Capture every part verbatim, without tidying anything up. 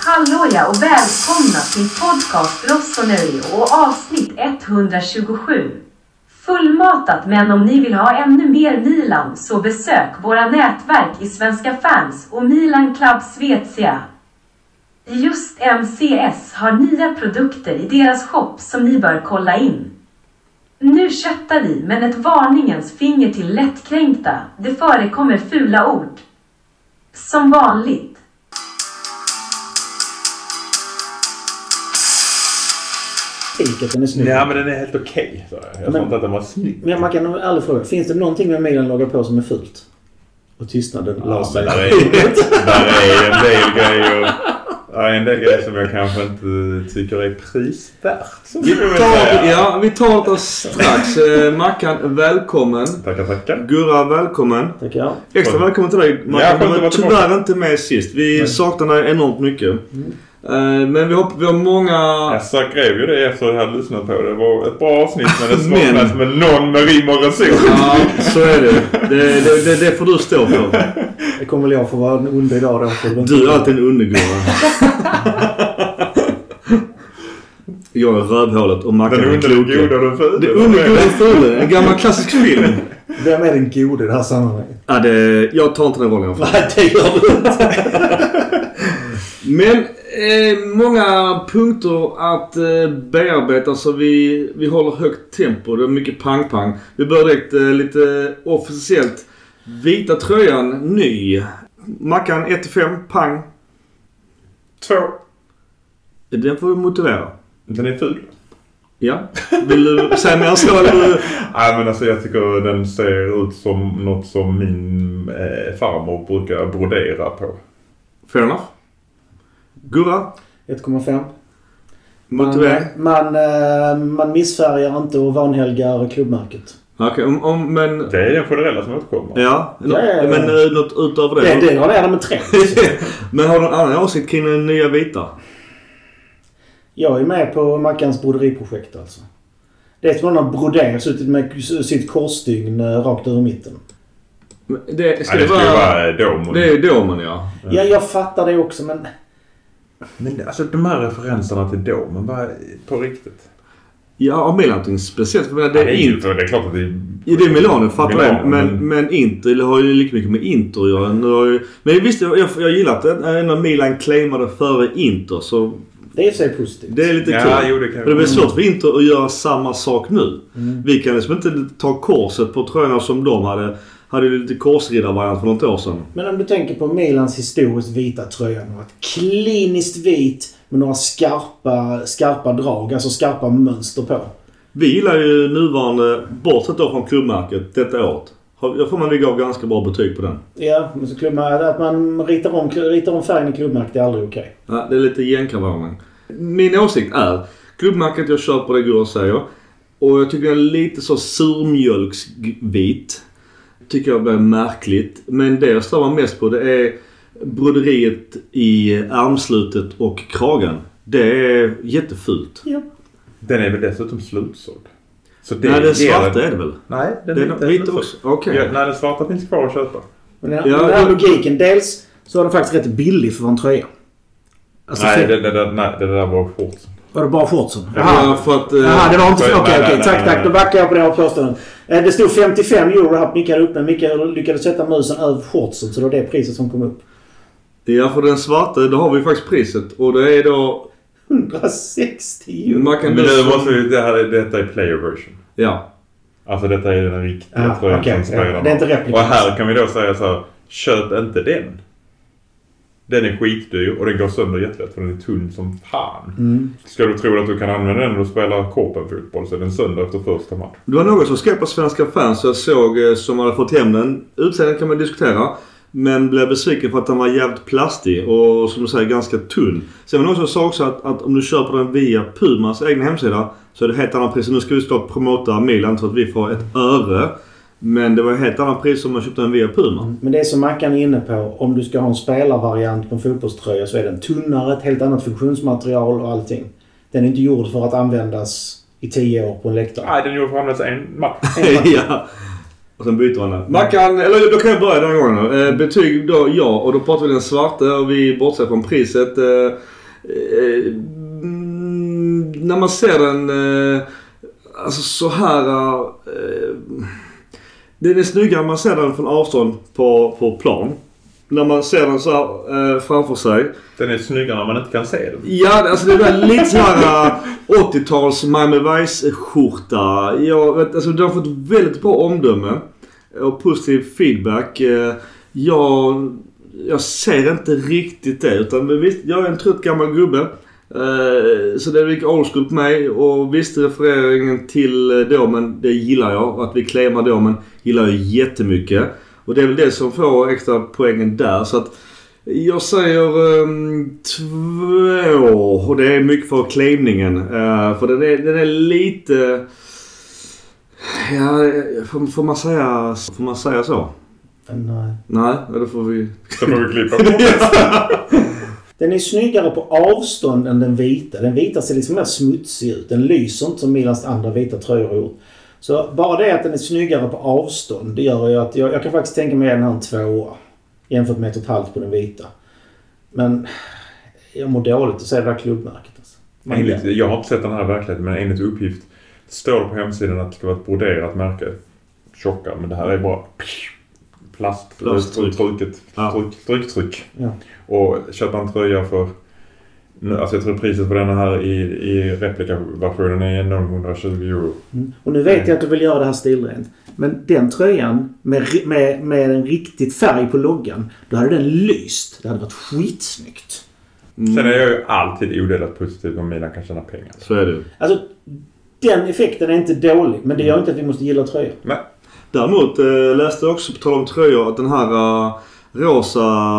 Hallå ja och välkomna till podcast Rossoneri och avsnitt etthundratjugosju. Fullmatat, men om ni vill ha ännu mer Milan så besök våra nätverk i Svenska Fans och Milan Club Svezia. Just M C S har nya produkter i deras shop som ni bör kolla in. Nu köttar vi, men ett varningens finger till lättkränkta. Det förekommer fula ord. Som vanligt. Den är snygg. Ja, men den är helt okej. Okay, jag tror inte att den var snygg. Men man kan aldrig fråga, finns det någonting med Milan lagar på som är fult? Och tystnaden ja, la sig. Där är, där är en del grejer. Ja, en del grejer som jag kanske inte tycker är prisvärt. Vi tar, ja, vi tar det strax. Eh, Mackan, välkommen. Tackar, tackar. Gurra, välkommen. Tackar. Extra välkommen till dig, Mackan. Ja, du var tyvärr inte med sist. Vi Nej. saknar dig enormt mycket. Mm. Uh, men vi, hopp, vi har många... Jag skrev ju det efter att jag hade lyssnat på det. Det var ett bra avsnitt, men det saknas med någon med rim och reson. Ja, så är det. Det, det, det. det får du stå för. Det kommer väl jag få vara en under idag då. Du är alltid en undergåva. Jag är rövhålet och Mackan är kloka. Den undergåva och ful. Det är undergåva och ful. En gammal klassisk film. Vem är den gode i det här sammanhanget? Ja, det, jag tar inte den rollen. Nej, det gör du inte. Men eh, många punkter att eh, bearbeta, så vi, vi håller högt tempo. Det är mycket pang-pang. Vi börjar direkt eh, lite officiellt. Vita tröjan, ny. Mackan ett till fem, pang. Två. Den får du motivera. Den är ful. Ja. Vill du säga mer så? Eller? Nej, men alltså jag tycker den ser ut som något som min eh, farmor brukar brodera på. Fair enough. Gurra? ett komma fem. Man, man, man missfärgar inte och vanhelgar klubbmärket. Okej, okay, om, om, men... Det är den generella som återkommer. Ja, ja, ja, ja. Men något utöver det? Det, det har det med tre. Men har du en annan åsikt kring den nya vita? Jag är med på Mackans broderiprojekt alltså. Det är som någon har broderat suttit med sitt korsstygn rakt över mitten. Det ska, ja, det ska vara, vara domen. Det är domen, ja. Ja, jag fattar det också, men... Men alltså de här referenserna till domen, bara på riktigt. Ja, av Milan speciellt. För det, ja, är det, är inte, ju, det är klart att det är... Ja, det är Milano, fattar Milano, det. Men, men... men Inter har ju lika mycket med Inter att göra. Ju, men visst, jag, jag, jag gillar att det, när Milan claimade före Inter, så... Det är så positivt. Det är lite ja, kul. Jo, det, kan det blir svårt för Inter att göra samma sak nu. Mm. Vi kan liksom inte ta korset på tröjorna som de hade... hade ju lite korsriddarvariant för något år sedan. Men om du tänker på Milans historiskt vita tröja. Den har varit kliniskt vit med några skarpa, skarpa drag. Alltså skarpa mönster på. Vi gillar ju nuvarande, bortsett då från klubbmärket detta året. Jag får man vi gav ganska bra betyg på den. Ja, men så klubbmärket, att man ritar om, ritar om färgen i klubbmärket är aldrig okej. Okay. Ja, det är lite jänkarvarning. Min åsikt är, klubbmärket jag kör på det Gurra säger. Och jag tycker den är lite så surmjölksvit. Tycker jag blir märkligt. Men det jag stavar mest på, det är broderiet i armslutet och kragen. Det är jättefult. Ja. Den är väl dessutom slutsåld. Så det, nej, den svarta det är det väl? Nej, den det är inte vit också. Okay. Ja, nej, den svarta finns kvar att köpa. Men den, ja, den här logiken, dels så var den faktiskt rätt billig för en tröja. Alltså, nej, det, det, det, nej, det där var shortsen. Var det bara shortsen? Jaha, för att... Jaha, det var inte... Okej, okej. Okay, tack, tack. Då backar jag på det här påståendet. Det stod femtiofem euro här på Mikael upp, men Mikael lyckades sätta musen över shortsen, så det var det priset som kom upp. Ja, för den svarta, då har vi faktiskt priset. Och det är då... hundrasextio euro. Man kan men det måste ju... Det här, detta är player version. Ja. Alltså detta är den riktiga ah, tröjan okay, som spelar. ja, det är inte replika. Och här kan vi då säga så här, köp inte den. Den är skitdyr och den går sönder jättelätt för den är tunn som fan. Mm. Ska du tro att du kan använda den när du spelar korpenfotboll så är den sönder efter första match. Det var någon som skrev på Svenska Fans jag såg som hade fått hem den. Utseendet kan man diskutera. Men blev besviken för att den var jävligt plastig och som du säger ganska tunn. Sen var det någon som sa också att, att om du köper den via Pumas egna hemsida så är det helt annan pris. Nu ska vi stå och promota Milan så att vi får ett öre. Men det var ett helt annan pris om man köpte den via Puma. Men det är som Mackan är inne på. Om du ska ha en spelarvariant på en fotbollströja så är den tunnare, ett helt annat funktionsmaterial och allting. Den är inte gjord för att användas i tio år på en läktare. Nej, den är gjord för att användas en match. ja. Och sen byter han. Mackan, eller då kan jag börja den gången. Eh, betyg då ja, och då pratar vi den svarta och vi bortser från priset. Eh, eh, mm, när man ser den eh, alltså så här eh, det är snyggare när man ser den från avstånd på, på plan. När man ser den så här, eh, framför sig. Den är snyggare när man inte kan se den. Ja, alltså det är lite så här åttio-tals Miami Vice-skjorta. Jag vet, alltså, de har fått väldigt bra omdöme och positiv feedback. Jag, jag ser inte riktigt det, utan visst, jag är en trött gammal gubbe. Så det är mycket old school på mig. Och visst, refereringen till domen, det gillar jag. Att vi claimar domen gillar jag jättemycket. Och det är väl det som får extra poängen där. Så att jag säger um, två. Och det är mycket för claimningen. Uh, för den är, den är lite... Ja, får, får, man säga, får man säga så? Nej. Nej, då får vi... Så får vi klippa på. Den är snyggare på avstånd än den vita. Den vita ser liksom mer smutsig ut. Den lyser inte som Milans andra vita tröjor har gjort. Så bara det att den är snyggare på avstånd, det gör ju att jag, jag kan faktiskt tänka mig en här tvåa jämfört med ett och ett halvt på den vita. Men jag mår dåligt att se det där klubbmärket. Alltså. Enligt, jag har inte sett den här verkligheten, men enligt uppgift står det på hemsidan att det ska vara ett broderat märke. Tjockare, men det här är bara plast, Plasttryck. Trycket, Ja. tryck, trycktryck. Ja. Och köpa en tröja för, alltså jag tror priset på den här i, i replikaversionen är etthundratjugo euro. Mm. Och nu vet jag att du vill göra det här stilrent. Men den tröjan med, med, med en riktigt färg på loggan, då hade den lyst. Det hade varit skitsnyggt. Mm. Sen är jag ju alltid odelat positiv om mina kan tjäna pengar. Så är det. Alltså, den effekten är inte dålig, men det gör inte att vi måste gilla tröjor. Nej. Däremot äh, läste jag också på tal om tröjor att den här äh, rosa...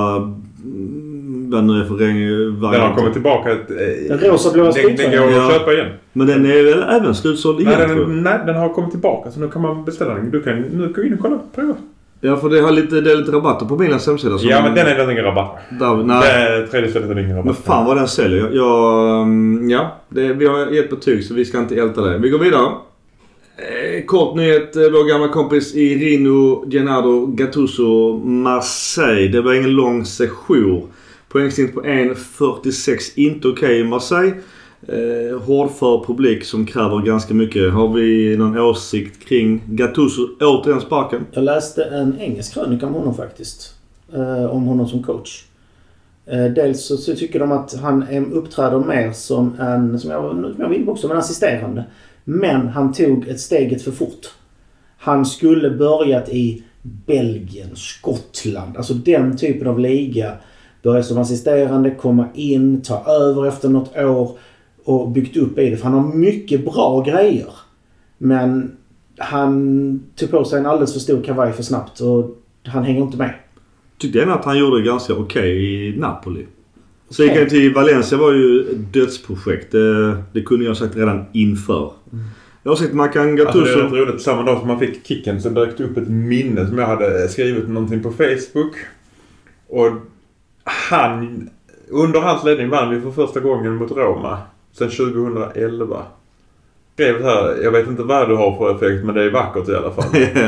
Vad nu är för regn, Den har kommit tillbaka. Äh, den rosa blåa den, den går att Ja. köpa igen. Men den är väl även slutsåld igen, Nej tror jag. den, nej, den har kommit tillbaka. Så nu kan man beställa den. Du kan nu gå in och kolla. Prova. Ja, för det har lite, det är lite rabatter på Milans hemsida. Ja, men den är den ingen rabatt. Där, nej. Det tredje stället är ingen rabatt. Men fan vad den säljer. Jag, jag, ja, det, vi har ett betyg så vi ska inte älta det. Vi går vidare. Eh, kort nyhet. Vår gamla kompis Irino Gennaro Gattuso Marseille. Det var ingen lång session. Poängsnitt på en fyrtiosex. Inte okej okay i Marseille. Eh, hårdför publik som kräver ganska mycket. Har vi någon åsikt kring Gattuso återigen sparken? Jag läste en engelsk krönika om honom faktiskt. Eh, om honom som coach. Eh, dels så, så tycker de att han är, uppträder mer som en, som jag, som jag var inne på också, en assisterande. Men han tog ett steget för fort. Han skulle börjat i Belgien, Skottland. Alltså den typen av liga. Börja som assisterande, komma in, ta över efter något år och byggt upp i det. För han har mycket bra grejer. Men han tog på sig en alldeles för stor kavaj för snabbt och han hänger inte med. Tyckte jag att han gjorde det ganska okej okay i Napoli. Så gick han till Valencia var ju ett dödsprojekt. Det, det kunde jag sagt redan inför. Mm. Jag har sett Mackan Gattuso. Alltså det är rätt roligt. Samma dag som man fick kicken så dök det upp ett minne som jag hade skrivit någonting på Facebook. Och han, under hans ledning vann vi för första gången mot Roma sen tjugohundraelva. Skrev här, jag vet inte vad du har för effekt, men det är vackert i alla fall. Yeah.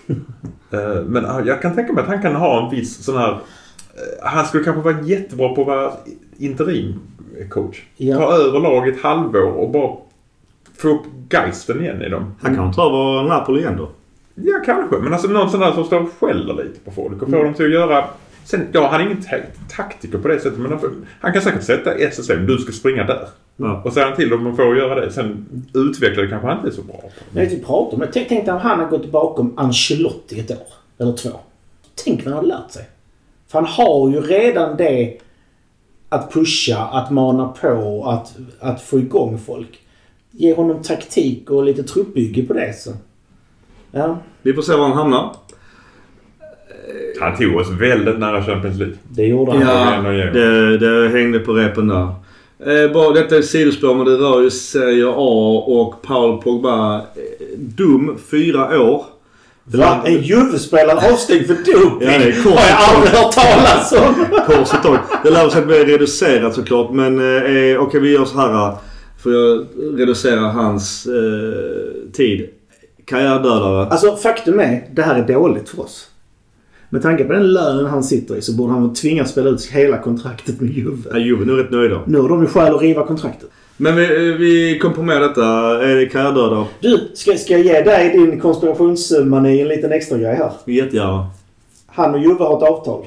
Men jag kan tänka mig att han kan ha en viss sån här... Han skulle kanske vara jättebra på att vara interimcoach. Ja. Ta över laget ett halvår och bara få upp geisten igen i dem. Han kan ta över Napoli igen då. Ja, kanske. Men alltså någon sån där som står och skäller lite på folk och får mm. dem till att göra... Sen, ja, han är ingen t- taktiker på det sättet, men han, han kan säkert sätta ett system. Du ska springa där. Ja. Och säga till om man får göra det. Sen utveckla det kanske inte är så bra. Jag vet inte prata om det. Tänk, tänk om han har gått bakom Ancelotti ett år. Eller två. Tänk vad han har lärt sig. För han har ju redan det att pusha, att mana på, att, att få igång folk. Ge honom taktik och lite truppbygge på det. Så. Ja. Vi får se var han hamnar. Han tog oss väldigt nära Champions League. Det gjorde han. Ja, det, det hängde på repen där. Eh, bara, detta är ett sidospår, men det rör ju Serie A och Paul Pogba. Eh, dum, fyra år. Va? En Juve-spelare avstängd för doping? Ja, det är kort. Har jag aldrig hört talas om. Korset tag. Det lär sig att bli reducerat såklart, men eh, okej okay, vi gör så här. För jag reducerar hans eh, tid. karriärdödare. Alltså faktum är, det här är dåligt för oss. Med tanke på den lönen han sitter i så borde han tvingas spela ut hela kontraktet med Juve. Ja, Juve nu är rätt nöjda. Nu har de ju skäl att riva kontraktet. Men vi, vi kom på med detta. Är det karriärdödare? Du, ska, ska jag ge dig din konspirationsmani en liten extra grej här? Jättegärna. Han och Juve har ett avtal.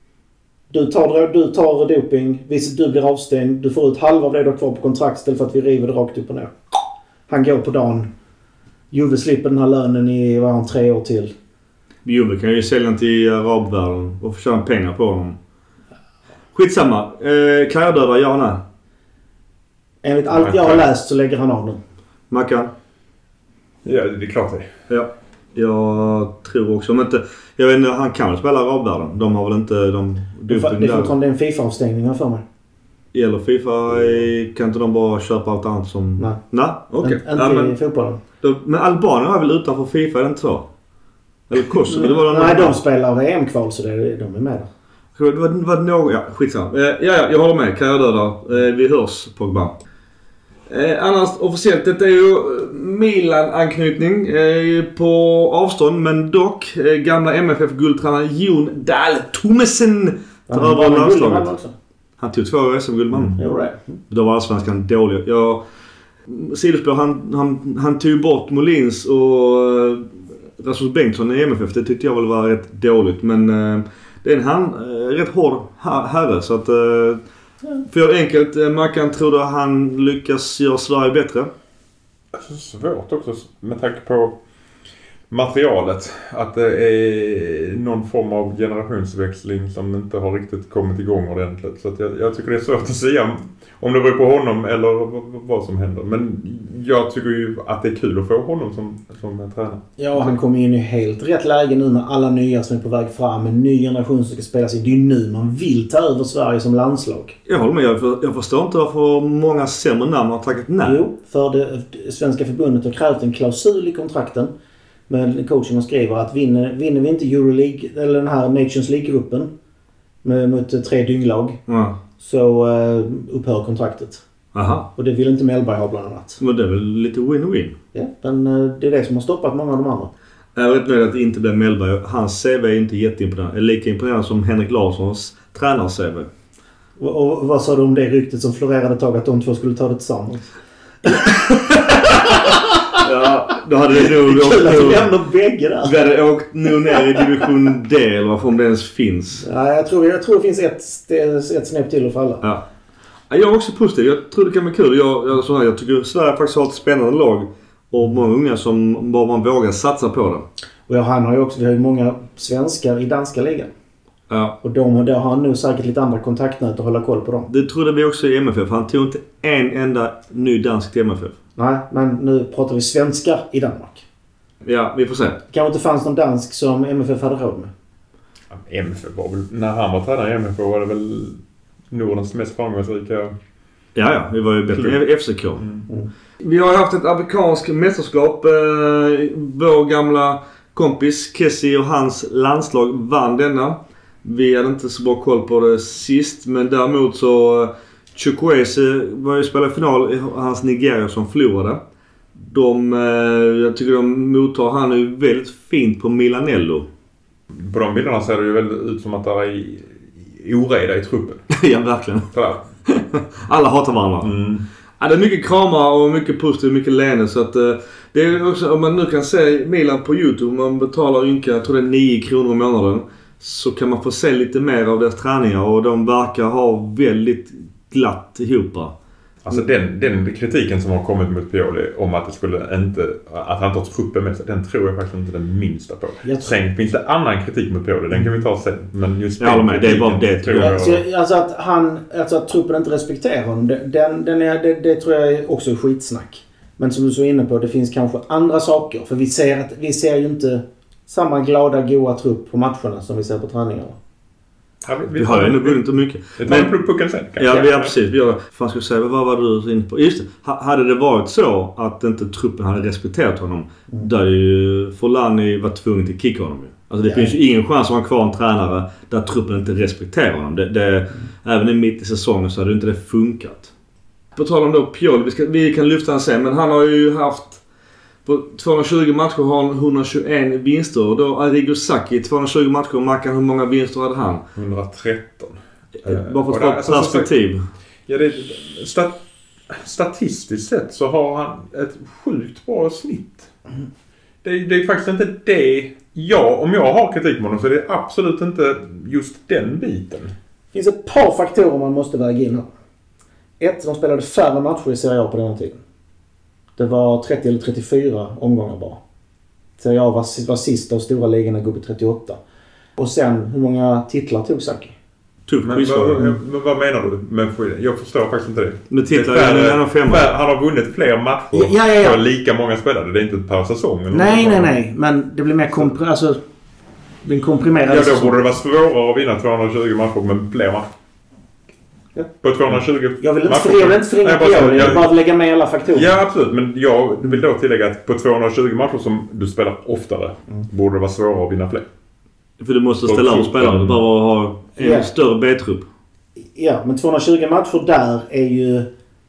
Du tar, du tar doping, du blir avstängd, du får ut halva av det du har kvar på kontrakt istället för att vi river det rakt upp och ner. Han går på dagen. Juve slipper den här lönen i var han, tre år till. Juve kan ju sälja den till arabvärlden och tjäna pengar på honom. Skitsamma. Eh, karriärdödare, ja nej. Enligt allt jag har läst så lägger han av nu. Mackan? Ja, det är klart det. Ja. Jag tror också. Men inte, jag vet inte, han kan väl spela arabvärlden. De har väl inte... De, det är fortfarande en FIFA-avstängning för mig. Gäller FIFA kan inte de bara köpa allt annat som... Nej. Nej, okej. Okay. Inte ja, i fotbollen. Då, men Albanien är väl utanför FIFA, är det inte så? Eller Kosovo? Nej, det var nej de spelar V M-kval så det, de är med där. Det var, det var någon... Ja, skitsamma. Eh, ja, ja, jag håller med. Karriärdödare. Eh, vi hörs, Pogba. Eh, annars officiellt, detta är ju Milan-anknytning eh, på avstånd, men dock eh, gamla M F F-guldtränaren Jon Dahl Tommesen tar över landslaget. Han tog två S M-guldman. Mm. Mm. Då var allsvenskan dålig. Jag, sidospår, han, han, han tog bort Molins och uh, Rasmus Bengtsson i M F F. Det tyckte jag väl var rätt dåligt. Men uh, det är en han, uh, rätt hård herre. Så att, uh, för enkelt, uh, Mackan tror att han lyckas göra Sverige bättre. Svårt också med tanke på materialet. Att det är någon form av generationsväxling som inte har riktigt kommit igång ordentligt. Så att jag, jag tycker det är svårt att säga om det beror på honom eller vad som händer. Men jag tycker ju att det är kul att få honom som, som tränare. Ja, han kommer in i helt rätt läge nu med alla nya som är på väg fram. En ny generation som ska spela sig. Det är ju nu man vill ta över Sverige som landslag. Jag håller med. Jag, för, jag förstår inte varför många sämre namn har tagit nej. Jo, för det, det Svenska förbundet har krävt en klausul i kontrakten. Men coachen skriver att vinner, vinner vi inte Euroleague eller den här Nations League-gruppen med, mot tre dynglag ja. så uh, upphör kontraktet. Aha. Och det vill inte Mellberg ha bland annat. Men det är väl lite win-win. Ja, men uh, det är det som har stoppat många av de andra. Jag är rätt nöjd att det inte blev Mellberg. Hans C V är inte jätteimponerande. Är lika imponerande som Henrik Larssons tränars-C V. Och, och vad sa du om det ryktet som florerade ett tag att de två skulle ta det tillsammans? Ja, då hade det nog åkt... Kul att vi lämnar bägge där. Vi hade åkt nog ner i division D eller varför om det ens finns. Ja, jag tror, jag tror det finns ett, ett snäpp till att falla. Ja. Jag är också positiv. Jag tror det kan bli kul. Jag, jag, så här, jag tycker Sverige faktiskt har ett spännande lag. Och många unga som bara man vågar satsa på det. Och ja, han har ju också, vi har ju många svenskar i danska ligan. Ja. Och de, där har han nu säkert lite andra kontaktnät att hålla koll på dem. Det trodde vi också i M F F. Han tog inte en enda ny dansk till M F F. Nej, men nu pratar vi svenskar i Danmark. Ja, vi får se. Det kanske inte fanns någon dansk som M F F hade råd med. M F F var väl, när han var tränare i M F F var det väl Nordens mest framgångsrika. Ja, ja, vi var ju bättre. F C K. Mm. Mm. Vi har haft ett amerikanskt mästerskap. Eh, vår gamla kompis Kessie och hans landslag vann denna. Vi hade inte så bra koll på det sist, men däremot så Chukwueze var ju spelare i final i hans Nigeria som förlorade. De, jag tycker de mottar han är väldigt fint på Milanello. På de bilderna ser det ju väldigt ut som att det är oreda i truppen. Ja, verkligen. Alla hatar varandra. Mm. Ja, det är mycket kramar och mycket positivt, mycket leende. Så att det är också, om man nu kan se Milan på YouTube, man betalar ynka, jag tror det är nio kronor i månaden. Så kan man få se lite mer av deras träningar och de verkar ha väldigt glatt ihop. Alltså den, den kritiken som har kommit mot Pioli om att det skulle inte, att han tar truppen med sig, den tror jag faktiskt inte den minsta på. Sen finns det annan kritik mot Pioli, den kan vi ta sen. Men just ja, den det är bara det tror jag. Alltså, alltså att han, alltså att truppen inte respekterar honom, den, den är, det, det tror jag också är skitsnack. Men som du så är inne på, det finns kanske andra saker. För vi ser, att, vi ser ju inte samma glada, goa trupp på matcherna som vi ser på träningarna. Ja, vi, vi, vi har ju ändå vunnit mycket. Vi tar en pucken sen. Ja, vi, ja, precis. Vi gör, fan ska jag säga, vad var du inne på? Just det, hade det varit så att inte truppen hade respekterat honom, mm. där ju Forlani var tvungen till kicka honom. Alltså det ja. finns ju ingen chans att ha kvar en tränare där truppen inte respekterar honom. Det, det, mm. Även i mitt i säsongen så hade inte det funkat. På tal om då Pioli, vi, ska, vi kan lyfta han sen, men han har ju haft På tvåhundratjugo matcher har han etthundratjugoen vinster. Och då Arrigo Sacchi tvåhundratjugo matcher. Mackan, hur många vinster hade han? etthundratretton. Bara för att få ett perspektiv. Ja, det, stat, statistiskt sett så har han ett sjukt bra snitt. Mm. Det, det är faktiskt inte det. Ja, om jag har kritik med honom så är det absolut inte just den biten. Det finns ett par faktorer man måste väga in här. Ett, de spelade färre matcher i Serie A på den tiden. Det var trettio eller trettiofyra omgångar bara. Serie A var, var sista och stora ligorna går på trettioåtta. Och sen, hur många titlar tog Sacchi? Men vad, vad, vad menar du med skillnad? Jag förstår faktiskt inte det. Med titlar är han, fem han har vunnit fler matcher ja, ja, ja. för lika många spelare. Det är inte per säsong. Eller nej, nej, nej. Men det blir mer kompr- alltså, den komprimerade. Ja, då borde det vara svårare att vinna tvåhundratjugo matcher med fler matcher. Ja. På tvåhundratjugo jag vill inte, jag vill inte förringa på det. Jag vill bara lägga med alla faktorer. Ja, absolut. Men jag vill då tillägga att på tvåhundratjugo matcher som du spelar oftare mm. borde det vara svårare att vinna fler. För du måste ställa om spelare. Du bara ha en yeah. större B-trupp. Ja, men tvåhundratjugo matcher där är ju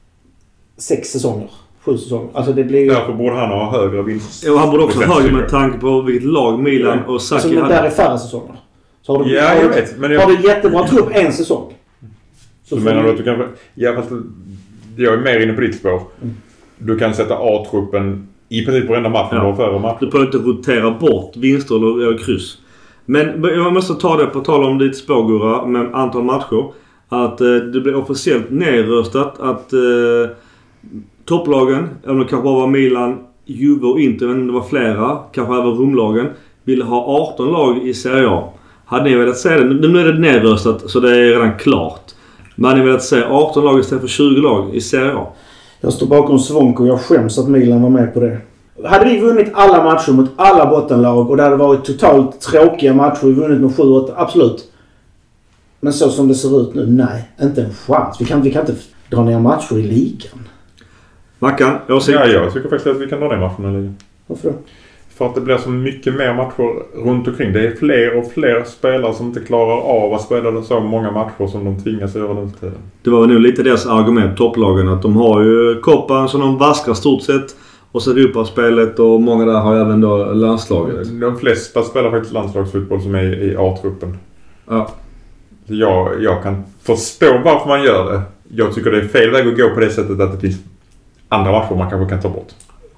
sex säsonger. Sju säsonger. Alltså det blir ju... Därför borde han ha högre vinst. Ja, han borde också ha högre med tanke på vilket lag Milan ja. och Sacchi alltså, men hade. Där är färre säsonger. Så har du, ja, har jag du, vet. Men jag... har du jättebra trupp en säsong. Så, så menar du att du kan... Ja, fast jag är mer inne på ditt spår. Mm. Du kan sätta A-truppen i princip på varenda match. Ja. För match. Du behöver inte rotera bort vinster eller, eller kryss. Men jag måste ta det på tal om ditt spågurra med antal matcher. Att eh, det blir officiellt nedröstat att eh, topplagen, eller det kanske bara var Milan, Juve och Inter, men det var flera, kanske även Romlagen, ville ha arton lag i Serie A. Hade ni velat säga det? Nu är det nedröstat så det är redan klart. Men hade ni velat säga arton lag istället för tjugo lag i Serie A? Jag står bakom Svonko och jag skäms att Milan var med på det. Hade vi vunnit alla matcher mot alla bottenlag och det hade varit totalt tråkiga matcher, vi vunnit med sju åtta, absolut. Men så som det ser ut nu, nej, inte en chans. Vi kan, vi kan inte dra ner matcher i ligan. Mackan, jag ser... Ja, jag tycker faktiskt att vi kan dra ner matcherna i ligan. Varför då? För att det blir så mycket mer matcher runt omkring. Det är fler och fler spelare som inte klarar av att spela så många matcher som de tvingas göra den tiden. Det var nog lite deras argument, topplagen, att de har ju koppan som de vaskar stort sett. Och så Europaspelet och många där har även då landslaget. De flesta spelar faktiskt landslagsfotboll som är i A-truppen. Ja. Jag, jag kan förstå varför man gör det. Jag tycker det är fel väg att gå på det sättet att det finns andra matcher man kanske kan ta bort.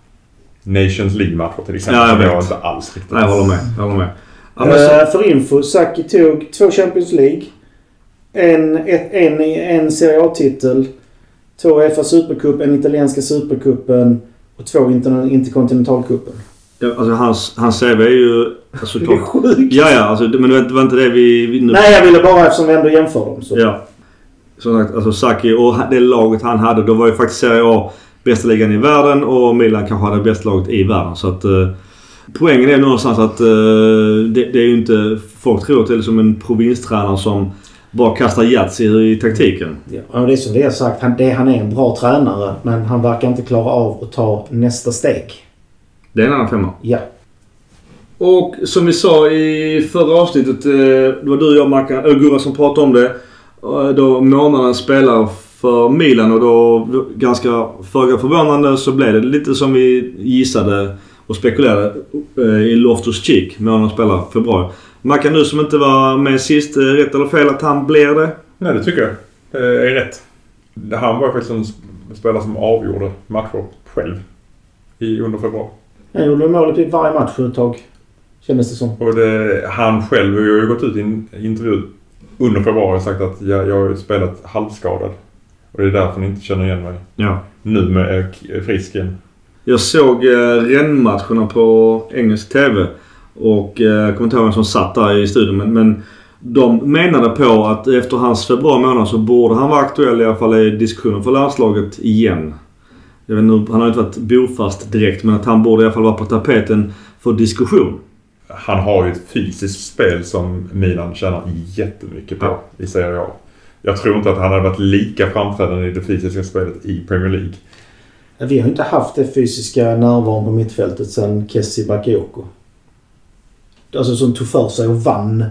Nations League-matcher till exempel. Ja, jag vet. Jag inte alls riktigt. Nej, jag håller med. Jag håller med. Ja, men så... uh, för info, Sacchi tog två Champions League. En, ett, en, en Serie A-titel. Två F A Supercup, en italienska Supercupen. Och två inter- interkontinentalkuppen. Ja, alltså hans, hans C V är ju... Alltså, det är sjukt. Ja, ja. Alltså, men det var inte det vi... vi nu... Nej, jag ville bara eftersom vi ändå jämför dem. Så. Ja. Som sagt, alltså Sacchi och det laget han hade, då var ju faktiskt Serie A bästa ligan i världen och Milan kanske hade bästa laget i världen. Så att eh, poängen är någonstans att eh, det, det är ju inte... Folk tror till som en provinstränare som bara kastar jats i, i taktiken. Ja, det är som vi har sagt. Han, det, han är en bra tränare, men han verkar inte klara av att ta nästa steg. Det är en annan femma. Ja. Och som vi sa i förra avsnittet, det var du och jag, Mackan, eller Gurra, som pratade om det. Då månaden spelar för Milan och då ganska föga förvånande så blev det lite som vi gissade och spekulerade i Loftus-Cheek. Månaden spelar februari. Mackan, du som inte var med sist, rätt eller fel att han blir det? Nej, det tycker jag. Det är rätt. Han var faktiskt en spelare som avgjorde matcher själv i under februari. Han gjorde målet i varje match ett tag, kändes det som. Och det, han själv har ju gått ut i en intervju under februari och sagt att jag, jag har spelat halvskadad. Och det är därför ni inte känner igen mig. Ja. Nu med frisken. Jag såg eh, Rennes-matcherna på engelsk tv. Och eh, kommentarien som satt där i studion. Men, men de menade på att efter hans februari månad så borde han vara aktuell i alla fall i diskussionen för landslaget igen. Jag vet inte, han har inte varit bofast direkt, men att han borde i alla fall vara på tapeten för diskussion. Han har ju ett fysiskt spel som Milan tjänar jättemycket på ja. i Serie A. Jag tror inte att han hade varit lika framträdande i det fysiska spelet i Premier League. Vi har inte haft det fysiska närvaron på mittfältet sedan Kessie Bakayoko. Alltså som tog för sig och vann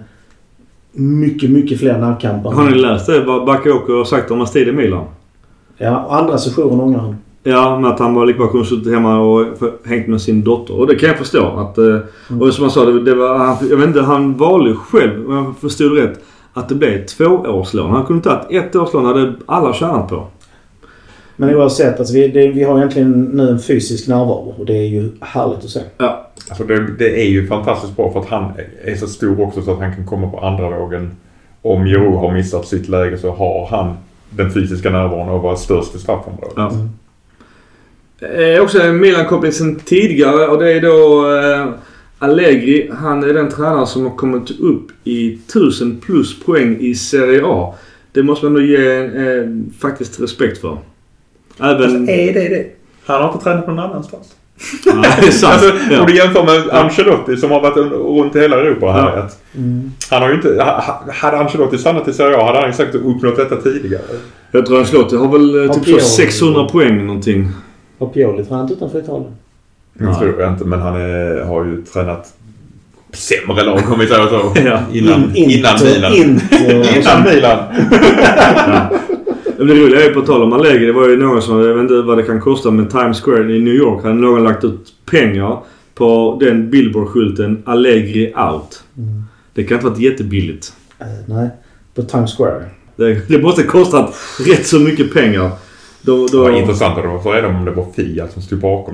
mycket, mycket fler närkamper. Har ni läst det? Vad Bakayoko har sagt om hans tid i Milan? Ja, och andra sessionen ångar han. Ja, med att han var lika bra suttit hemma och hängt med sin dotter. Och det kan jag förstå. Att, mm. Och som jag sa, det, det var, jag vet inte, han valde själv, om jag förstod det rätt, att det blev två årslån. Han kunde ta ett årslån, hade alla tjänat på. Men oavsett, alltså vi, det, vi har egentligen nu en fysisk närvaro och det är ju härligt att se. Ja. Alltså det, det är ju fantastiskt bra för att han är så stor också så att han kan komma på andra vågen. Om Giroud har missat sitt läge så har han den fysiska närvaron och var störst i straffområdet. Ja. Mm. Eh, också en Milan-koppling sedan tidigare och det är då eh, Allegri. Han är den tränare som har kommit upp i tusen plus poäng i Serie A. Det måste man nog ge eh, faktiskt respekt för. Även... Alltså, är det det? Han har inte tränat på någon annanstans. Ja, det är sant. Alltså, ja. Och det jämför med Ancelotti som har varit runt i hela Europa här. Ja. Mm. Han har ju inte... Hade Ancelotti stannat i Serie A hade han ju sagt att uppnått detta tidigare. Jag tror Ancelotti har väl typ så sexhundra poäng någonting. Har Pioli tränat utanför Italien? Det tror jag inte, men han är, har ju tränat sämre lag om vi säger så. Ja. Innan, In, innan inte, Milan. Inte, innan Milan. Ja. Det roliga är på tal om Allegri. Det var ju någon som, jag vet inte vad det kan kosta, men Times Square i New York hade någon lagt ut pengar på den billboardskylten Allegri out. Mm. Det kan inte varit jättebilligt. Uh, nej, på Times Square. Det, det måste kostat rätt så mycket pengar. Då, då... Det var intressant att det var för redan om det var Fiat som stod bakom.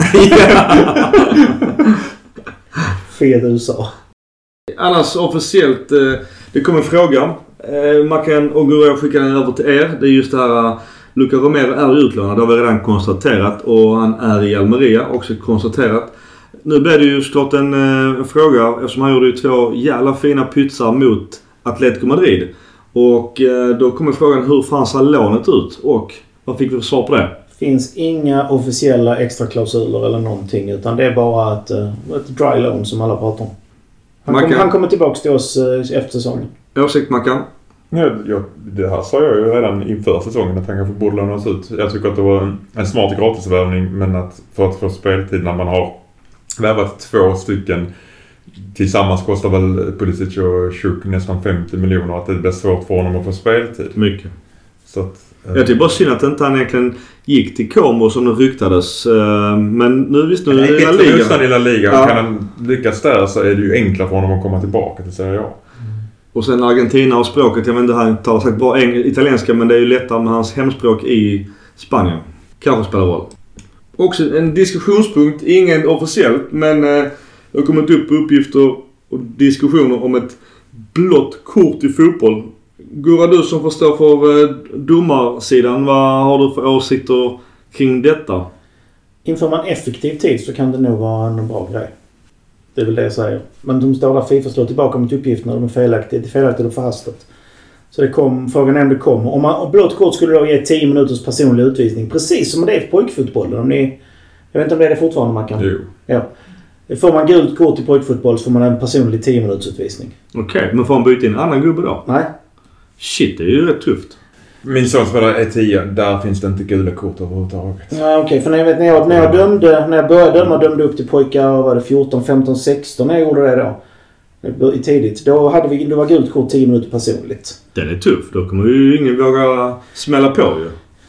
Fiat U S A. Annars officiellt, det kommer en fråga. Mackan och Gurra skickar den över till er. Det är just det här, Luca Romero är utlånad, det har vi redan konstaterat. Och han är i Almeria, också konstaterat. Nu blir det ju såklart en, en fråga, eftersom han gjorde ju två jävla fina pytsar mot Atletico Madrid. Och då kommer frågan, hur fan ser lånet ut? Och vad fick vi för svar på det? Finns inga officiella extra klausuler eller någonting, utan det är bara ett, ett dry loan som alla pratar om. Han, kom, han kommer tillbaka till oss efter säsongen. Åsikt, Mackan? Ja, jag, det här sa jag ju redan inför säsongen att han kanske borde lånas ut. Jag tycker att det var en, en smart gratisvärvning, men att för att få speltid när man har värvat två stycken tillsammans kostar väl Pulisic och Sjuk nästan femtio miljoner, att det blir svårt för honom att få speltid. Mycket. Så att, eh. Jag tycker bara synd att inte han egentligen gick till Como som det ryktades. Men nu visst, nu i La Liga. Ett i La Liga. Ja. Kan han lyckas där så är det ju enklare för honom att komma tillbaka till Serie A. Och sen Argentina och språket, jag vet inte, han talar sagt bra eng- italienska, men det är ju lättare med hans hemspråk i Spanien. Kanske spelar roll. Också en diskussionspunkt, ingen officiellt, men eh, det har kommit upp uppgifter och diskussioner om ett blått kort i fotboll. Gurra, du som förstår för eh, domarsidan, vad har du för åsikter kring detta? Inför man effektiv tid så kan det nog vara en bra grej. Det är väl det jag säger. Men de står där, FIFA slår tillbaka mot uppgifterna, de är felaktiga. Det är felaktigt och förhastat. Så det kom, frågan är om det kommer. Om man, och blått kort skulle då ge tio minuters personlig utvisning. Precis som det är för pojkfotbollen. Om ni, jag vet inte om det är det fortfarande man kan. Jo. Ja. Får man gult kort i pojkfotboll så får man en personlig tio minuters utvisning. Okej, okay, men får man byta in en annan gubbe då? Nej. Shit, det är ju rätt tufft. Min son spelar är tio, där finns det inte gula kort överhuvudtaget. Ja, okej, okay. För när jag, vet, när, jag, när jag dömde, när jag började döma dömde upp till pojkar, var det fjorton, femton, sexton när jag gjorde det då. I tidigt. Då hade vi, det var gult kort tio minuter personligt. Den är tuff, då kommer ju ingen våga smälla på ju.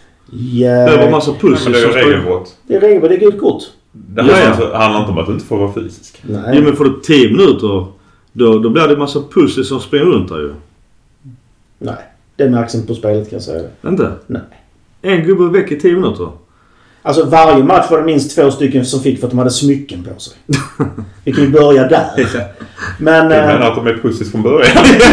Ja. Det var massa pussel. Men det är ju regelbrott. Det är regelbrott, det är gult kort. Det handlar, ja, ja. handlar inte om att du inte får vara fysisk. Nej. Jo, men får du tio minuter, då, då blir det massa pussel som springer runt där ju. Nej. Det märks inte på spelet, kan jag säga det. Inte? Nej. En gubbe väck i tio minuter. Alltså varje match var det minst två stycken som fick för att de hade smycken på sig. Vi kan ju börja där. Men, jag menar att de är pussis från början.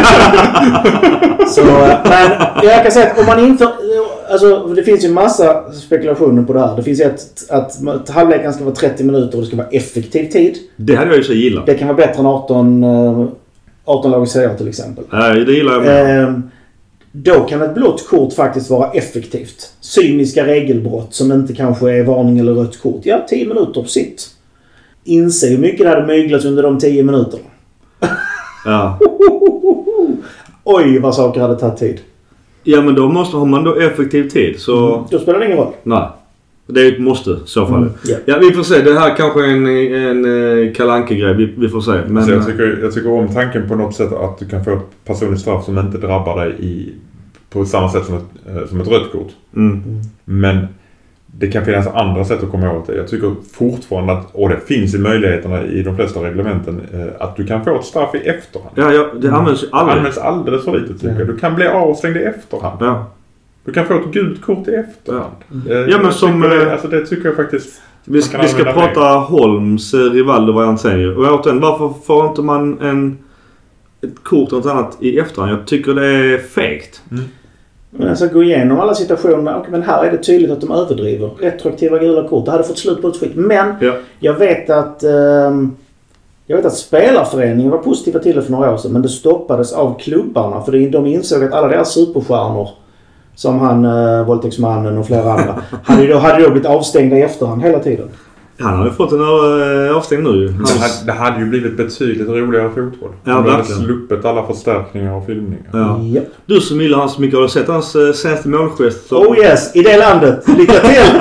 Så, men jag kan säga att om man inför... Alltså det finns ju en massa spekulationer på det här. Det finns ju att, att, att halvleken ska vara trettio minuter och det ska vara effektiv tid. Det hade jag ju så gillat. Det kan vara bättre än arton, arton lag i Serie A till exempel. Nej, det gillar jag med. Eh, Då kan ett blått kort faktiskt vara effektivt. Cyniska regelbrott som inte kanske är varning eller rött kort. Ja, tio minuter på sitt. Inse hur mycket det hade möglats under de tio minuterna. Ja. Oj, vad saker hade tagit tid. Ja, men då måste ha man då effektiv tid. Så... Mm. Då spelar det ingen roll. Nej. Det är ett måste i så fall. Mm. Yeah. Ja, vi får se. Det här kanske är en, en, en kalanke-grej. Vi, vi får se. Men... Alltså jag, tycker, jag tycker om tanken på något sätt att du kan få ett personligt straff som inte drabbar dig i, på samma sätt som ett, som ett rött kort. Mm. Mm. Men det kan finnas andra sätt att komma åt det. Jag tycker fortfarande att, och det finns i möjligheterna i de flesta reglementen, att du kan få ett straff i efterhand. Ja, ja det används mm. aldrig. Det används alldeles för lite tycker jag. Du kan bli avstängd i efterhand. Ja. Du kan få ett gult kort i efterhand. Mm. Ja, men som... Det, alltså det tycker jag faktiskt... Vi ska, vi ska prata med. Holms Rivaldo vad han säger. Och återigen, varför får inte man en, ett kort eller något annat i efterhand? Jag tycker det är fegt. Mm. Men alltså gå igenom alla situationer. Okay, men här är det tydligt att de överdriver. Retroaktiva gula kort. Det hade fått slut på ett skit. Men ja. jag vet att... Um, jag vet att spelarföreningen var positiva till det för några år sedan. Men det stoppades av klubbarna. För de insåg att alla deras superstjärnor, som han, uh, våldtäktsmannen och flera andra, hade då, hade då blivit avstängda i efterhand hela tiden. Han har ju fått en uh, avstängning nu. Det hade, det hade ju blivit betydligt roligare fotboll. Ja, de hade sluppit alla förstärkningar och filmningar. Ja. Yep. Du som gillar hans mycket, har du sett hans uh, senaste målgest? Så... Oh yes, i det landet. Lycka till!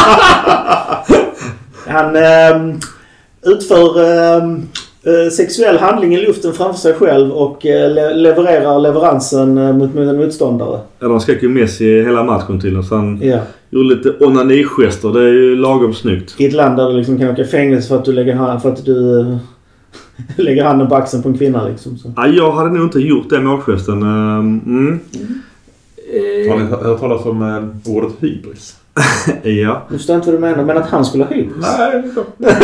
Han um, utför um, uh, sexuell handling i luften framför sig själv och uh, le- levererar leveransen uh, mot, mot en motståndare. Ja, de skrek ju Messi hela matchen till och så han yeah. gjorde lite onani-gester. Det är ju lagom snyggt. I ett land där du liksom kan åka fängelse för att du lägger, hand, för att du, uh, lägger handen på axeln på en kvinna. Liksom, så. Ja, jag hade nog inte gjort den målgesten. Uh, mm. Mm. Har ni hört talas om uh, ordet hybris? Ja. Nu förstår inte vad du menar, men att han skulle ha hybris. Nej, det är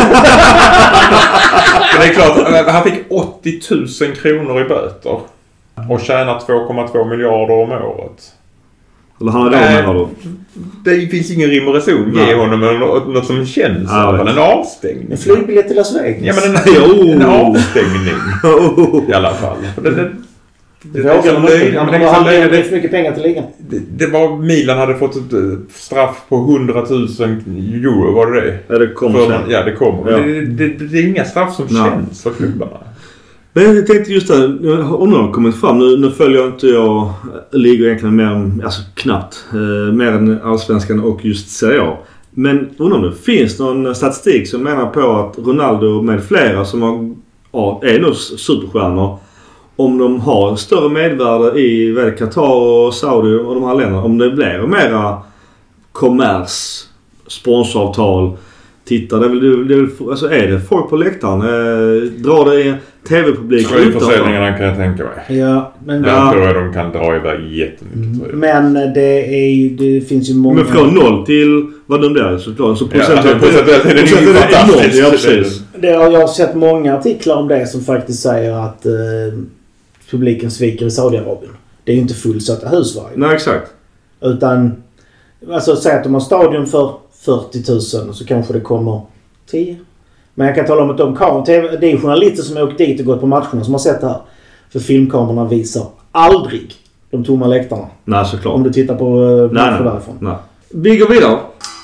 det är klart, han fick åttio tusen kronor i böter och tjänar två komma två miljarder om året. Eller han har det då? Det finns ingen rim och reson. Ge honom något, något som känns. Ja, en avstängning. En flygbiljett till Las Vegas. Ja, men en, en avstängning. I alla fall. Det, det, Det, det, det, det, det, det, han det, det, för mycket pengar till ligan. Det, det var Milan hade fått ett straff på hundratusen euro, var det det? Ja, det kommer för, ja, det kommer. Ja. Det, det, det, det är inga straff som Nej. känns för klubbarna. Men jag tänkte just det, om någon har kommit fram, nu, nu följer inte jag ligger egentligen mer, alltså knappt, eh, mer än Allsvenskan och just Serie A. Men undrar om det finns någon statistik som menar på att Ronaldo med flera som har, ja, är nog superstjärnor, om de har större medvärde i väl Qatar och Saudi och de här länderna, om det blir mera kommers, sponsoravtal, titta, det är, väl, det är, väl, alltså är det folk på läktaren, eh, drar det tv-publik utanför? Försäljningarna kan jag tänka mig. Ja, men jag tror att de kan dra iväg jättemycket. Mm. Men det är ju, det finns ju många... Men från noll till vad de där såklart. Så procentuellt ja, alltså, är det ju fantastiskt. Ja, precis. Det har jag sett många artiklar om det som faktiskt säger att eh, publiken sviker i Saudiarabien. Det är ju inte fullsatta hus varje. Nej, exakt. Utan, alltså säg att de har stadion för fyrtio tusen och så kanske det kommer tio. Men jag kan tala om att de kameror, det är journalister som har åkt dit och gått på matcherna som har sett det här. För filmkamerorna visar aldrig de tomma läktarna. Nej, såklart. Om du tittar på uh, matcher därifrån. Nej. Vi går vidare.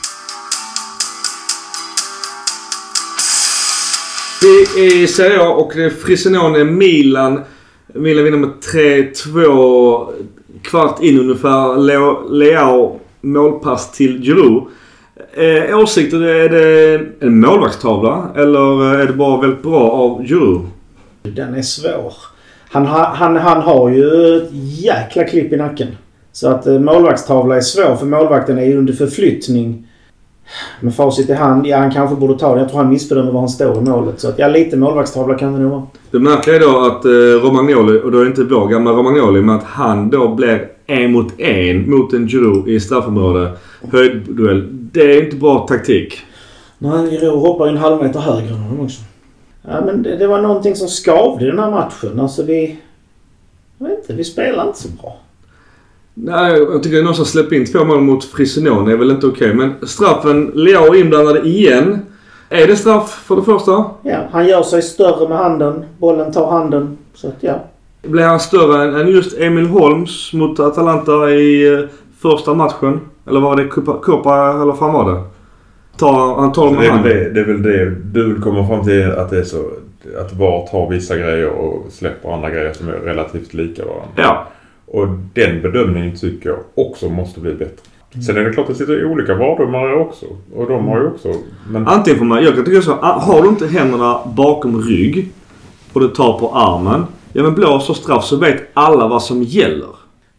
Vi är i Serie A och det är Frosinone Milan. Milan vinner med tre två, kvart in ungefär. Leo, Leao målpass till Giroud. Eh, åsikter, är det en målvaktstavla eller är det bara väldigt bra av Giroud? Den är svår. Han, han, han har ju ett jäkla klipp i nacken. Så att eh, målvaktstavla är svår för målvakten är ju under förflyttning. Med facit i hand, ja han kanske borde ta det. Jag tror han missbedömer var han står i målet. Så att ja, lite målvaktstavla kan det nog vara. Det märkliga är då att eh, Romagnoli, och då är det inte vår gamla Romagnoli, men att han då blir en mot en mot en Giroud i straffområde. Höjdduell. Det är inte bra taktik. Nej, Giroud hoppar en halv meter högre än honom också. Ja, men det, det var någonting som skavde i den här matchen. Alltså vi... Jag vet inte, vi spelar inte så bra. Nej, jag tycker att någon som släpper in två mål mot Frosinone är väl inte okej. Okay. Men straffen, Leao inblandade igen. Är det straff för det första? Ja, han gör sig större med handen. Bollen tar handen. Så att ja. Blir han större än just Emil Holms mot Atalanta i första matchen? Eller var det Copa eller fan var det? Ta, han tar med handen. Det, det är väl det du vill komma fram till, att det är så att var tar vissa grejer och släpper andra grejer som är relativt lika varandra. Ja. Och den bedömningen tycker jag också måste bli bättre. Mm. Sen är det klart att det sitter olika vardomare också. Och de har ju också... Men... Antingen för mig, jag kan tycka så, har du inte händerna bakom rygg och du tar på armen, ja men blåser straff så vet alla vad som gäller.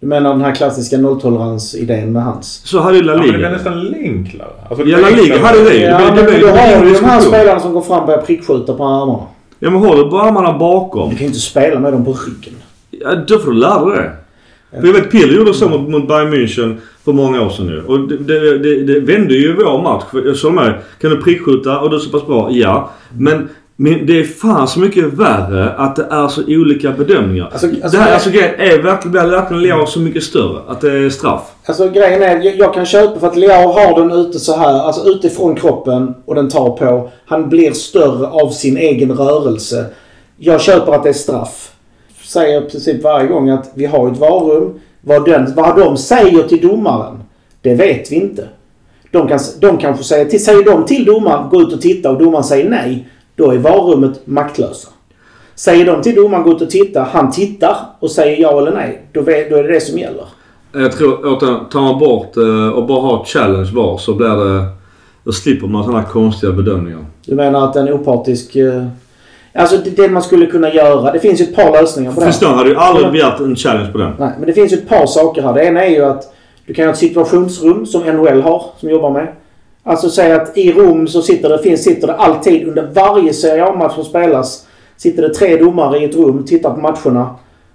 Du menar den här klassiska nolltolerans-idén med hans? Så hade ju La Liga. Ja, men det är nästan enklare. Alltså, ja, La Liga hade det. Ja, det, det, det, det, det, det har ju de här diskussion. spelarna som går fram och börjar prickskjuta på armarna. Ja, men håller bara armarna bakom. Du kan ju inte spela med dem på ryggen. Ja, då får du lära dig det. Ja. För jag vet, Pirlo gjorde så mot, mot Bayern München för många år sedan nu. Och det, det, det, det vände ju vår match. Jag sa med, kan du prickskjuta och du är så pass bra? Ja. Men, men det är fan så mycket värre att det är så olika bedömningar. Alltså, alltså, det här alltså, grejen är verkligen, blir verkligen Leao så mycket större. Att det är straff. Alltså grejen är, jag, jag kan köpa för att Leao har den ute så här, alltså utifrån kroppen och den tar på. Han blir större av sin egen rörelse. Jag köper att det är straff. Säger i princip varje gång att vi har ett varum. Vad, den, vad de säger till domaren, det vet vi inte. De, kan, de kanske säger, till, säger de till domaren, gå ut och titta och domaren säger nej. Då är varummet maktlösa. Säger de till domaren, gå ut och titta, han tittar och säger ja eller nej. Då, då är det det som gäller. Jag tror att tar man bort och bara har challenge var så blir det, då slipper man sådana konstiga bedömningar. Du menar att en opartisk... Alltså det, det man skulle kunna göra, det finns ju ett par lösningar på det. Förstår, hade ju aldrig begärt en challenge på den. Nej, men det finns ju ett par saker här. Det ena är ju att du kan ha ett situationsrum som N H L har, som jobbar med. Alltså säga att i Rom så sitter det, finns, sitter det alltid under varje Serie A-match som spelas. Sitter det tre domare i ett rum, tittar på matcherna.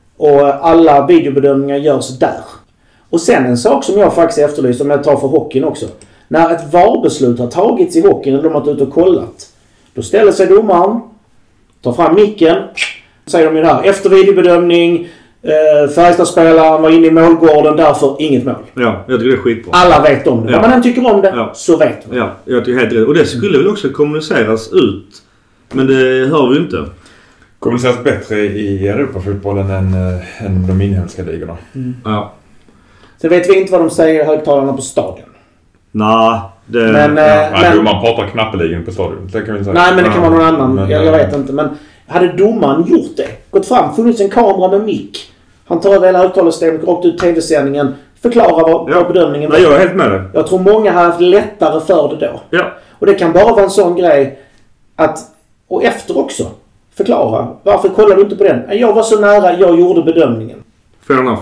Och alla videobedömningar görs där. Och sen en sak som jag faktiskt efterlyser, som jag tar för hockeyn också. När ett V A R-beslut har tagits i hockeyn eller de har varit ute och kollat. Då ställer sig domaren, tar fram micken, säger de ju där. Efter videobedömning, eh, Färjestadspelaren var inne i målgården, därför inget mål. Ja, jag tycker det är skitbra. Alla vet om det. Ja. Om man än tycker om det, Ja. så vet man. Ja, jag tycker helt rätt. Och det skulle väl också kommuniceras ut. Men det hör vi inte. Kommuniceras bättre i Europafotbollen än, äh, än de inhemska ligorna. Mm. Ja. Sen vet vi inte vad de säger i högtalarna på stadion. Nej, det... Men, ja. eh, Nej, men, man pratar knappeligen på stadion. Det kan vi säga. nej, men det kan vara någon annan. Men, jag, jag vet inte. Men hade domaren gjort det, gått fram, funnits en kamera med mick. Han tar över hela högtalarsystemet, åkt ut tv-sändningen, förklarar vad, Ja. vad bedömningen var. Nej, jag är helt med det. Jag tror många har haft lättare för det då. Ja. Och det kan bara vara en sån grej att, och efter också, förklara. Varför kollar du inte på den? Jag var så nära, jag gjorde bedömningen. Fair enough.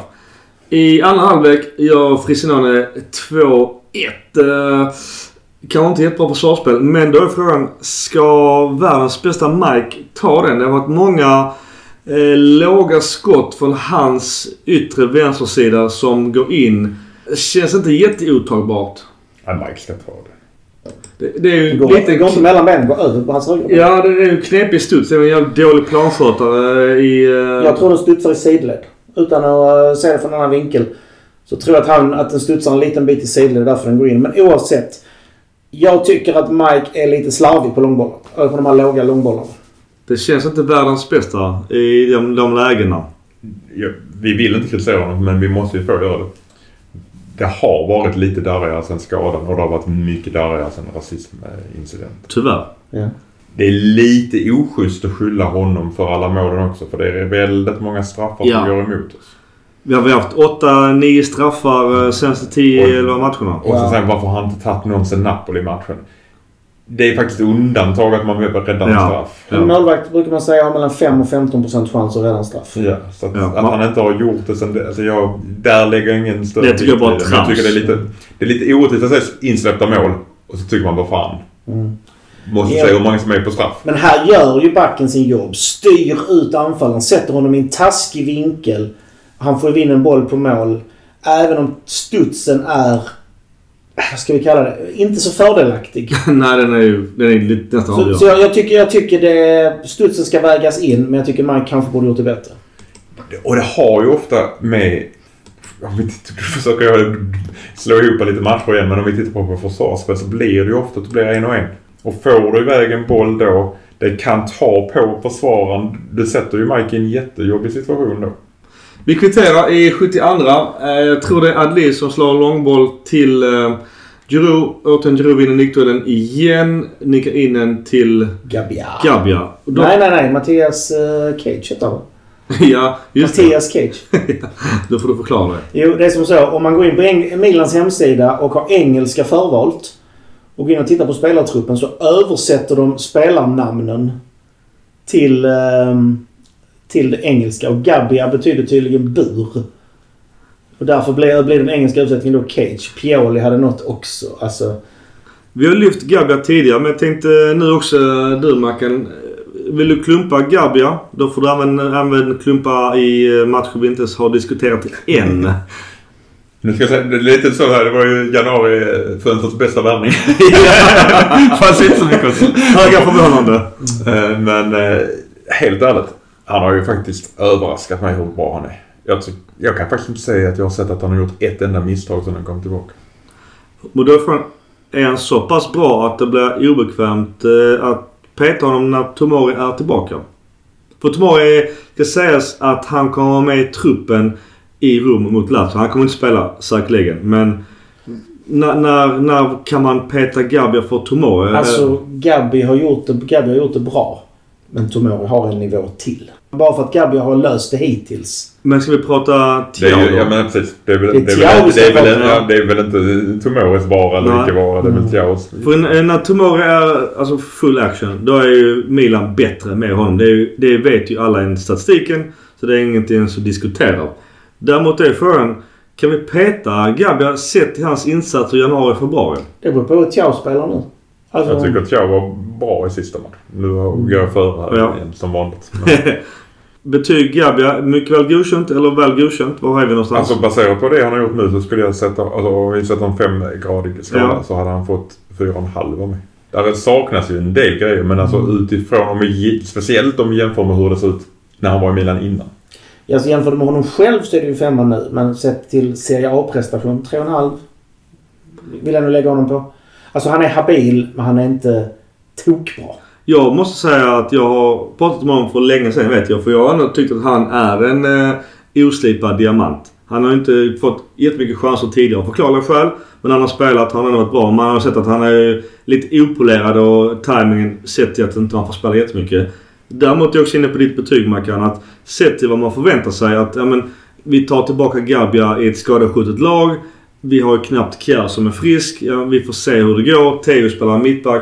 I andra halvlek gör Frosinone två ett. Eh, kanske inte jättebra försvarsspel, men då är frågan, ska världens bästa Mike ta den? Det har varit många eh, låga skott från hans yttre vänstersida som går in. Det känns inte jätteotagbart. Nej, Mike ska ta det. Det, det är ju Det går, lite... det går inte mellan benen, går över på hans höger. Ja, det är ju en knepig studs. Det är en jävligt dålig planskötare i... Uh... Jag tror den studsar i sidled. Utan att uh, se det från en annan vinkel. Så tror jag att, han, att den studsar en liten bit i sidled, därför den går in. Men oavsett. Jag tycker att Mike är lite slarvig på långbollar. Eller på de här låga långbollarna. Det känns inte världens bästa i de, de lägena. Ja, vi vill inte kritisera honom, men vi måste ju få göra det. Det har varit lite darrigare sen skadan och det har varit mycket darrigare sen rasismincidenten. Tyvärr. Ja. Det är lite oschysst att skylla honom för alla målen också, för det är väldigt många straffar Ja. som går emot oss. Vi har haft åtta, nio straffar senaste tio eller matcherna. Och så Ja. sen varför har han inte tagit någon sen Napoli-matchen? Det är faktiskt undantag att man vill rädda en Ja. straff. En målvakt brukar man säga har mellan fem och femton procent chans att rädda en straff. Ja, så att, Ja. att han inte har gjort det sen det, alltså jag, där lägger jag ingen större Det tycker jag bara vikt i det. Men jag tycker det är lite, det är lite orättvist att säga insläppta mål och så tycker man bara fan. Mm. Måste Ja. säga hur många som är på straff. Men här gör ju backen sin jobb. Styr ut anfallen. Sätter honom i en taskig vinkel. Han får vinna en boll på mål. Även om studsen är, vad ska vi kalla det, inte så fördelaktig. Nej, den är ju den är lite nästan Så, avgörande. så jag, jag tycker, jag tycker det, studsen ska vägas in. Men jag tycker man kanske borde gjort det bättre. Och det har ju ofta med, om vi tittar, försöker jag slå ihop lite matcher igen, men om vi tittar på, på försvarsspel så blir det ju ofta att det blir en och en. Och får du iväg en boll då, det kan ta på försvararen. Du sätter ju Mike i en jättejobbig situation då. Vi kvitterar i sjuttioandra. Jag tror det är Adli som slår långboll till uh, Giroud. Återigen Giroud vinner nickduellen igen. Nickar in en till Gabia. Gabia. Och då, Nej, nej, nej. Mattias uh, Cage heter han. ja, just Mattias Cage. det. Då får du förklara det. Jo, det är som så. Om man går in på Eng- Milans hemsida och har engelska förvalt och går in och tittar på spelartruppen så översätter de spelarnamnen till, um, till det engelska. Och Gabia betyder tydligen bur. Och Och därför blir, blir den engelska utsättningen då Cage. Pioli hade något också. Alltså... Vi har lyft Gabbia tidigare, men jag tänkte nu också du Mackan. Vill du klumpa Gabbia? Då får du använda, använda klumpa i matcher vi inte ens har diskuterat än. Nu ska jag säga, det är lite så här, det var ju januari för en sorts bästa värvning. Fanns inte så mycket höga förvånande. Men helt ärligt, han har ju faktiskt överraskat mig hur bra han är. Jag, jag kan faktiskt inte säga att jag har sett att han har gjort ett enda misstag sedan han kom tillbaka. Men då är han så pass bra att det blir obekvämt att peta honom när Tomori är tillbaka. För Tomori ska sägas att han kommer vara med i truppen i Rom mot Lazio. Han kommer inte spela säkerligen. Men när, när, när kan man peta Gabbia för Tomori? Alltså Gabbi har gjort det, Gabbi har gjort det bra. Men Tomori har en nivå till. Bara för att Gabbia har löst det hittills. Men ska vi prata Thiago? Det är ju, ja men precis. Det är väl, det är det är väl, det är väl, ja, det är väl inte Tomoris vara eller inte vara. Det är väl Thiagos. För när Tomori är alltså full action, då är ju Milan bättre med honom. Det, är ju, det vet ju alla i statistiken. Så det är ingenting ens att diskutera. Däremot är frågan, kan vi peta Gabbia sett till hans insatser i januari och februari? Det beror på hur Thiago spelar nu. Alltså, jag tycker att Thiago var bra i sista matchen. Nu går jag före här ja. igen, som vanligt. Betyg Gabbia, mycket väl godkänt eller väl godkänt? Var har vi någonstans? Alltså baserat på det han har gjort nu så skulle jag sätta, alltså om vi sätter en femgradig skala ja. så hade han fått fyra och en halv av mig. Där saknas ju en del grejer, men alltså mm. utifrån, om vi, speciellt om vi jämför med hur det ser ut när han var i Milan innan. Alltså jämför med honom själv så är det ju femma nu, men sett till Serie A-prestation, tre och en halv vill jag nu lägga honom på. Alltså han är habil, men han är inte tokbra. Jag måste säga att jag har pratat med honom för länge sedan, vet jag. För jag har ändå tyckt att han är en eh, oslipad diamant. Han har inte fått jättemycket chanser tidigare att förklara själv. Men han har spelat, han har varit bra. Man har sett att han är lite opolerad och tajmingen sett till att inte man får spela jättemycket. Däremot är jag också inne på ditt betyg, Mackan, att sett till vad man förväntar sig. Att ja, men, vi tar tillbaka Gabbia i ett skadeskjutet lag. Vi har ju knappt Kjär som är frisk. Ja, vi får se hur det går. Theo spelar mittback.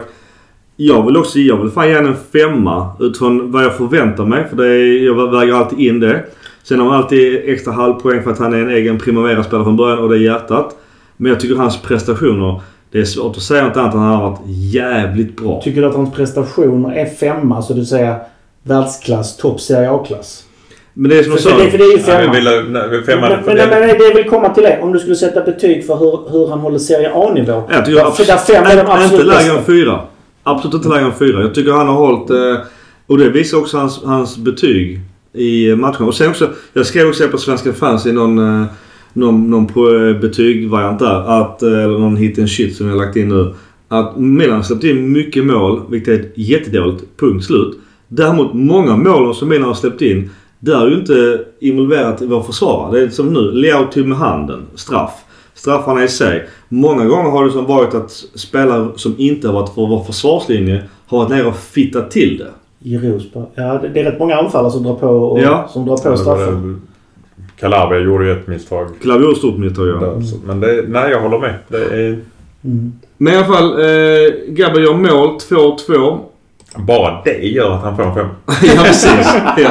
Jag vill också, jag vill fan gärna en femma utifrån vad jag förväntar mig. För det är, jag väger alltid in det. Sen har man alltid extra halvpoäng för att han är en egen Primavera-spelare från början och det är hjärtat. Men jag tycker hans prestationer, det är svårt att säga något annat än han har varit jävligt bra. Tycker du att hans prestationer är femma, så du säger världsklass, topp Serie A-klass? Men det är som för, så. För det, för det är ju femma. Ja, vill, nej, femma men, men, men, men det vill komma till det. Om du skulle sätta betyg för hur, hur han håller Serie A-nivå. Jag tycker för där fem är de absolut inte lägre än fyra. Absolut inte lägre än fyra. Jag tycker han har hållit, och det visar också hans, hans betyg i matchen. Och sen också, jag skrev också på Svenska fans i någon, någon, någon betygvariant där, att, eller någon hit and shit som jag har lagt in nu, att Milan släppte in mycket mål, vilket är jättedåligt, punkt slut. Däremot många mål som Milan har släppt in, där är ju inte involverat i vår försvarare. Det är som nu, Leao tog med handen, straff. Straffarna i sig. Många gånger har det som varit att spelare som inte har varit för vår försvarslinje har varit nere och fittat till det. Girospa. Ja, det, det är rätt många anfallare som drar på och ja. som drar på straffen. Calabria gjorde ju ett misstag. Calabria gjorde ett stort misstag, ja. Mm. Men det, nej, jag håller med. Det är... Mm. Men i alla fall, eh, Gabba gör mål två två. Bara det gör att han får en fem. Ja, precis. Ja.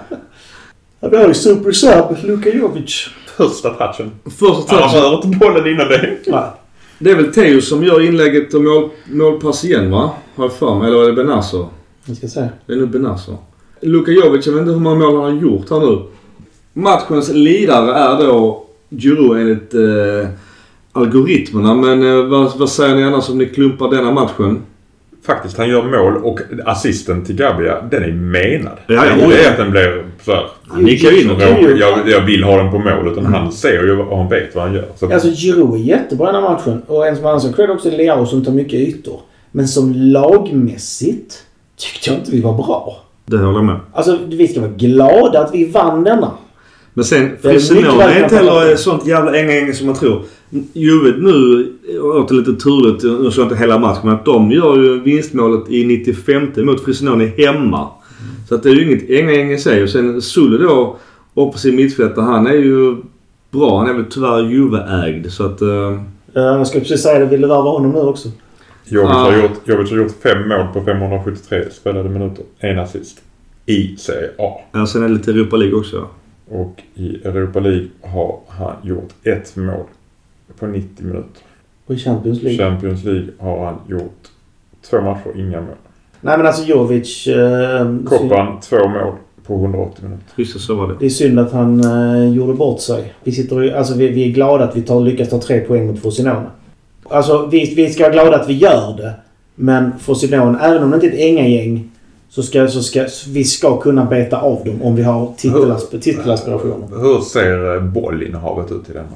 Ja, vi har ju super sub, Luka Jovic. Första touchen. Första touchen. Han har inte bollen innan det. Nej. Det är väl Theo som gör inlägget och mål, målpass igen, va? Har jag för mig. Eller är det Benazzo? Jag ska säga. Det är nu Benazzo. Luka Jovic, jag vet inte hur många mål han har gjort här nu. Matchens lidare är då Giroud enligt eh, algoritmerna. Men eh, vad, vad säger ni annars om ni klumpar denna matchen? Faktiskt, han gör mål och assisten till Gabbia, den är menad. Ja, det är ja. Att den blir så här. Han nickar in. Jag, jag, jag vill ha den på mål, utan mm. han ser ju och han vet vad han gör. Så. Alltså Giroud är jättebra i den här matchen. Och en som annan som kräver också Leao som tar mycket ytor. Men som lagmässigt tyckte jag inte vi var bra. Det håller jag med. Alltså vi ska vara glada att vi vann denna. Men sen, Frisinone är inte heller sånt jävla änga som man tror. Juve nu, åter lite turligt, nu så inte hela matchen, men att de gör ju vinstmålet i nittiofemte mot Frisinone hemma. Mm. Så att det är ju inget änga i sig. Och sen Sulle då, offensiv mittfältare, han är ju bra. Han är väl tyvärr Juve-ägd, så att... Uh... Jag ska precis säga det, vill du värva honom nu också? Jovic ah. har, gjort, har gjort fem mål på femhundrasjuttiotre spelade minuter. En assist. I Serie A. Ja, sen är det lite Europa League också. Och i Europa League har han gjort ett mål på nittio minuter. Och i Champions League? Champions League har han gjort två matcher, inga mål. Nej men alltså Jovic... Eh, Kopan, två mål på hundraåttio minuter. Just så var det. Det är synd att han eh, gjorde bort sig. Vi, sitter, alltså, vi, vi är glada att vi tar, lyckas ta tre poäng mot Frosinone. Alltså vi, vi ska vara glada att vi gör det. Men Frosinone, även om det inte är ett Änga-gäng, så ska, så ska vi ska kunna beta av dem om vi har titelasp- titelaspirationer. Hur ser bollinnehavet ut i den?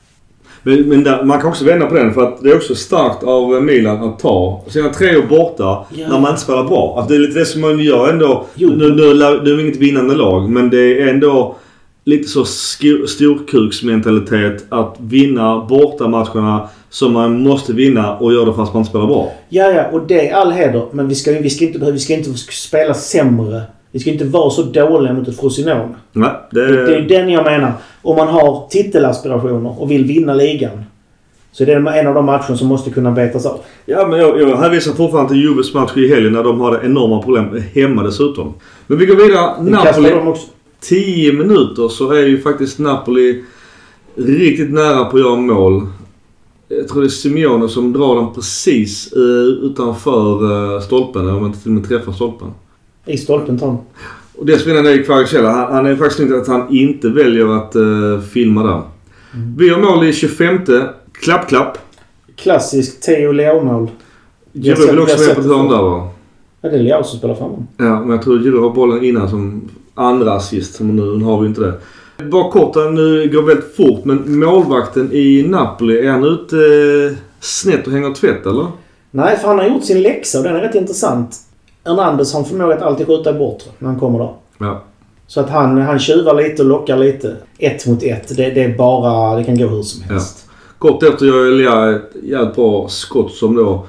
Men, men där, man kan också vända på den, för att det är också starkt av Milan att ta sina tre år borta ja. när man inte spelar bra. Att det är lite det som man gör ändå. Nu, nu, nu, nu är det inget vinnande lag, men det är ändå lite så sk- storkuksmentalitet att vinna borta matcherna som man måste vinna och göra det fast man spelar bra. Ja, ja, och det är all heder. Men vi ska, vi ska, inte, vi ska inte spela sämre. Vi ska inte vara så dåliga mot ett Frosinone. Nej, det... Det, det är den jag menar. Om man har titelaspirationer och vill vinna ligan, så är det en av de matcherna som måste kunna betas av. Ja, men jag, jag hänvisar fortfarande till Juves match i helgen när de hade enorma problem hemma dessutom. Men vi går vidare. Napoli. tio minuter så är ju faktiskt Napoli riktigt nära på att göra mål. Jag tror det är Simeone som drar den precis uh, utanför uh, stolpen. Eller om man inte till och med träffar stolpen. I stolpen, Tom. Och det spelar är Kvaratskhelia. Han, han är faktiskt inte att han inte väljer att uh, filma där. Mm. Vi har mål i tjugofemte. Klapp, klapp. Klassisk Theo Leo-mål. Giroud vill också med på ett hörn där, va? Ja, det är Leo som spelar framåt. Ja, men jag tror Giroud har bollen innan som andra assist. Men nu har vi inte det. Bara kort, nu går väldigt fort. Men målvakten i Napoli, är han ute eh, snett och hänger tvätt, eller? Nej, för han har gjort sin läxa och den är rätt intressant. Hernandez har förmåga att alltid skjuta bort när han kommer där. Ja. Så att han, han tjuvar lite och lockar lite. Ett mot ett. Det, det är bara... Det kan gå hur som helst. Ja. Kort efter gör Elia ett jävligt bra skott som då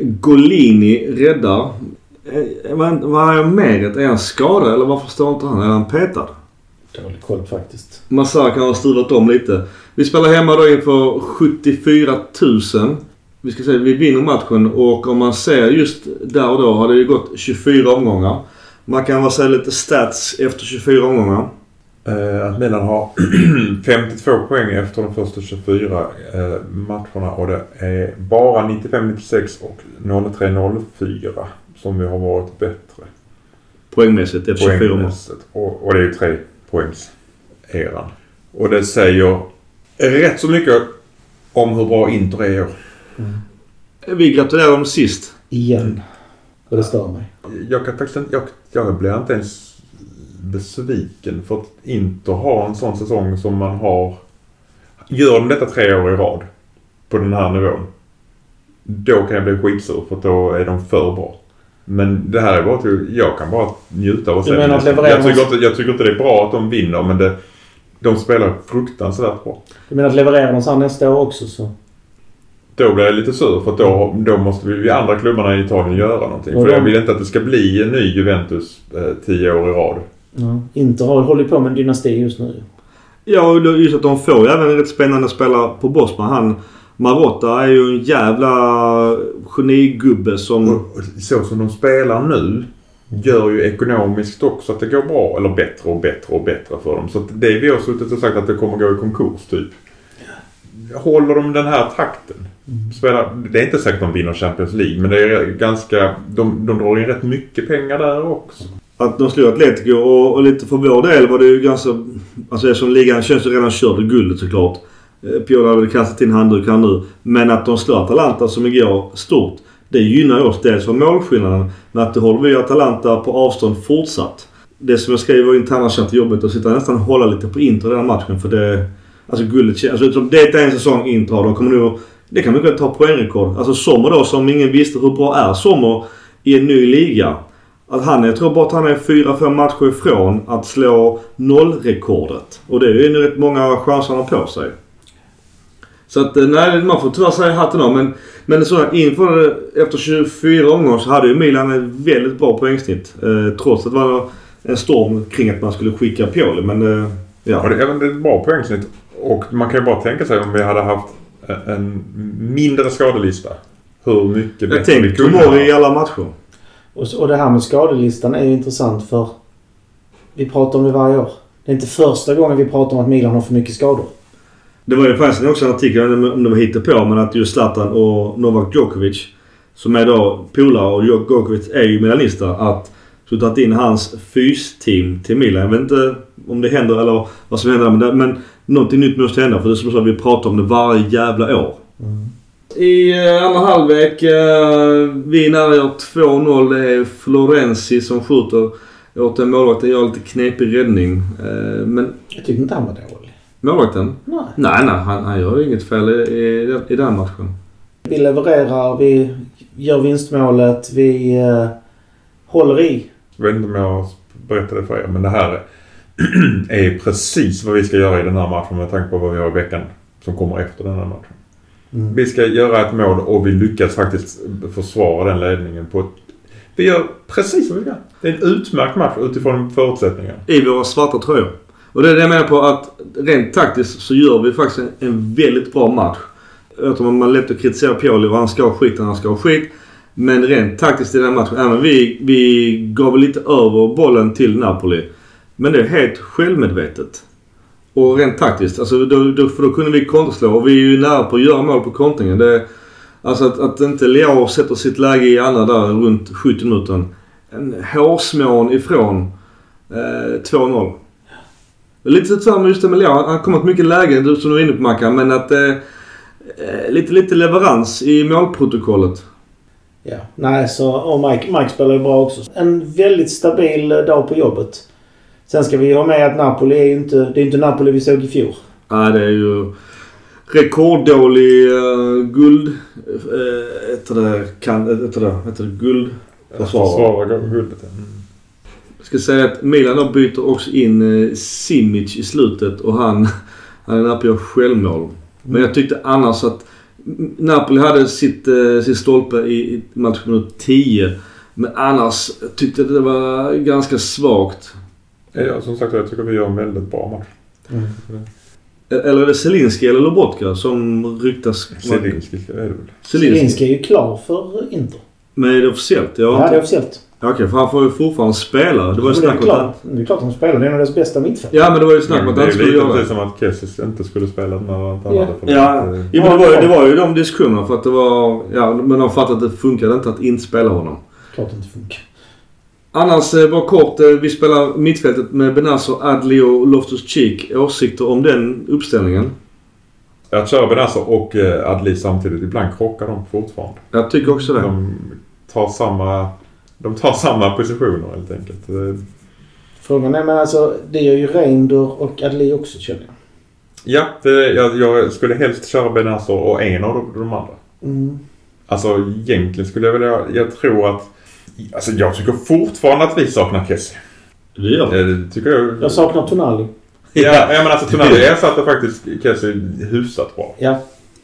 Golini räddar. Vad, vad är med? Är han skadad eller varför står inte han? Är han petad? Dålig koll faktiskt. Massar kan ha stuvat om lite. Vi spelar hemma då inför sjuttiofyra tusen. Vi ska säga vi vinner matchen och om man ser just där och då har det ju gått tjugofyra omgångar. Man kan väl säga lite stats efter tjugofyra omgångar. Uh, att Milan har femtiotvå poäng efter de första tjugofyra uh, matcherna och det är bara nittiofem nittiosex och noll tre noll fyra som vi har varit bättre. Poängmässigt efter tjugofyra omgångar. Och, och det är ju tre poängs eran. Och det säger rätt så mycket om hur bra Inter är i år. Mm. Vi gratulerar dem sist. Igen. Och det stör mig. Jag kan faktiskt inte, jag, jag blir inte ens besviken för att Inter har en sån säsong som man har. Gör de detta tre år i rad på den här nivån, då kan jag bli skitsur för att då är de för bra. Men det här är bara att jag kan bara njuta av att säga. Jag tycker, inte, jag tycker inte det är bra att de vinner, men det, de spelar fruktansvärt bra. Du menar att leverera de så här nästa år också så? Då blir jag lite sur för att då, då måste vi, vi andra klubbarna i Italien göra någonting. Och för de... jag vill inte att det ska bli en ny Juventus eh, tio år i rad. Ja, Inter har hållit på med en dynasti just nu. Ja, och just att de får även en rätt spännande spelare på Bosman. Han, Marotta är ju en jävla genigubbe som... Och så som de spelar nu gör ju ekonomiskt också att det går bra. Eller bättre och bättre och bättre för dem. Så att det vi har suttit och sagt att det kommer gå i konkurs typ. Håller de den här takten? Spelar, det är inte säkert att de vinner Champions League, men det är ganska, de, de drar in rätt mycket pengar där också. Att de slår Atletico och, och lite för vår del var det ju ganska, alltså som ligan känns ju redan körde guldet såklart. Pioli hade kastat in handduk här nu. Men att de slår Atalanta som igår stort, det gynnar oss dels för målskillnaden, men att det håller vi Atalanta på avstånd fortsatt. Det som jag skrev var interna känt jobbet att sitta nästan hålla lite på Inter i den matchen, för det, alltså guldet, alltså det är en säsong Inter, de kommer nu, det kan mycket ta poängrekord. Alltså Sommer då, som ingen visste hur bra är Sommer i en ny liga. Att han, jag tror bara att han är fyra fem matcher ifrån att slå nollrekordet. Och det är ju rätt många chanser han har på sig. Så att nej, man får tyvärr säga hatten av. Men, men så att inför efter tjugofyra omgångar så hade ju Milan ett väldigt bra poängsnitt. Eh, trots att det var en storm kring att man skulle skicka Pioli. Men eh, ja. Och det är även ett bra poängsnitt. Och man kan ju bara tänka sig om vi hade haft en mindre skadelista. Hur mycket bättre vi kunde ha i alla matcher. Och, och det här med skadelistan är ju intressant, för vi pratar om det varje år. Det är inte första gången vi pratar om att Milan har för mycket skador. Det var ju faktiskt också en artikel, om det var hittepå, men att just Zlatan och Novak Djokovic, som är då polare, och Djokovic är ju milanista, att så tagit in hans fysteam till Milan. Jag vet inte om det händer eller vad som händer, men, det, men någonting nytt måste hända, för det är som så att vi pratar om det varje jävla år. Mm. I uh, andra halvlek, uh, vi nära gör två noll. Det är Florenzi som skjuter åt en målvakt. Det gör lite knepig räddning. Uh, men jag tycker inte han var dålig. Målvakten? Nej. Nej, nej han, han gör inget fel i, i, i den matchen. Vi levererar, vi gör vinstmålet, vi uh, håller i. Jag vet inte om jag berättade för er, men det här är precis vad vi ska göra i den här matchen med tanke på vad vi har i veckan som kommer efter den här matchen. Mm. Vi ska göra ett mål och vi lyckas faktiskt försvara den ledningen på ett... Vi gör precis vad vi kan. Det är en utmärkt match utifrån förutsättningarna. I våra svarta tröjor. Och det är det jag menar på, att rent taktiskt så gör vi faktiskt en, en väldigt bra match. Jag tror man lätt att kritisera Pioli och han ska ha skit, han ska ha skit. Men rent taktiskt i den matchen, även vi, vi gav lite över bollen till Napoli. Men det är helt självmedvetet. Och rent taktiskt, alltså då, då, för då kunde vi kontraslå, och vi är ju nära på att göra mål på kontringen. Det, alltså att, att inte Leao sätter sitt läge i andra där runt sjuttio minuter. En hårsmån ifrån eh, två noll. Lite samma just det med Leao, han har kommit mycket läge, du som du är inne på Mackan, men att eh, lite, lite leverans i målprotokollet. Ja, nej så, och Mike, Mike spelar ju bra också. En väldigt stabil dag på jobbet. Sen ska vi ha med att Napoli är ju inte, det är inte Napoli vi såg i fjol. Nej, det är ju rekorddålig uh, guld. Uh, ett det kan ett det heter det guld försvara guldet. Mm. Jag ska säga att Milan då byter också in uh, Simic i slutet, och han han är nära på självmål. Mm. Men jag tyckte annars att Napoli hade sitt uh, sitt stolpe i, i matchminut tio, men annars tyckte det var ganska svagt. Ja, som sagt, jag tycker vi gör en väldigt bra match. Mm. Eller är det Zelinski eller Lobotka som ryktas? Zelinski är det väl. Zelinski är ju klar för Inter. Men är det officiellt? Ja, ja det är officiellt. Okej, okay, för han får ju fortfarande spela. Det var ju snack om att... Det är klart att han spelar. Det är en av deras bästa mittfält. Ja, men det var ju snack om att han skulle göra det. Det är lite som att Kessis inte skulle spela när han inte ja. hade för ja. ja, men det var, ju, det var ju de diskussionerna för att det var... Ja, men de fattade att det funkade inte att inte spela honom. Klart det inte funkar. Annars var kort, vi spelar mittfältet med Benazzo, Adli och Loftus-Cheek. Åsikter om den uppställningen? Att köra Benazzo och Adli samtidigt, ibland krockar de fortfarande. Jag tycker också det. De tar samma, de tar samma positioner helt enkelt. Frågan är, men alltså, det gör ju Reindor och Adli också, känner jag. Ja, det, jag, jag skulle helst köra Benazzo och en av de, de andra. Mm. Alltså egentligen skulle jag vilja, jag tror att Alltså jag tycker fortfarande att vi saknar Kessie. Det gör det. Tycker jag. Jag saknar Tonali. Ja, jag menar alltså Tonali. Jag satte faktiskt Kessie hyfsat bra. Ja.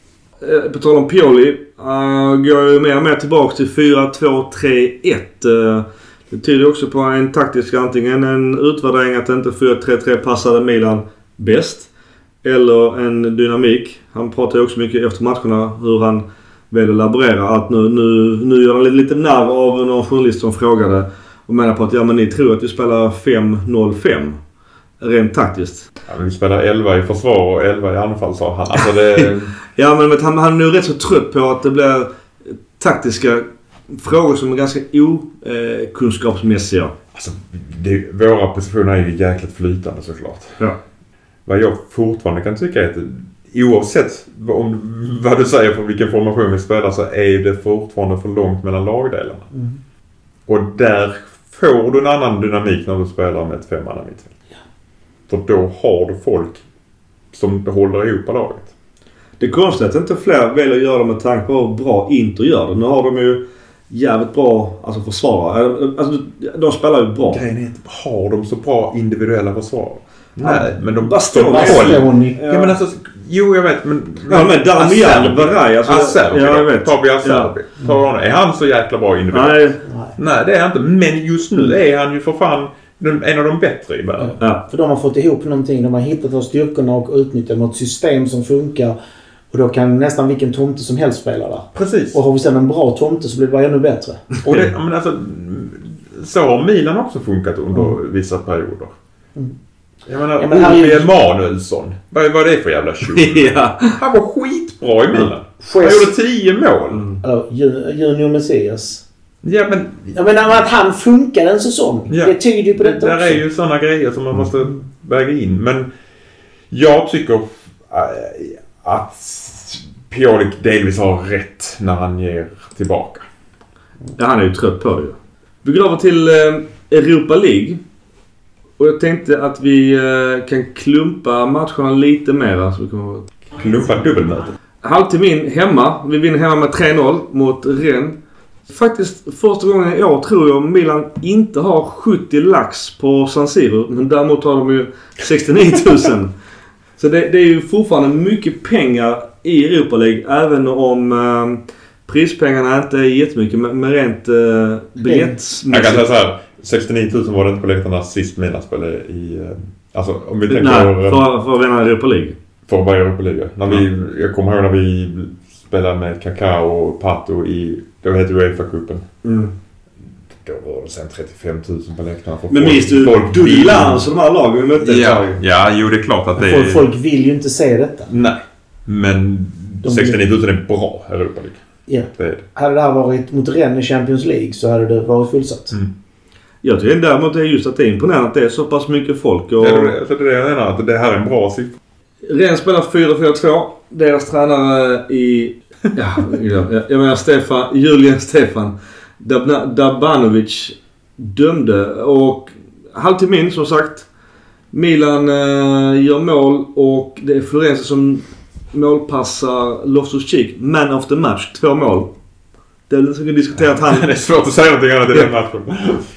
På tal om Pioli uh, går jag mer och mer tillbaka till fyra två tre ett. Uh, det tyder också på en taktisk, antingen en utvärdering att inte fyra tre tre passade Milan bäst, eller en dynamik. Han pratar ju också mycket efter matcherna hur han väljer laborera att nu, nu, nu gör han lite, lite narr av någon journalist som frågade och menar på att ja, men ni tror att vi spelar fem noll fem rent taktiskt. Ja, men vi spelar elva i försvar och elva i anfall, sa han. Alltså det... ja, men han, han är nu rätt så trött på att det blir taktiska frågor som är ganska okunskapsmässiga. Alltså, det, våra positioner är ju jäkligt flytande såklart. Ja. Vad jag fortfarande kan tycka är att oavsett om, vad du säger för vilken formation vi spelar, så är det fortfarande för långt mellan lagdelarna. Mm. Och där får du en annan dynamik när du spelar med ett femmanna mittfält. Ja. För då har du folk som håller ihop laget. Det är konstigt att inte fler väljer att göra det med tanke på hur bra Inter gör det. Nu har de ju jävligt bra alltså försvarare. Alltså, de spelar ju bra. Grejen är inte, har de så bra individuella försvarare? Nej, men de bara står håll. Ja, men alltså, jo, jag vet, men... Ja, men Darmian, Baray, alltså... Acerbi, ja, jag vet. Tabi Acerbi. Ja. Är han så jäkla bra individuellt? Nej. Nej, det är han inte. Men just nu är han ju för fan en av de bättre i världen. Ja. För de har fått ihop någonting. De har hittat av styrkorna och utnyttjat något system som funkar. Och då kan nästan vilken tomte som helst spela där. Precis. Och har vi sedan en bra tomte så blir det bara ännu bättre. Och det, men alltså, så har Milan också funkat under mm. vissa perioder. Mm. Jag menar, ja, men Ove Emanuelsson. Vad var det för jävla tjuv? Ja. Han var skitbra i Milan. Mm. Han gjorde tio mål. Mm. Alltså, Junior Messias. Ja, men... Jag menar att han funkar en säsong. Ja. Det tyder ju på detta det, också. Det är ju sådana grejer som man måste väga in. Men jag tycker att Pioli delvis har rätt när han ger tillbaka. Ja, han är ju trött på det. Vi går över till Europa League. Och jag tänkte att vi kan klumpa matcherna lite mer. Så vi kommer... Klumpa dubbelmöte. Halvtimmen hemma. Vi vinner hemma med tre noll mot Rennes. Faktiskt första gången i år tror jag Milan inte har sjuttio lax på San Siro. Men däremot har de ju sextionio tusen. Så det, det är ju fortfarande mycket pengar i Europa League. Även om eh, prispengarna inte är jättemycket. Men, men rent eh, biljettsmässigt. Jag kan säga så här. sextionio tusen var det inte på läktarna sist Milan spelade i... Alltså om vi tänker... Nej, för, för att vinna Europa League. För att vara Europa League. När vi, mm. Jag kommer ihåg när vi spelade med Kaká och Pato i... Då heter UEFA-cupen. Mm. Då var det sen trettiofem tusen på läktarna. Men minst du Dudilan som de här lagen vi mötte. Ja, ja, jo det är klart att det är... Folk vill ju inte se detta. Nej, men de sextionio tusen är bra Europa League. Ja. Det är det. Hade det här varit mot Rennes i Champions League så hade det varit fullsatt. Mm. Jag tycker däremot det är just att det är imponerande att det är så pass mycket folk. Och... Ja, det, är det jag menar, att det här är en bra siffra. Rennes spelar fyra fyra två. Deras tränare i... Ja, jag menar Stefan, Julian Stefan Dabanovic dömde. Och halvtimmen som sagt. Milan eh, gör mål och det är Florenzi som målpassar Loftus-Cheek. Man of the match, två mål. Det är lite som vi diskuterat han... Det är svårt att säga någonting annat i den matchen.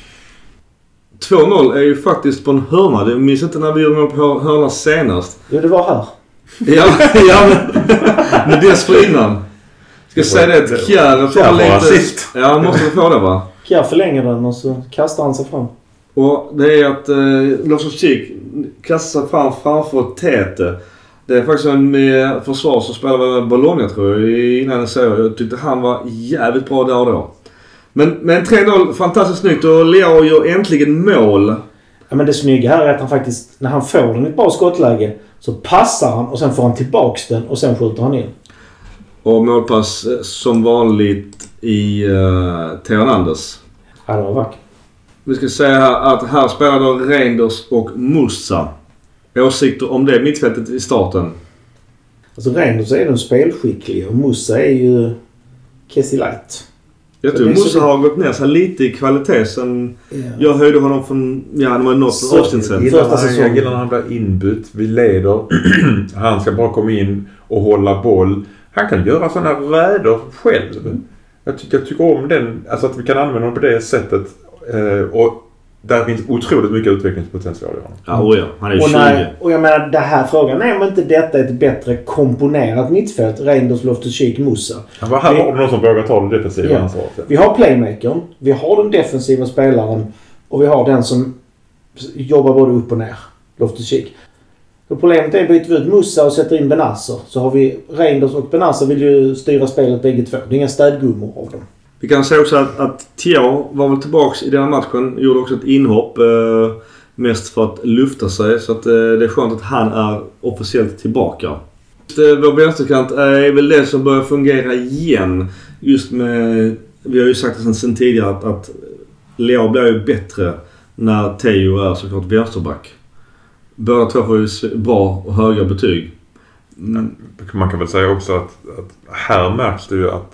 två noll är ju faktiskt på en hörna. Jag minns inte när vi gjorde mål på hörna senast. Jo, det var här. Ja, ja men, men dessförinnan. Ska jag säga det att Kjär får lite... Assist. Ja, måste vi få det va? Kjär förlänger den och så kastar han sig fram. Och det är att eh, Loftus-Cheek kastar sig fram framför Tete. Det är faktiskt en med försvar som spelar med Bologna tror jag innan jag säger. Jag tyckte han var jävligt bra där och då. Men, men tre noll, fantastiskt snyggt och Leao gör äntligen mål. Ja, men det snygga här är att han faktiskt, när han får den i ett bra skottläge så passar han och sen får han tillbaks den och sen skjuter han in. Och målpass som vanligt i uh, Hernandez. Ja, det var vackert. Vi ska säga här att här spelar då Reinders och Musa. Åsikter om det mittfältet i starten? Alltså Reinders är den spelskicklig och Musa är ju Kessie Light. Jag tror Musa har gått ner sig lite i kvalitet sen yeah. jag höjde honom från ja, det var något avsnitt sen. Första säsongen. Jag gillar när han blir inbytt. Vi leder. Han ska bara komma in och hålla boll. Han kan göra sådana räder själv. Mm. Jag, tycker, jag tycker om den. Alltså att vi kan använda honom på det sättet. Eh, och där finns otroligt mycket utvecklingspotential i honom. Ja, och ja. Han är och, tjugo. när, och jag menar, det här frågan är om inte detta är ett bättre komponerat mittfält. Reinders, Loftus-Cheek, Musa. Ja, här vi, har du någon som vågar ta det defensiva ja, ansvaret. Vi har playmakern, vi har den defensiva spelaren och vi har den som jobbar både upp och ner. Loftus-Cheek. Och problemet är att byter vi ut Musa och sätter in Benasser. Så har vi Reinders och Benasser vill ju styra spelet bägge två. Det är inga städgummor av dem. Vi kan säga också att, att Thiago var väl tillbaks i den här matchen. Gjorde också ett inhopp. Eh, mest för att lufta sig. Så att, eh, det är skönt att han är officiellt tillbaka. Just, eh, vår vänsterkant är väl det som börjar fungera igen. Just med... Vi har ju sagt det sen, sen tidigare att, att Leo blir ju bättre när Theo är såklart vänsterback. Båda två får ju bra och höga betyg. Mm. Man kan väl säga också att, att här märks det ju att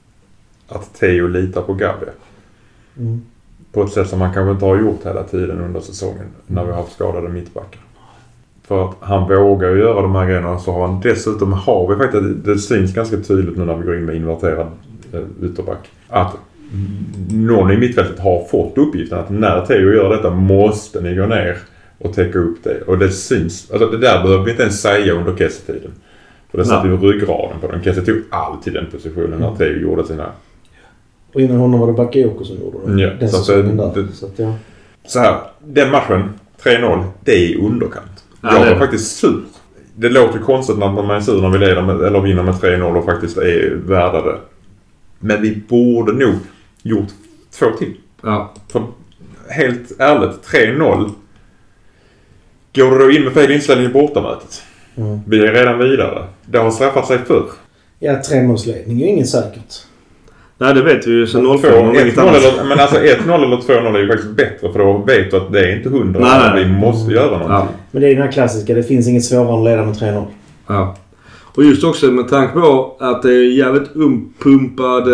att Theo litar på Gabriel. Mm. På ett sätt som man kanske inte har gjort hela tiden under säsongen när vi har haft skadade mittbackar. För att han vågar ju göra de här grejerna, så har han dessutom har vi faktiskt, det syns ganska tydligt nu när vi går in med inverterad ytterback, att någon i mittfältet har fått uppgiften att när Theo gör detta måste ni gå ner och täcka upp det. Och det syns, alltså det där behöver vi inte ens säga under Kessie-tiden. För det satt ju ryggraden på den. Kessie tog alltid den positionen när Theo gjorde sina... Och innan honom var det Bakayoko som gjorde det. Ja, den så, det, det, så, att, ja. Så här, den matchen, tre noll, det är underkant. Ja, jag var det. faktiskt sur. Det låter konstigt när man är sur när vi leder med, eller vinner med tre noll och faktiskt är värda det. Men vi borde nog gjort två till. Ja. För helt ärligt, tre noll. Går du då in med fel inställning i bortamötet? Mm. Vi är redan vidare. Det har straffat sig förr. Ja, tremålsledning är ju ingen säkert. Nej, det vet vi ju sen noll två fem. Men alltså ett noll eller två noll är ju faktiskt bättre, för då vet du att det är inte hundra. Nej, nej. Vi måste göra någonting. Ja. Men det är ju den här klassiska. Det finns inget svårare än att leda med tre noll. Ja. Och just också med tanke på att det är jävligt umpumpad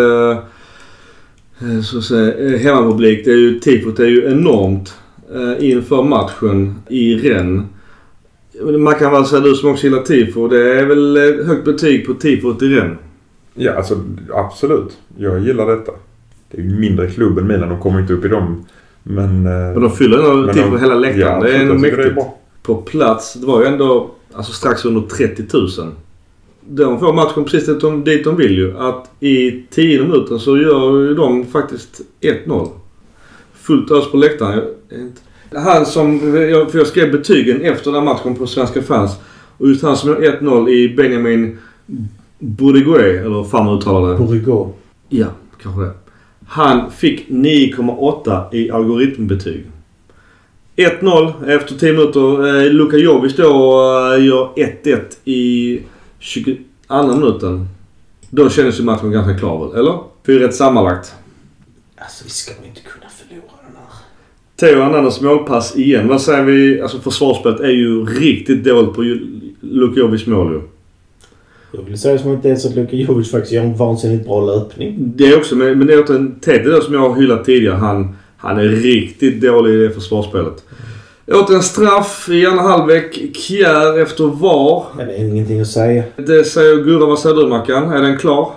eh, så att säga, hemmapublik. Det är ju, tifot är ju enormt eh, inför matchen i Rennes. Man kan väl säga, du som också gillar tifo, det är väl högt betyg på tifot i Rennes? Ja, alltså absolut. Jag gillar detta. Det är ju mindre klubb än Milan. De kommer inte upp i dem. Men, men de fyller ändå tifo på hela läktaren. Ja, det är ändå mäktigt. Det är på plats, det var ju ändå alltså, strax under trettio tusen. De får matchen precis dit de, dit de vill ju. Att i tio minuter så gör ju de faktiskt ett noll. Fullt ös på läktaren. Han som, jag, för jag skrev betygen efter den matchen på Svenska fans. Och just han som gör ett noll i Benjamin Bourdieu, eller fan man uttalar det. Bourdieu. Ja, kanske det. Han fick nio komma åtta i algoritmbetyg. ett noll efter tio minuter. Eh, Luka Jovic då eh, gör ett ett i tjugoandra minuten. Då känns ju matchen ganska klar, eller? fyra ett sammanlagt. Alltså, vi ska väl inte kunna förlora den här. Theo Hernandez målpass igen. Vad säger vi? Alltså försvarsspelet är ju riktigt dåligt på Luka Jovic mål ju. Jag vill säga som att det är så att Luka Jovic faktiskt gör en vansinnigt bra löpning. Det är också, men det är också en Teddy där som jag har hyllat tidigare. Han, han är riktigt dålig i det försvarsspelet. Jag åt en straff i andra halvlek. Kjär efter var. Men det är ingenting att säga. Det säger Gurra. Vad säger du, Mackan? Är den klar?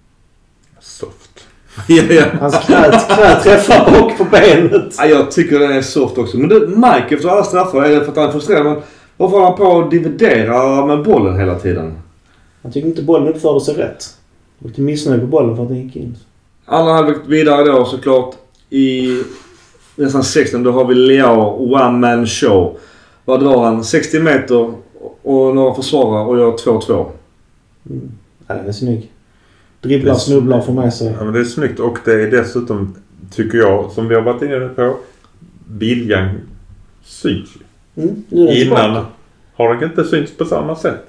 Soft. ja, ja. Hans knät, knät träffar och på benet. Ja, jag tycker den är soft också. Men du, Mike efter alla straffar, är det för att han är frustrerad? Men varför har han på att dividera med bollen hela tiden? Han tycker inte bollen uppförde sig rätt. Jag var lite missnöjd på bollen för att den gick in. Andra halvlek vidare då såklart. I nästan sexton då har vi Leao One Man Show. Vad drar han? sextio meter och några försvarare och gör två två. Mm. Ja, den är snygg. Dribblar, snubblar för mig så. Ja, men det är snyggt, och det är dessutom, tycker jag, som vi har varit inne på, viljan syns ju. Mm, nu är det Innan tillbaka. har det inte synts på samma sätt.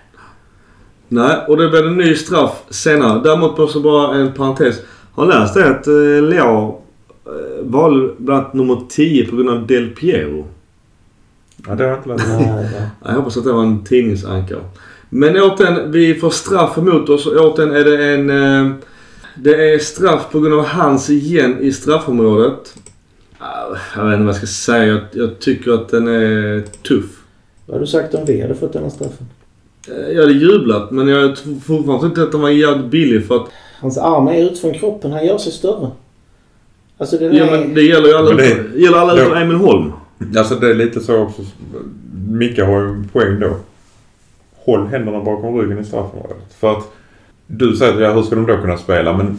Nej, och det blir en ny straff senare. Däremot måste bara en parentes. Har läst det att eh, Leao eh, var bland nummer tio på grund av Del Piero. Ja, det har jag inte läst. Nej, ja. Jag hoppas att det var en tidningsankare. Men återigen, vi får straff emot oss. Återigen är det en... Eh, det är straff på grund av hans igen i straffområdet. Jag vet inte vad jag ska säga. Jag, jag tycker att den är tuff. Vad har du sagt om vi hade fått den här straffen? Jag hade jublat, men jag tror fortfarande inte att den var jävligt billig för att... Hans arm är ut från kroppen. Han gör sig större. Alltså den Ja, är... men det gäller ju alla, det, utom, gäller alla utom Emil Holm. Alltså det är lite så också. Micke har ju en poäng då. Håll händerna bakom ryggen i straffområdet. För att du säger, ja, hur ska de då kunna spela? Men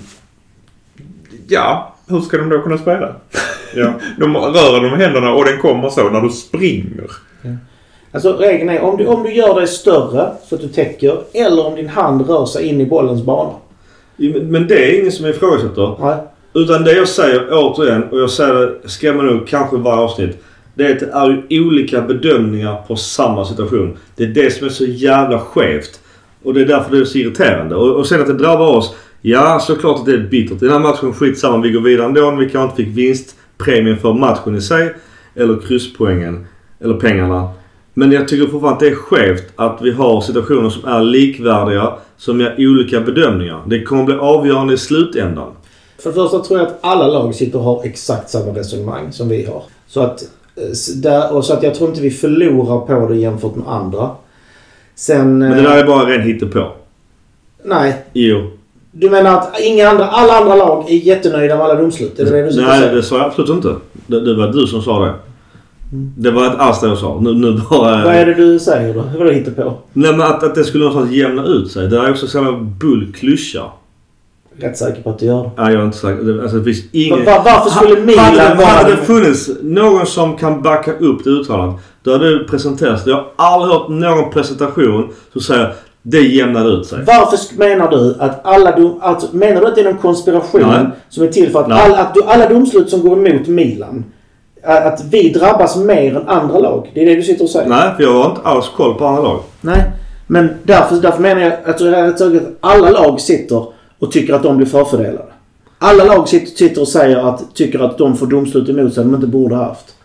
ja, hur ska de då kunna spela? Ja. De rör de händerna och den kommer så när du springer. Ja. Alltså regeln är om du, om du gör det större så att du täcker, eller om din hand rör sig in i bollens bana. Men det är ingen som ifrågasätter. Nej. Utan det jag säger återigen, och jag säger det skrämmer nog kanske varje avsnitt, det är att det är ju olika bedömningar på samma situation. Det är det som är så jävla skevt. Och det är därför det är så irriterande. Och, och sen att det drabbar oss, ja såklart att det är bittert. I den här matchen skitsamma, vi går vidare ändå. Vi kanske inte fick vinstpremien för matchen i sig. Eller krysspoängen. Eller pengarna. Men jag tycker fortfarande att det är skevt att vi har situationer som är likvärdiga. Som gör olika bedömningar. Det kommer bli avgörande i slutändan. För det första tror jag att alla lag sitter och har exakt samma resonemang som vi har. Så att, där, och så att jag tror inte vi förlorar på det jämfört med andra. Sen, Men det där är bara ren hittepå. Nej. Jo. Du menar att inga andra, alla andra lag är jättenöjda med alla domslut? Är det det du Nej, säga? Det sa jag absolut inte. Det, det var du som sa det. Mm. Det var ett alls det jag sa. Nu, nu bara, vad är det du säger då? Vad du hittar på? Nej, men att, att det skulle någonstans jämna ut sig. Det är också sådana bullklyscha. Rätt säker på att du gör det. Nej, jag är inte säker. Alltså, det finns ingen... Var, varför skulle Milan hade, vara... Hade det funnits någon som kan backa upp det uttalandet, då hade det presenterats. Jag har aldrig hört någon presentation som säger det jämnar ut sig. Varför menar du att alla dom, att, menar du att det är någon konspiration Nej. som är till för att, Nej. all, att du, alla domslut som går emot Milan att vi drabbas mer än andra lag. Det är det du sitter och säger. Nej, för jag har inte alls koll på andra lag. Nej, men därför, därför menar jag att, att alla lag sitter och tycker att de blir förfördelade. Alla lag sitter, sitter och säger att tycker att de får domslut emot sig de inte borde ha haft.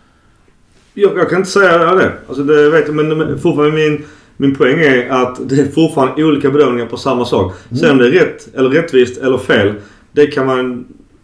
Jag, jag kan inte säga det. Alltså det vet jag, men fortfarande min, min poäng är att det är fortfarande olika bedömningar på samma sak. Mm. Sen om det är rätt eller rättvist eller fel, det kan man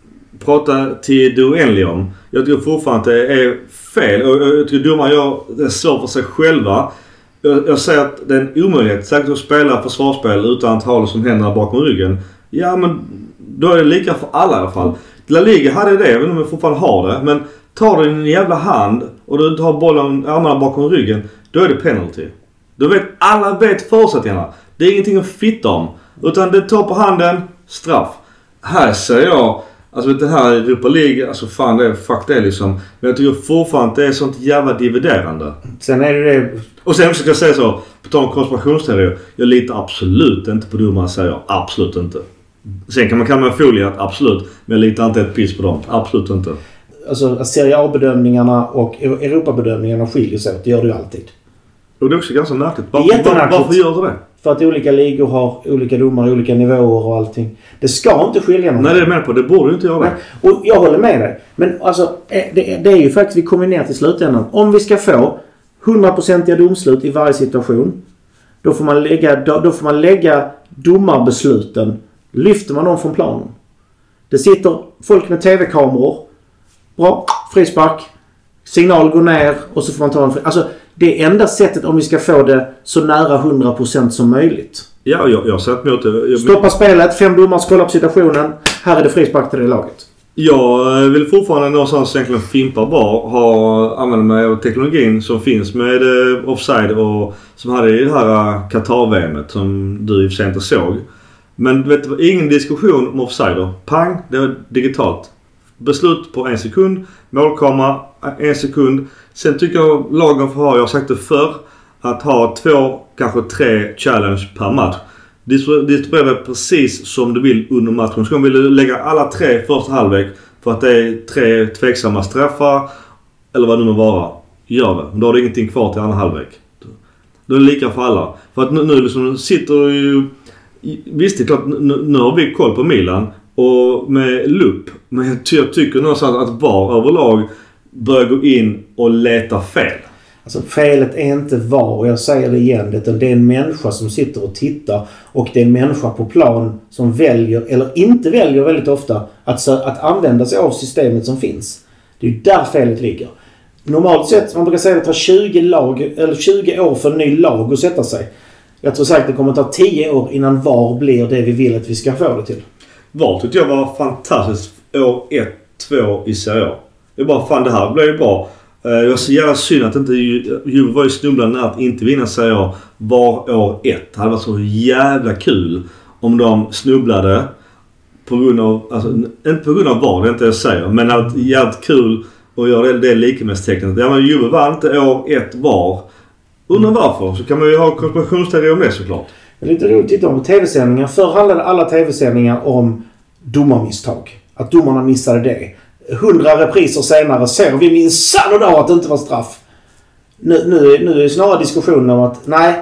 prata till det oändliga om. Jag tycker fortfarande att det är fel. Och jag tycker domar gör det svårt för sig själva. Jag, jag säger att det är en omöjlighet. Säkert att spela försvarsspel utan att ha det som händer bakom ryggen. Ja, men då är det lika för alla i alla fall. La Liga hade det, jag vet inte om jag fortfarande har det. Men tar du en jävla hand och du tar bollen, armarna bakom ryggen, då är det penalty. Då vet alla vet förutsättningarna. Det är ingenting att fitta om. Utan det tar på handen, straff. Här säger jag, alltså det här Europa League, alltså fan det är, fuck det liksom. Men jag tycker fortfarande att det är sånt jävla dividerande. Sen är det det. Och sen ska jag säga så, på tal om konspirationsteorier, jag litar absolut inte på domare säger, absolut inte. Sen kan man kalla mig folie, absolut, men jag litar inte ett piss på dem, absolut inte. Alltså Serie A-bedömningarna och Europa-bedömningarna skiljer sig åt, det gör det ju alltid. Och det är också ganska märkligt. Varför, varför, varför gör det det? För att olika ligor har olika domare, olika nivåer och allting. Det ska inte skilja någon. Nej, det är med på. Det borde ju inte göra det. Nej. Och jag håller med dig. Men alltså, det, det är ju faktiskt, vi kommer ner till slutändan. Om vi ska få hundraprocentiga domslut i varje situation, då får man lägga, då, då får man lägga domarbesluten. Lyfter man dem från planen. Det sitter folk med tv-kameror. Bra, frispark. Signal går ner och så får man ta en fri. Alltså, det är enda sättet om vi ska få det så nära hundra procent som möjligt. Ja, jag, jag har sett mot det. Jag... Stoppa spelet, fem domar ska kolla på situationen. Här är det frispark till det laget. Jag vill fortfarande någonstans egentligen fimpa bra ha använt mig av teknologin som finns med eh, offside och som hade i det här Qatar-V M-et som du i och för sig inte såg. Men vet du, ingen diskussion om offside. Pang, det var digitalt. Beslut på en sekund, målkamera en sekund. Sen tycker jag lagen får ha, jag har sagt det förr, att ha två, kanske tre challenge per match. Distribuera precis som du vill under matchen. Ska man vilja lägga alla tre första halvlek för att det är tre tveksamma straffar eller vad det nu vara. Gör det. Då har du ingenting kvar till andra halvlek. Då är det lika för alla. För att nu, nu liksom sitter ju... Visst, det är klart, nu, nu har vi koll på Milan och med lupp. Men jag, jag tycker någonstans att V A R överlag börjar gå in och leta fel. Alltså felet är inte V A R, och jag säger det igen, det är en människa som sitter och tittar och det är en människa på plan som väljer, eller inte väljer väldigt ofta, att, att använda sig av systemet som finns. Det är ju där felet ligger. Normalt sett, man brukar säga att det tar tjugo, lag, eller tjugo år för en ny lag att sätta sig. Jag tror säkert det kommer att ta tio år innan V A R blir det vi vill att vi ska få det till. V A R tyckte jag var fantastiskt år ett, två i Serie A. Jag bara, fan det här blev ju bra. Det var så jävla synd att inte Juve var ju snubblande att inte vinna Serie A var år ett. Det hade varit så jävla kul om de snubblade på grund av, alltså inte på grund av V A R, det är inte jag säger, men att det är jävligt kul att göra det, det likemässtecknet. Ja, men Juve var inte år ett V A R. Undrar varför, så kan man ju ha konspirationsteorier om det såklart. Det är lite roligt att titta på tv-sändningar. Förr handlade alla tv-sändningar om domarmisstag. Att domarna missade det. Hundra repriser senare ser vi minsann och då att det inte var straff. Nu, nu, nu är det snarare diskussionen om att nej,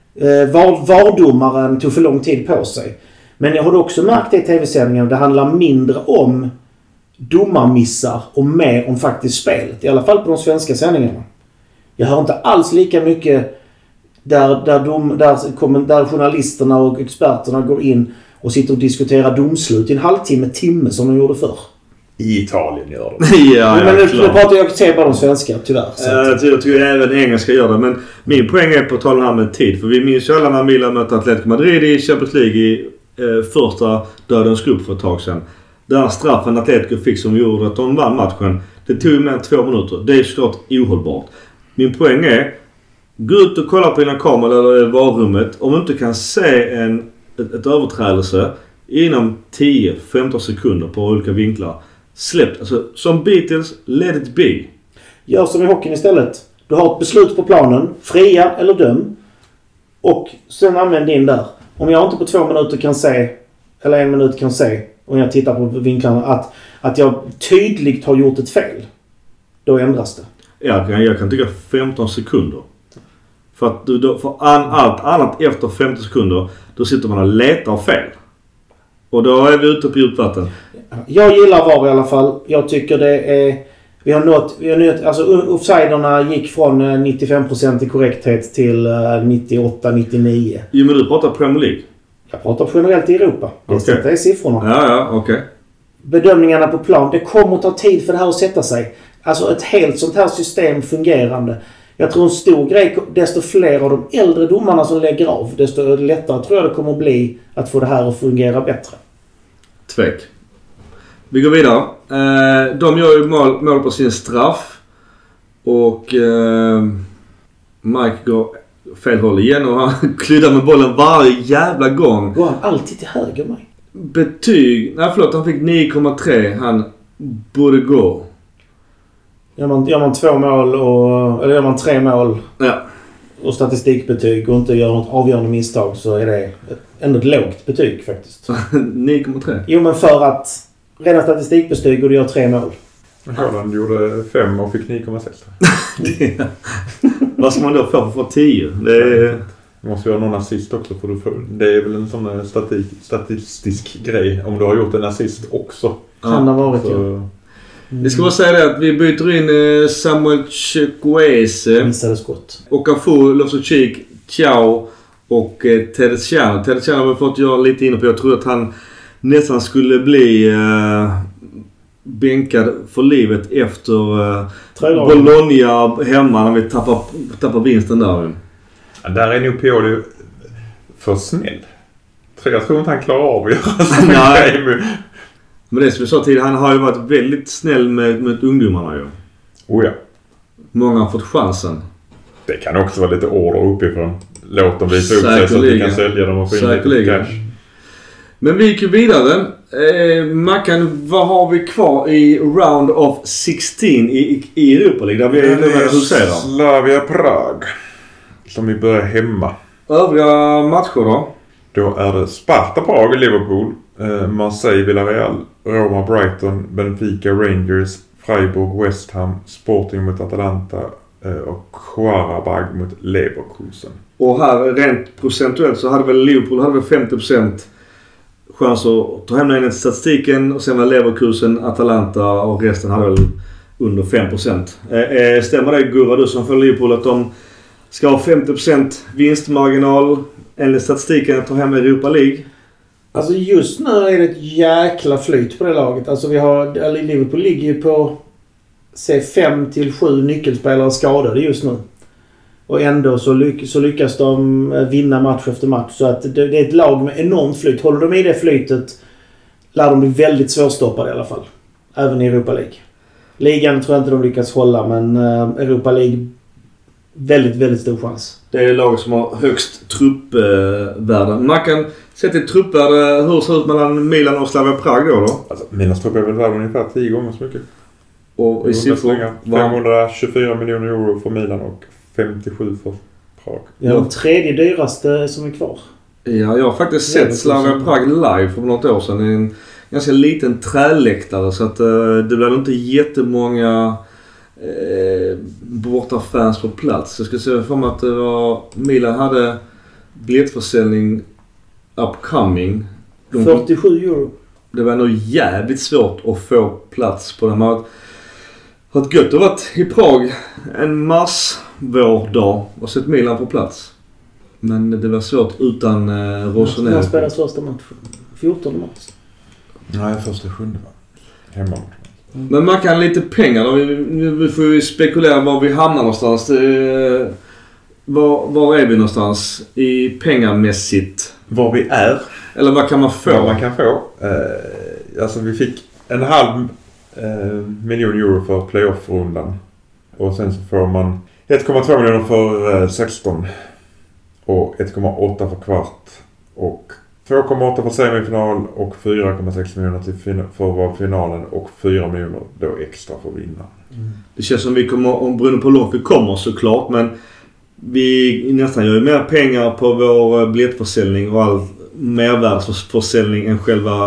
var, vardomaren tog för lång tid på sig. Men jag har också märkt det i tv-sändningen. Det handlar mindre om domarmissar och mer om faktiskt spelet. I alla fall på de svenska sändningarna. Jag hör inte alls lika mycket där, där, dom, där, där journalisterna och experterna går in och sitter och diskuterar domslut i en halvtimme, timme som de gjorde förr. I Italien gör de. ja, ja, men nu pratar jag ser bara de svenska, tyvärr. Så. Uh, jag tror, tror även engelska gör det. Men min poäng är på att tala här med tid. För vi minns ju alla när Milan mötte Atletico Madrid i Champions League i eh, första dödens grupp för ett tag sedan. Den straffen Atletico fick som gjorde att de vann matchen. Det tog mer än två minuter. Det är såklart ohållbart. Min poäng är, gå ut och kolla på dina kameror eller varummet. Om du inte kan se en, ett, ett överträdelse inom tio till femton sekunder på olika vinklar. Släpp. Alltså, som Beatles, let it be. Gör som i hockeyn istället. Du har ett beslut på planen. Fria eller döm. Och sen använd din där. Om jag inte på två minuter kan se, eller en minut kan se, om jag tittar på vinklarna, att, att jag tydligt har gjort ett fel. då ändras det. Jag kan, jag kan tycka femton sekunder. För att du, då, för an, allt annat efter femton sekunder, då sitter man och letar fel. Och då är vi ute på djupt vatten. Jag gillar V A R i alla fall. Jag tycker det är... Vi har nått... Vi har nått alltså offsiderna gick från nittiofem procent i korrekthet till nittioåtta nittionio. Jo, men du pratar Premier League. Jag pratar generellt i Europa. Det Okay. är siffrorna. Ja, ja, okej. Okay. Bedömningarna på plan. Det kommer att ta tid för det här att sätta sig. Alltså ett helt sånt här system fungerande. Jag tror en stor grej, desto fler av de äldre domarna som lägger av, desto lättare tror jag det kommer att bli att få det här att fungera bättre. Tvek. Vi går vidare. Eh, de gör ju mål, mål på sin straff. Och eh, Mike går fel håll igen och han kryddar med bollen varje jävla gång. Går han alltid till höger, Mike? Betyg... Nej, förlåt. Han fick nio komma tre. Han borde gå. Gör man, gör man två mål och... Eller gör man tre mål ja. och statistikbetyg och inte gör något avgörande misstag så är det ett, ändå ett lågt betyg faktiskt. nio komma tre? Jo, men för att redan statistikbetyg och du gör tre mål. Haaland gjorde fem och fick nio komma sex. Vad ska man då få för att få tio? Det är... Du måste göra någon assist också för du får, det är väl en sån här statistisk, statistisk grej om du har gjort en assist också. Han har varit så... ju. Mm. Vi ska bara säga det att vi byter in Samuel Chukwueze. Missade skott. Och Cafu, Loftus-Cheek, Thiaw och eh, Teresiano. Teresiano har vi fått göra lite inne på. Jag tror att han nästan skulle bli eh, bänkad för livet efter eh, Bologna hemma när vi tappar, tappar vinsten där. Ja, där är nog Pioli för snäll. Jag tror inte han klarar av att göra så mycket. Men det som vi sa tidigare, han har ju varit väldigt snäll med, med ungdomarna ju. Oh ja. Många har fått chansen. Det kan också vara lite order uppifrån. Låt dem visa upp sig så att vi kan sälja dem och få in lite cash. Men vi gick ju vidare. Eh, Mackan, vad har vi kvar i Round of sexton i, i Europa League? Där vi är nu med att Slavia Prag. Som vi börjar hemma. Övriga matcher då? Då är det Sparta Prag, Liverpool, eh, Marseille, Villarreal, Roma, Brighton, Benfica, Rangers, Freiburg, West Ham, Sporting mot Atalanta eh, och Qarabag mot Leverkusen. Och här rent procentuellt så hade väl Liverpool hade väl femtio procent chans att ta hem den statistiken och sen var Leverkusen, Atalanta och resten hade väl under fem procent. Eh, stämmer det, Gurra, du som följer Liverpool, att de ska ha femtio procent vinstmarginal enligt statistiken att ta hem Europa League? Alltså just nu är det ett jäkla flyt på det laget. Alltså vi har, eller Liverpool ligger ju på se fem till sju nyckelspelare skadade just nu. Och ändå så, lyck, så lyckas de vinna match efter match. Så att det, det är ett lag med enormt flyt. Håller de i det flytet lär de bli väldigt svårstoppade i alla fall. Även i Europa League. Ligan tror jag inte de lyckas hålla, men Europa League väldigt, väldigt stor chans. Det är det lag som har högst truppvärde. Man kan sätta ett truppvärde, hur ser det ut mellan Milan och Slavia Prag då? då? Alltså, Milans trupp är väl värd ungefär tio gånger så mycket. Och i siffror femhundratjugofyra miljoner euro för Milan och femtiosju för Prag. Ja, de tredje dyraste som är kvar. Ja, jag har faktiskt sett Slavia Prag live för något år sedan. Det är en ganska liten träläktare så att uh, det blir inte jättemånga eh, borta fans på plats. Jag ska säga för mig att det var, Milan hade biljettförsäljning upcoming. De, fyrtiosju euro. Det var nog jävligt svårt att få plats på den här. Har ett gött att varit i Prag en mars vårdag och sett Milan på plats. Men det var svårt utan eh, Rossoneri. När spelas första match? fjortonde mars. Nej, första sjunde va? Hemma. Mm. Men man kan lite pengar då. Vi, vi får ju spekulera var vi hamnar någonstans. Det, var, var är vi någonstans i pengamässigt? Var vi är. Eller vad kan man få? Vad man kan få. Eh, alltså vi fick en halv eh, miljon euro för playoff-rundan. Och sen så får man ett komma två miljoner för eh, sexton. Och ett komma åtta för kvart. Och två komma åtta för semifinal och fyra komma sex miljoner till fin- för att vara finalen och fyra miljoner då extra för att vinna. Mm. Det känns som vi kommer, om beroende på hur långt vi kommer såklart, men vi nästan gör mer pengar på vår biljettförsäljning och all mervärdesförsäljning än själva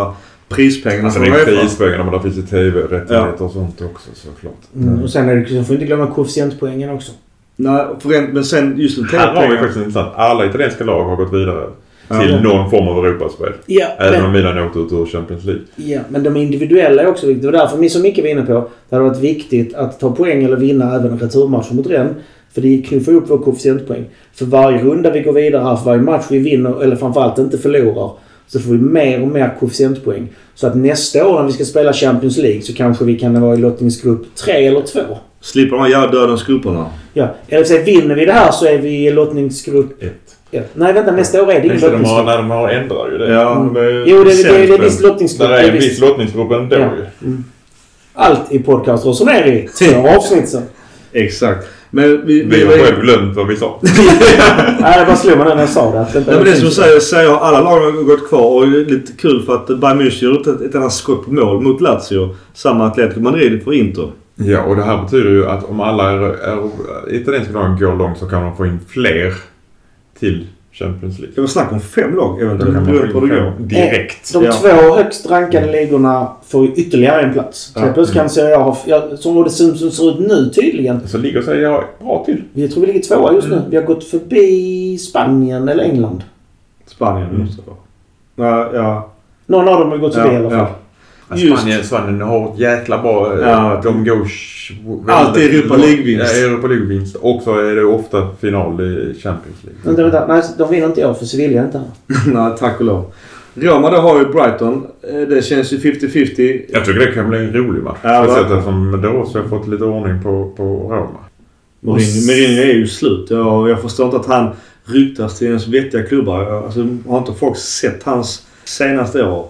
prispengarna. Alltså det är prispengarna, men där finns ju tv-rättigheter ja. och sånt också såklart. Mm, och sen är det, får inte glömma koefficientpoängen också. Nej, för, men sen just en här har vi faktiskt intressant. Alla italienska lag har gått vidare till ja. någon form av Europaspel. Ja, även men, om Milan åkte ut ur Champions League. Ja, men de individuella är också viktiga. Och därför, ni som mycket var inne på, det hade varit viktigt att ta poäng eller vinna även en returmatch mot Rennes. För det knuffar upp vår koefficientpoäng. För varje runda vi går vidare här, för varje match vi vinner, eller framförallt inte förlorar, så får vi mer och mer koefficientpoäng. Så att nästa år när vi ska spela Champions League så kanske vi kan vara i lottningsgrupp tre eller två. Slipper man göra dödens grupperna. Ja, eller så vinner vi det här så är vi i lottningsgrupp ett. Ja. Nej, vänta, nästa år är det ingen lottningsgrupp. När de har ändrat ju det. Ja, mm. Jo, det, det, det, det är viss lottningsgrupp. Det är en viss lottningsgrupp ändå ja. ju. Mm. Allt i podcast och så är det i två avsnitt sen. Exakt. Men vi, vi har själv glömt vad vi sa. Nej, det bara slog man när jag sa det. Att det, ja, men det som säger, säger alla lag har gått kvar och det är lite kul för att Bayern München gjort ett, ett annat skott på mål mot Lazio. Samma Atletico Madrid för Inter. Ja, och det här betyder ju att om alla är, är, italienska lagen går långt så kan man få in fler till Champions League. Det var snack om fem lag eventuellt. Kan man få in fem direkt. De ja. två högst rankade ligorna får ju ytterligare en plats. Så ja. plötsligt kan säga jag har, jag, som det som, som ser ut nu tydligen. Så ligger sig jag bra till. Vi tror vi ligger tvåa just nu. Mm. Vi har gått förbi Spanien eller England. Spanien mm. just ja, ja. Någon av dem har gått förbi ja, i alla fall. Ja. Spanien, Spanien har ett jäkla bra... Ja, de går... Alltid Europa League-vinst. Ja, Europa League-vinst. Och så är det ofta final i Champions League. Vänta, vänta. Nej, de vinner inte jag för Sevilla inte här. Nej, tack och lov. Roma, det har ju Brighton. Det känns ju femtio femtio. Jag tycker det kan bli en rolig match. Ja, speciellt som då så har jag fått lite ordning på, på Roma. Mourinho är ju slut. Jag, jag förstår inte att han ryktas till ens vettiga klubbar. Alltså, har inte folk sett hans senaste år?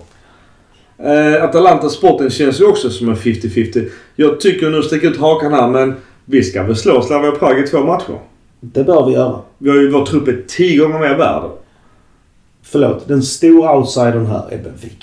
Uh, Atalanta Sporten känns ju också som en femtio femtio. Jag tycker nu sticker ut hakan här, men vi ska väl slå Slavia Prag i två matcher. Det bör vi göra. Vi har ju vår trupp är tio gånger mer värd. Förlåt, den stora outsidern här är Benfica.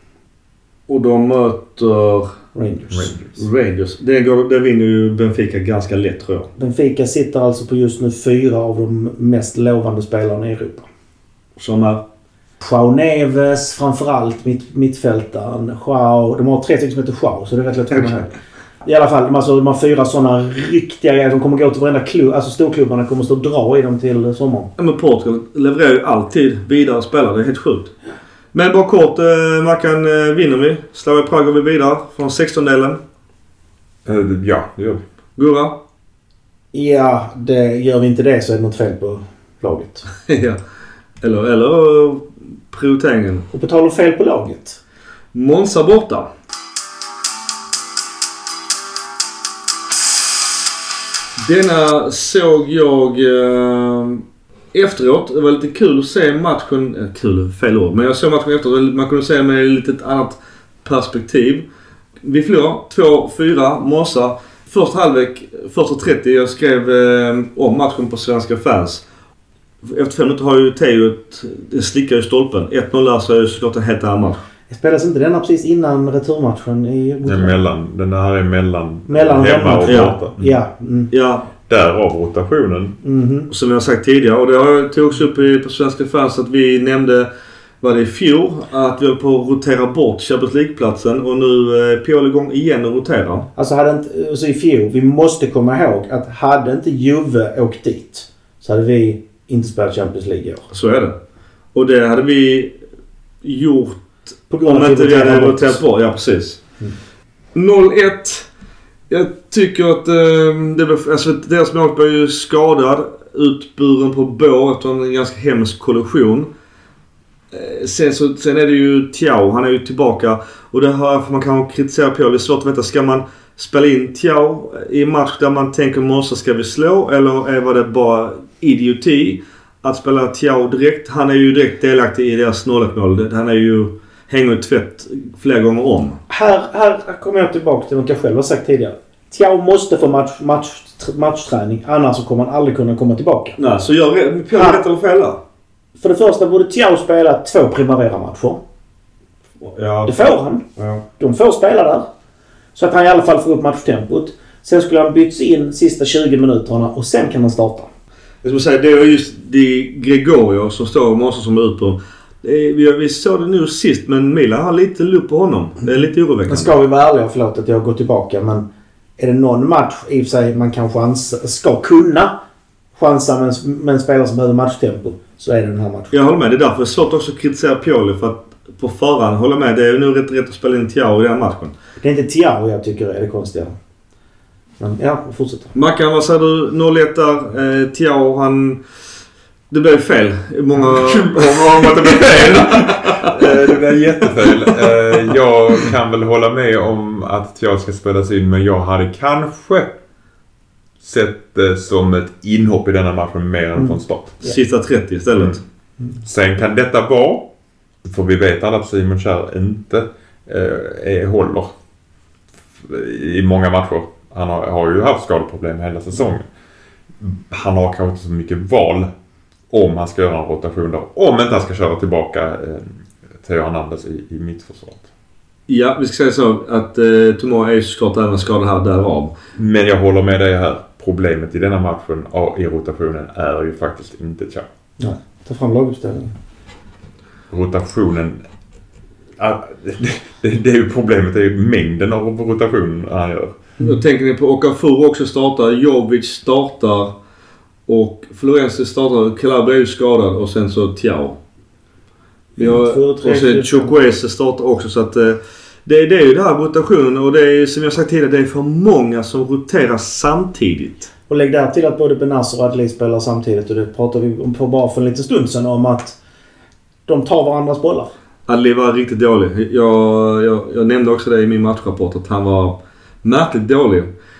Och de möter Rangers. Rangers. Rangers. Det, går, det vinner ju Benfica ganska lätt tror jag. Benfica sitter alltså på just nu fyra av de mest lovande spelarna i Europa. Som är João Neves framförallt, mitt, mittfältaren. João, de har tre stycken som heter João, så det är rätt lätt att komma ihåg. I alla fall, de, alltså, de har fyra sådana riktiga grejer som kommer gå till varenda klubb. Alltså storklubbarna kommer stå och dra i dem till sommaren. Ja, men Portugal levererar ju alltid vidare spelare. Det är helt sjukt. Men bara kort, eh, Mackan, eh, vinner vi. Slavia Prag går vi vidare från sexton-delen. Uh, ja, det gör vi. Gurra? Ja, det, gör vi inte det så är det något fel på laget. ja. Eller, eller uh, prioriteringen. Och på tal om fel på laget. Monza borta. Denna såg jag eh, efteråt. Det var lite kul att se matchen. Eh, kul, fel ord. Men jag såg matchen efteråt. Man kunde se med lite ett annat perspektiv. Vi förlorade två fyra Monza. Första halvlek, första trettio. Jag skrev eh, om matchen på Svenska fans. Efter fem minuter har ju Teo ett slickar i stolpen. ett noll där så är det såklart en helt annan match. Det spelas inte denna precis innan returmatchen i den mellan Den här är mellan, mellan hemma och borta. Ja. Ja. Mm. ja. Därav rotationen. Mm-hmm. Som jag sagt tidigare. Och det har togs upp i, på Svenska fans att vi nämnde vad det i fjol. Att vi höll på att rotera bort Champions League-platsen. Och nu är Pioli igång igen och roterar. Alltså hade inte, alltså i fjol, vi måste komma ihåg att hade inte Juve åkt dit så hade vi inte spelat Champions League i år. Så är det. Och det hade vi gjort på grund av att vi hade roterat bort. Ja, precis. Mm. noll ett. Jag tycker att eh, det blev, alltså, deras mål var ju skadad. Utburen på bår efter en ganska hemsk kollision. Eh, sen, så, sen är det ju Thiaw. Han är ju tillbaka. Och det här får man kan kritisera på. Det är svårt att veta. Ska man spela in Thiaw i en match där man tänker Monza ska vi slå? Eller var det bara idioti att spela Thiaw direkt? Han är ju direkt delaktig i deras noll ett-mål. Han är ju hänger tvätt flera gånger om. Här, här kommer jag tillbaka till något jag själv har sagt tidigare. Thiaw måste få match, match, matchträning. Annars så kommer han aldrig kunna komma tillbaka. Nej, så gör Pioli rätt eller fel där? För det första borde Thiaw spela två Primavera-matcher. Ja, det får han. Ja. De får spela där. Så att han i alla fall får upp matchtempot. Sen skulle han byts in sista tjugo minuterna och sen kan han starta. Jag skulle säga, det är just de Gregorio som står och måste som är ut på. Det är, vi, vi såg det nu sist, men Milan har lite lupp på honom. Det är lite oroväckande. Men ska vi vara ärliga, förlåt att jag går tillbaka, men är det någon match i och för sig man kan chansa, ska kunna chansa med en, med en spelare som behöver matchtempo, så är det den här matchen. Jag håller med, det är därför det är svårt också att kritisera Pioli, för att på förhand håller med, det är nu rätt rätt att spela in Thiago i den här matchen. Det är inte Thiago jag tycker är det konstiga. Men ja, fortsätter. Mackan, vad säger du? noll ett där. Eh, Thiago, han... Det blev fel. Många... Om att det blev fel. Det blev jättefel. Jag kan väl hålla med om att Thiago ska spelas in, men jag hade kanske sett det som ett inhopp i denna matchen mer än mm. från start. Sista trettio istället. Mm. Sen kan detta vara, för vi vet alla att Simon Kjær inte eh, håller i många matcher. Han har, har ju haft skadeproblem hela säsongen. Han har kanske inte så mycket val om han ska göra en rotation där. Om inte han ska köra tillbaka eh, Theo Hernandez i, i mittförsvaret. Ja, vi ska säga så att eh, Tomor är ju såklart även skadad här därav. Men jag håller med dig här. Problemet i denna matchen i rotationen är ju faktiskt inte Kjær. Ja, ta fram laguppställningen. Rotationen... Ah, det, det är ju problemet, det är ju mängden av rotationen han gör. Mm. Då tänker ni på Okafor också startar, Jovic startar och Florenzi startar, Calabria är ju skadad och sen så Thiago. Vi har, och så Chukwueze startar också, så att eh, det, det är ju det här rotationen, och det är som jag sagt tidigare, det är för många som roterar samtidigt. Och lägg där till att både Benasser och Adli spelar samtidigt, och det pratade vi om på bara för en liten stund sedan om att de tar varandras bollar. Adli var riktigt dålig. Jag, jag, jag nämnde också det i min matchrapport att han var märkligt dålig.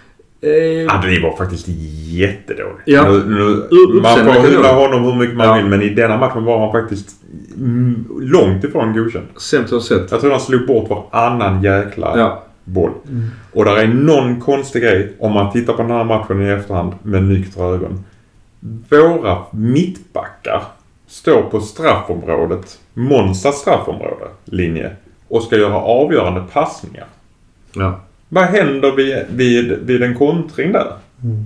Eh, Adli var faktiskt jättedålig. Ja. Nu, nu, man får hylla honom hur mycket man ja. vill, men i denna matchen var han faktiskt mm, långt ifrån godkänd. Sämt jag sett. Jag tror han slog bort varannan jäkla ja. boll. Mm. Och där är någon konstig grej om man tittar på den här matchen i efterhand med nyktra ögon. Våra mittbackar står på straffområdet, Monzas straffområde, linje, och ska göra avgörande passningar. Ja. Vad händer vid, vid, vid en kontring där? Mm.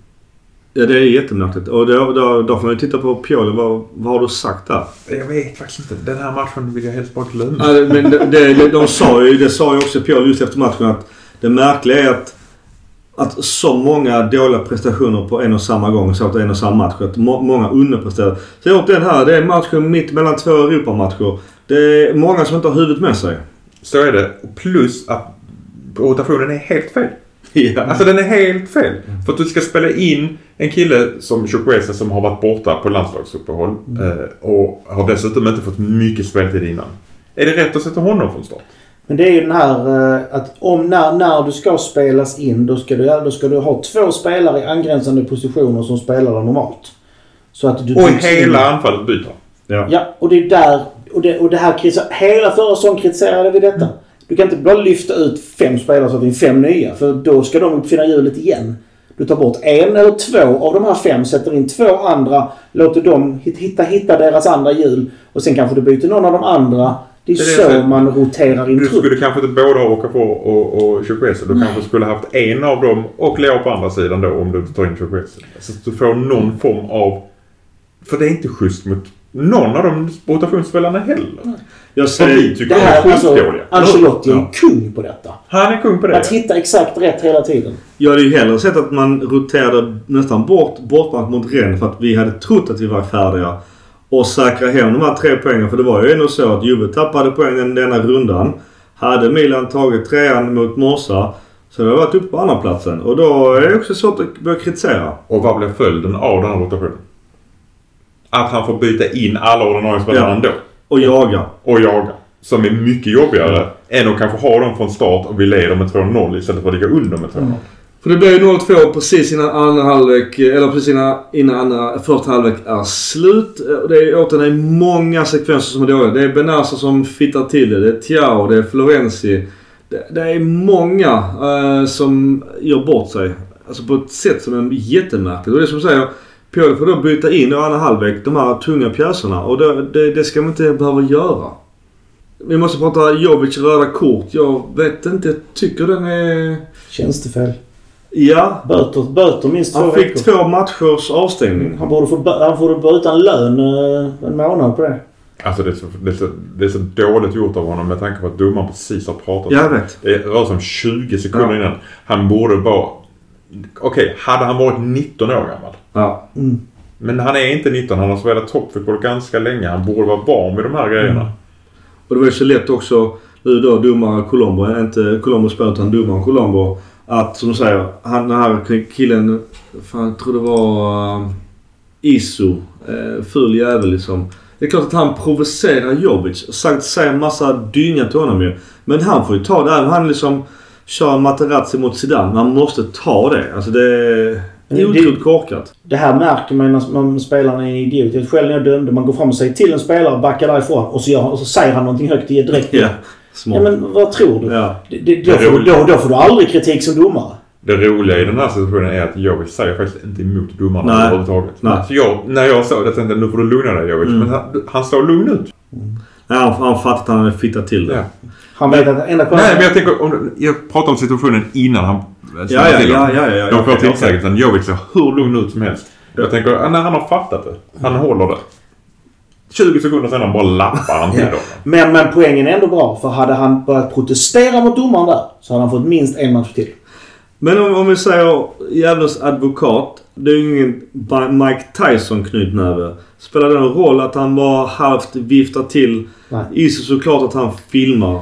Ja, det är jättemärkligt. Och då, då, då får man ju titta på Pioli. Vad, vad har du sagt där? Jag vet faktiskt inte. Den här matchen vill jag helst bara glömma. Ja, men det, det, de sa ju, det sa ju också Pioli just efter matchen, att det märkliga är att att så många dåliga prestationer på en och samma gång, så att en och samma match, att må, många underpresterar. Så jag den här, det är matchen mitt mellan två Europamatcher. Det är många som inte har huvudet med sig. Så är det. Plus att rotationen är helt fel. Ja. Alltså den är helt fel. För att du ska spela in en kille som Chukwueze som har varit borta på landslagsuppehåll mm. eh, och har dessutom inte fått mycket speltid innan. Är det rätt att sätta honom från start? Men det är ju den här att om när, när du ska spelas in, då ska, du, då ska du ha två spelare i angränsande positioner som spelar normalt. Så att du och hela in. anfallet byter. Ja. ja, och det är där, och det, och det här hela förra säsongen kritiserade vi detta. Mm. Du kan inte bara lyfta ut fem spelare så att det är fem nya, för då ska de uppfinna hjulet igen. Du tar bort en eller två av de här fem, sätter in två andra, låter dem hitta, hitta deras andra hjul, och sen kanske du byter någon av de andra. Det är, det är så det. Man roterar in. Du skulle trupp. kanske inte båda åka på och, och Chukwueze. Du Nej. kanske skulle haft en av dem och Leo på andra sidan då, om du tar in Chukwueze. Så att du får någon form av... För det är inte schysst mot någon av de rotationsspelarna heller. Nej. Jag säger, det här, alltså, Ancelotti är ja. kung på detta. Han är kung på det. Att hitta exakt rätt hela tiden. Jag hade ju hellre sett att man roterade nästan bort, bort mot Rennes, för att vi hade trott att vi var färdiga och säkra hem de här tre poängen. För det var ju ändå så att Juve tappade poängen denna rundan. Hade Milan tagit trean mot Monza, så det har varit uppe på andra platsen. Och då är det också svårt att börja kritisera. Och vad blev följden av den här rotationen? Att han får byta in alla ordinarie spelare ja. ändå. Och jaga. Och jaga. Som är mycket jobbigare mm. än att kanske ha dem från start och vi leder med två noll istället för att ligga under med två noll. Mm. För det blev ju noll två precis innan andra halvlek, eller precis innan, innan andra, första halvlek är slut. Det är återigen många sekvenser som är dåliga. Det är Benasser som fittar till det. Det är Thiago, det är Florenzi. Det, det är många uh, som gör bort sig. Alltså på ett sätt som är jättemärkligt. Och det är som säger, Pioli får då byta in i andra halvlek de här tunga pjäserna. Och det, det, det ska man inte behöva göra. Vi måste prata Jovic röda kort. Jag vet inte, jag tycker den är... Tjänstefel. Ja. Böter, böter minst två Han fick veckor. två matchers avstängning. Han borde få, han borde börja utan lön en månad på det. Alltså det är, så, det, är så, det är så dåligt gjort av honom med tanke på att domaren precis har pratat. Jag vet. Det rör sig om tjugo sekunder ja. innan. Han borde vara... Okej, okay, hade han varit nitton år gammal? Ja. Mm. Men han är inte nitton, han har spelat toppfotboll ganska länge. Han borde vara van med de här grejerna. Mm. Och det var ju så lätt också, nu då domare Colombo, inte Colombo spelar utan domaren Colombo, att som du säger, han, den här killen, fan, jag tror det var uh, Isu, uh, full jävel liksom. Det är klart att han provocerar Jovic, sagt säger en massa dynga till honom ju. Men han får ju ta det här, han liksom kör Materazzi mot Zidane, man måste ta det. Alltså det är otroligt korkat. Det här märker man när man spelarna är en idiot. Jag själv när jag dömde, man går fram och säger till en spelare, backar därifrån och så, gör, och så säger han någonting högt i direkt. Ja, ja, men vad tror du? Ja. Det, det, då, får, då, då får du aldrig kritik som domare. Det roliga i den här situationen är att Jovic säger faktiskt inte emot domarna Nej. överhuvudtaget. Nej. Så jag, när jag sa det tänkte jag, nu får du lugna dig Jovic. Mm. Men han, han står lugn ut. Mm. Nej, han, han fattar att han hade fittat till det. Ja. Han vet att enda Nej, men jag tänker, om, jag pratar om situationen innan han... Ja, ja, ja, ja, ja, ja. De får tillsägelsen. Jovic ser hur lugn ut som helst. Jag tänker, när han har fattat det. Han håller det. tjugo sekunder sedan bara lappar han till ja. dem. Men, men poängen är ändå bra. För hade han börjat protestera mot domaren där så hade han fått minst en match till. Men om, om vi säger jävlas advokat. Det är ju ingen Mike Tyson knytnäve. Spelar det någon roll att han bara halvt viftar till? Nej. Is såklart att han filmar.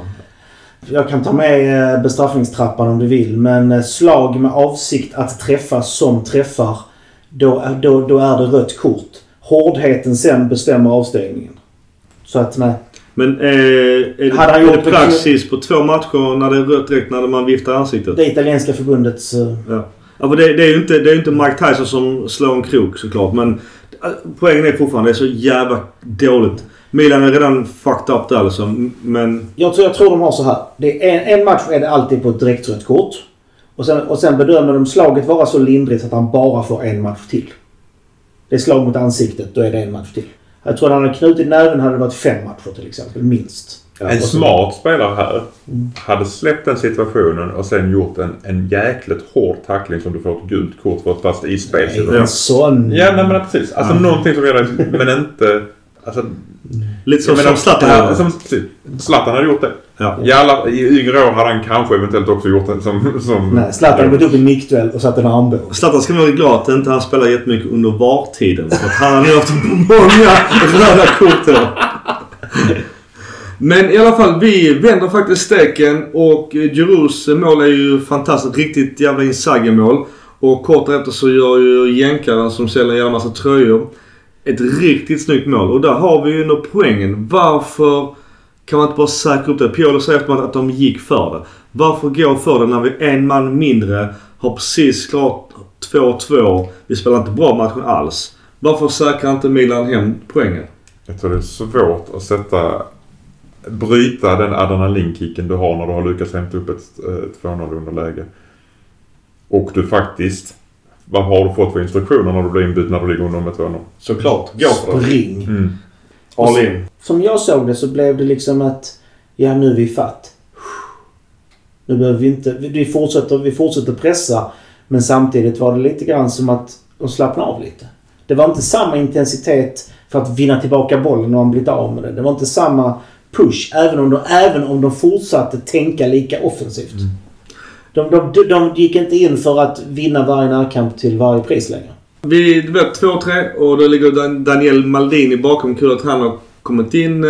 Jag kan ta med bestraffningstrappan om du vill. Men slag med avsikt att träffa som träffar. Då, då, då är det rött kort. Hårdheten sen bestämmer avstängningen. Så att nej. Men eh, är det, hade han gjort det praxis på två matcher när det är rött direkt när man viftar ansiktet? Det italienska förbundets... Uh... Ja. Ja, för det, det är ju inte, det är inte Mike Tyson som slår en krok såklart. Men poängen är fortfarande det är så jävla dåligt. Milan är redan fucked up där liksom. Men... Jag tror, jag tror de har så här. Det är en, en match är det alltid på ett direkt rött kort. Och sen, och sen bedömer de slaget vara så lindrigt att han bara får en match till. Det är slag mot ansiktet, då är det en match till. Jag tror att han hade knutit näven hade det varit fem matcher till exempel, minst. Ja, en smart spelare här mm. hade släppt den situationen och sen gjort en, en jäkligt hård tackling som du får ett gult kort för fast i spacet. En sån... Ja, nej, men precis. Alltså mm. någonting som gör det, men inte... Alltså, lite som, som Zlatan hade. Som Zlatan hade gjort det. Ja. I, alla, I yngre år hade han kanske eventuellt också gjort det som... som nej, Zlatan hade gått upp i nickduell och satt en armbåg. Zlatan ska vara glad att inte han spelar jättemycket under VAR-tiden. För att han har haft många röda kort. Men i alla fall, vi vänder faktiskt steken och Giroux mål är ju fantastiskt. Riktigt jävla Inzaghi-mål. Och kort efter så gör ju jänkaren som säljer en jävla massa tröjor ett riktigt snyggt mål. Och där har vi ju nog poängen. Varför kan man inte bara säkra upp det? Piolo säger efter att de gick för det. Varför gå för det när vi är en man mindre, har precis klart två två. Vi spelar inte bra matchen alls. Varför säkrar inte Milan hem poängen? Jag tror det är svårt att sätta... bryta den adrenalinkicken du har när du har lyckats hämta upp ett två noll underläge. Och du faktiskt... Vad har du fått för instruktioner när du blir inbytt när du ligger under med två noll? Såklart. Gå för det. Spring. Mm. All in. Som jag såg det så blev det liksom att... Ja, nu är vi fatt. Nu behöver vi inte... Vi fortsätter, vi fortsätter pressa. Men samtidigt var det lite grann som att de slappnade av lite. Det var inte samma intensitet för att vinna tillbaka bollen när man blivit av med det. Det var inte samma push. Även om de, även om de fortsatte tänka lika offensivt. Mm. De, de, de gick inte in för att vinna varje närkamp till varje pris längre. Vi blev två tre och då ligger Daniel Maldini bakom. Kul att han har kommit in.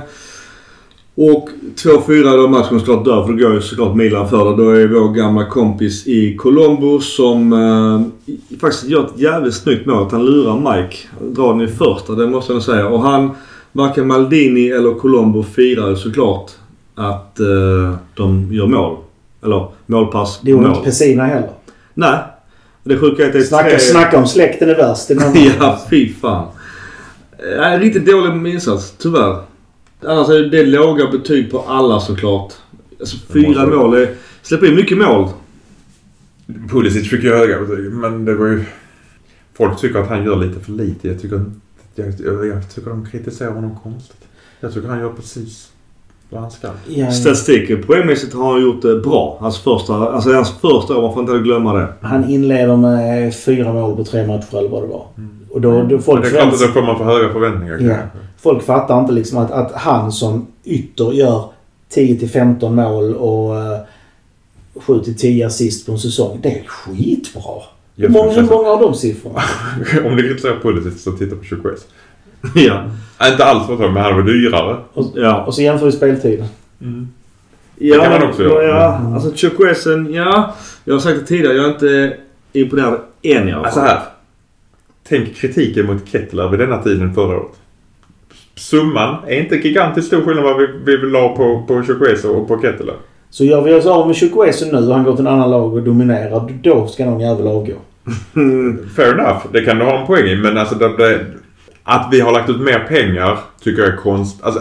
Och två fyra då matchen såklart dör. För då går ju såklart Milan för det. Då är vår gamla kompis i Colombo som eh, faktiskt gör ett jävligt snyggt mål. Att han lurar Mike. Drar den i första, det måste jag säga. Och han, varken Maldini eller Colombo firar såklart att eh, de gör mål. Eller målpass. Det gjorde inte Pessina heller. Nej. Det sjuka är att det är snacka, tre... snacka om släkten är värst. Ja, fy fan. Äh, riktigt dålig insats, tyvärr. Annars är det låga betyg på alla såklart. Alltså fyra mål. Är, släpper in mycket mål. Pulisic fick ju höga betyg. Men det var ju... Folk tycker att han gör lite för lite. Jag tycker, jag, jag, jag tycker de kritiserar honom konstigt. Jag tycker han gör precis... Ja, statistiken poängmässigt har han gjort det bra. Hans första, alltså hans första år, man får inte glömma det. Han inleder med fyra mål på tre matcher eller vad det var. Mm. Och då, då folk det är klart att då får man för höga förväntningar. Ja. Folk fattar inte liksom att, att han som ytter gör tio till femton mål och uh, sju till tio assist på en säsong. Det är skitbra. Hur många, hur många av de siffrorna? Om det kritiserar Pulisic så titta på Chukwueze. Ja. Inte alls för så, men han var dyrare. Och, ja. Och så jämför vi speltiden. Mm. Ja, det kan man också göra. Ja, mm. Alltså Chukwueze, ja. Jag har sagt det tidigare, jag är inte imponerad än i alla fall. Alltså här. Tänk kritiken mot Kettler vid denna tiden förra året. Summan är inte gigantiskt stor skillnad vad vi, vi vill ha på, på Chukwueze och på Kettler. Så gör vi oss av med Chukwueze nu och han går till en annan lag och dominerar, då ska någon jävel avgå. Fair enough, det kan du ha en poäng i, men alltså det, det, att vi har lagt ut mer pengar tycker jag är konst, alltså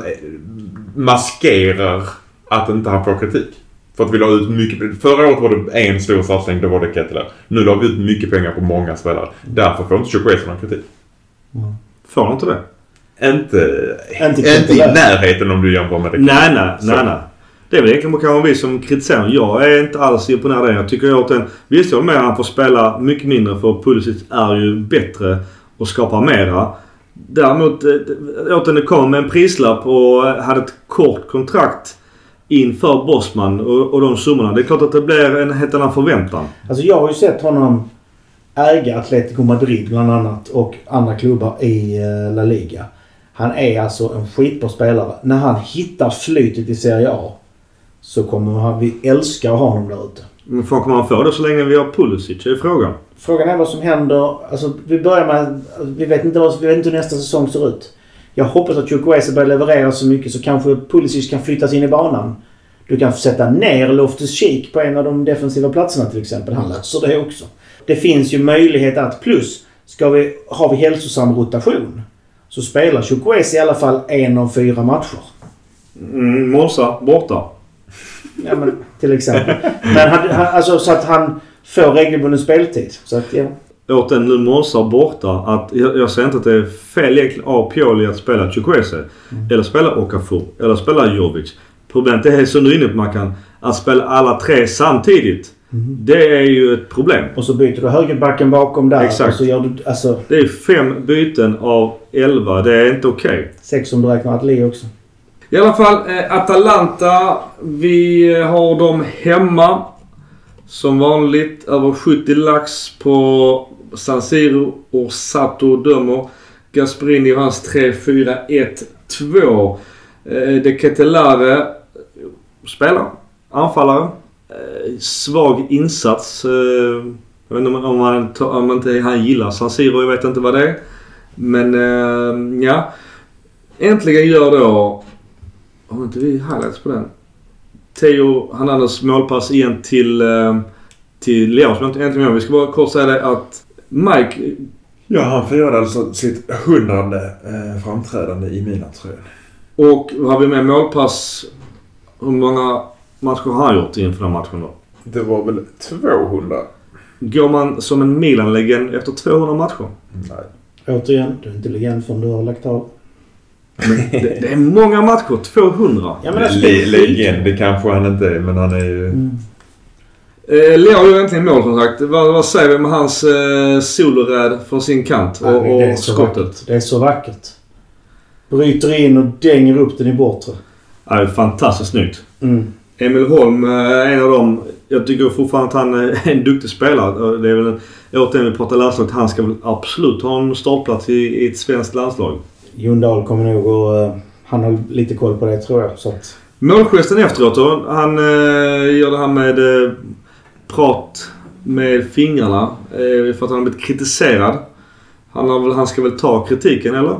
maskerar att inte han får kritik. För att vi la ut mycket, förra året var det en stor satsning, då var det Kettler. Nu la vi ut mycket pengar på många spelare. Därför får inte Chukwueze någon kritik. Mm. Får inte det? Inte, inte, inte i närheten om du jämför med det. Nej, nej, nej, nej. Det är väl egentligen kanske vi som kritiserar. Jag är inte alls imponerad. Jag tycker att den, visst jag med att han får spela mycket mindre för Pulisic är ju bättre och skapar mera. Däremot åt den kom med en prislapp och hade ett kort kontrakt inför Bosman och, och de summorna. Det är klart att det blir en helt annan förväntan. Alltså jag har ju sett honom äga Atletico Madrid bland annat och andra klubbar i La Liga. Han är alltså en skitbra spelare. När han hittar flytet i Serie A så kommer han, vi älskar att ha honom där ute. Men får kommer han få det så länge vi har Pulisic är frågan. Frågan är vad som händer. Alltså vi börjar med, vi vet inte, vad, vi vet inte hur nästa säsong ser ut. Jag hoppas att Chukwueze börjar leverera så mycket så kanske Pulisic kan flyttas in i banan. Du kan sätta ner Loftus-Cheek på en av de defensiva platserna till exempel. Han löser det också. Det finns ju möjlighet att plus ska vi, har vi hälsosam rotation så spelar Chukwueze i alla fall en av fyra matcher. Mm, Monza borta. Ja men till exempel. Men han, han, alltså så att han får regelbunden speltid. Så att ja. Åt en nu Monza borta att jag, jag säger inte att det är fel egentligen av Pioli att spela Chukwueze mm. eller spela Okafor eller spela Jovic. Problemet är så nu inne på man kan att spela alla tre samtidigt. Mm. Det är ju ett problem. Och så byter du högerbacken bakom där. Exakt. Och så gör du, alltså, det är fem byten av elva. Det är inte okej. Okay. Sex om du räknar Atli också. I alla fall eh, Atalanta. Vi har dem hemma. Som vanligt över sjuttio lax på San Siro och Sato dömer. Gasperini och hans tre fyra ett två. Eh, De Ketelare spelar. Anfallare. Eh, svag insats. Eh, jag vet inte om man, om man inte han gillar San Siro. Jag vet inte vad det är. Men eh, ja. Äntligen gör då. Har inte vi highlights på den? Theo Hernandez målpass igen till eh, till Leon som inte äntligen med. Vi ska bara kort säga det att Mike. Ja, han firade alltså sitt hundrade eh, framträdande i Milan-tröjan. Och har vi med målpass, hur många matcher har han gjort inför den matchen då? Det var väl tvåhundra. Går man som en Milan-legend efter tvåhundra matcher? Nej. Återigen, du är inte legend förrän du har lagt av. det, det är många matcher, tvåhundra. Ja, men det Le- legend, det kanske han inte är, men han är ju... Mm. Eh, Leo gör äntligen mål som sagt. Vad, vad säger vi med hans eh, soloräd från sin kant och, och det skottet? Vackert. Det är så vackert. Bryter in och dänger upp den i bortre. Ja, det är fantastiskt snyggt. Mm. Emil Holm är en av dem. Jag tycker fortfarande att han är en duktig spelare. Det är väl en, återigen vi pratar landslag. Han ska väl absolut ha en startplats i, i ett svenskt landslag. Jon Dahl kommer nog och uh, han har lite koll på det tror jag. Så att... Målgesten efteråt då. Han uh, gör det här med uh, prat med fingrarna. Uh, för att han har blivit kritiserad. Han, har väl, han ska väl ta kritiken eller?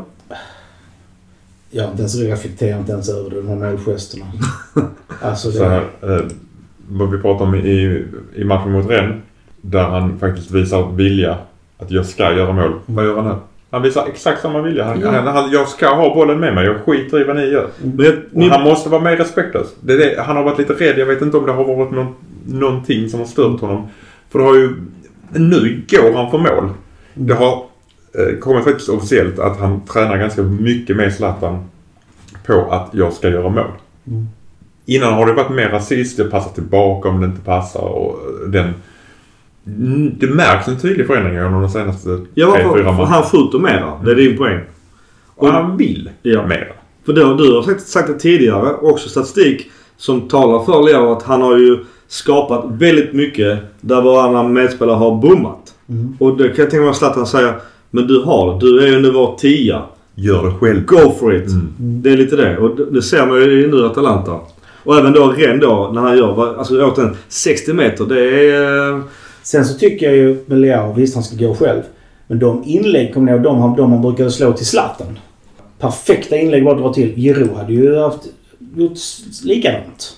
Ja, inte ens reflekterar inte ens över de här målgesterna. Alltså det... Så här, eh, vad vi pratar om i, i matchen mot Rennes. Där han faktiskt visar vilja att jag ska göra mål. Mm. Vad gör han här? Han visar exakt samma vilja. Han, mm. han, han, jag ska ha bollen med mig. Jag skiter i vad ni gör. Mm. Men, han måste vara mer respektlös. Det är det, han har varit lite rädd. Jag vet inte om det har varit någon, någonting som har stört honom. För det har ju... Nu går han för mål. Mm. Det har eh, kommit faktiskt officiellt att han tränar ganska mycket med Zlatan på att jag ska göra mål. Mm. Innan har det varit mer rasist. Jag passar tillbaka om det inte passar. Och den... Det märks en tydlig förändring under de senaste ja, tre fyra matcherna. Han skjuter mera. Det är din poäng. Och han vill ja. mera. För då, du har sagt, sagt det tidigare. Också statistik som talar för Leo att han har ju skapat väldigt mycket där våra andra medspelare har bommat. Mm. Och det kan jag tänka mig att Zlatan säga, men du har du är ju nu vår tia. Gör det själv. Go for it. Mm. Det är lite det. Och det, det ser man ju nu Atalanta. Och även då Ren då när han gör alltså åt en sextio meter. Det är... Sen så tycker jag ju med Leo, visst han ska gå själv. Men de inlägg kommer ni ihåg, de, de man brukar slå till Zlatan. Perfekta inlägg bara dra till. Giroud hade ju haft gjort likadant.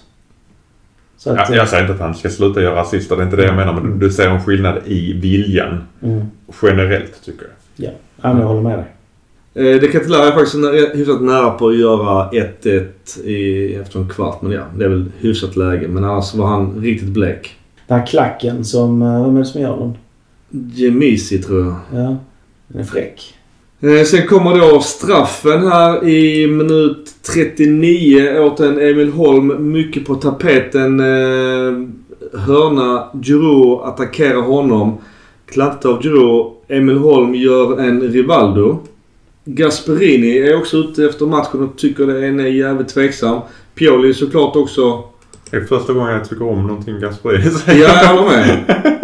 Så att, ja, jag säger inte att han ska sluta göra assister, det är inte det jag menar. Men du ser en skillnad i viljan. Mm. Generellt tycker jag. Ja, ja men jag håller med dig. Eh, det Ketelar är faktiskt hyfsat nära på att göra ett ett i, efter en kvart. Men ja, det är väl hyfsat läge. Men annars var han riktigt blek. Den här klacken som, vem är det som gör den? Gemisi tror jag. Ja, den är fräck. Eh, sen kommer då straffen här i minut trettionio åt en Emil Holm. Mycket på tapeten. Eh, hörna, Giroud attackerar honom. Klantat av Giroud. Emil Holm gör en Rivaldo. Gasperini är också ute efter matchen och tycker det är jävligt tveksam. Pioli såklart också. Det är första gången jag tycker om någonting Gasperini. Ja, jag håller med.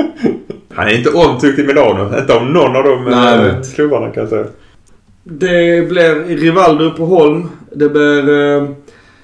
Han är inte omtyckt i Milano. Inte om någon av de klubbarna kan jag säga. Det blir Rivaldo på Holm. Det blir eh,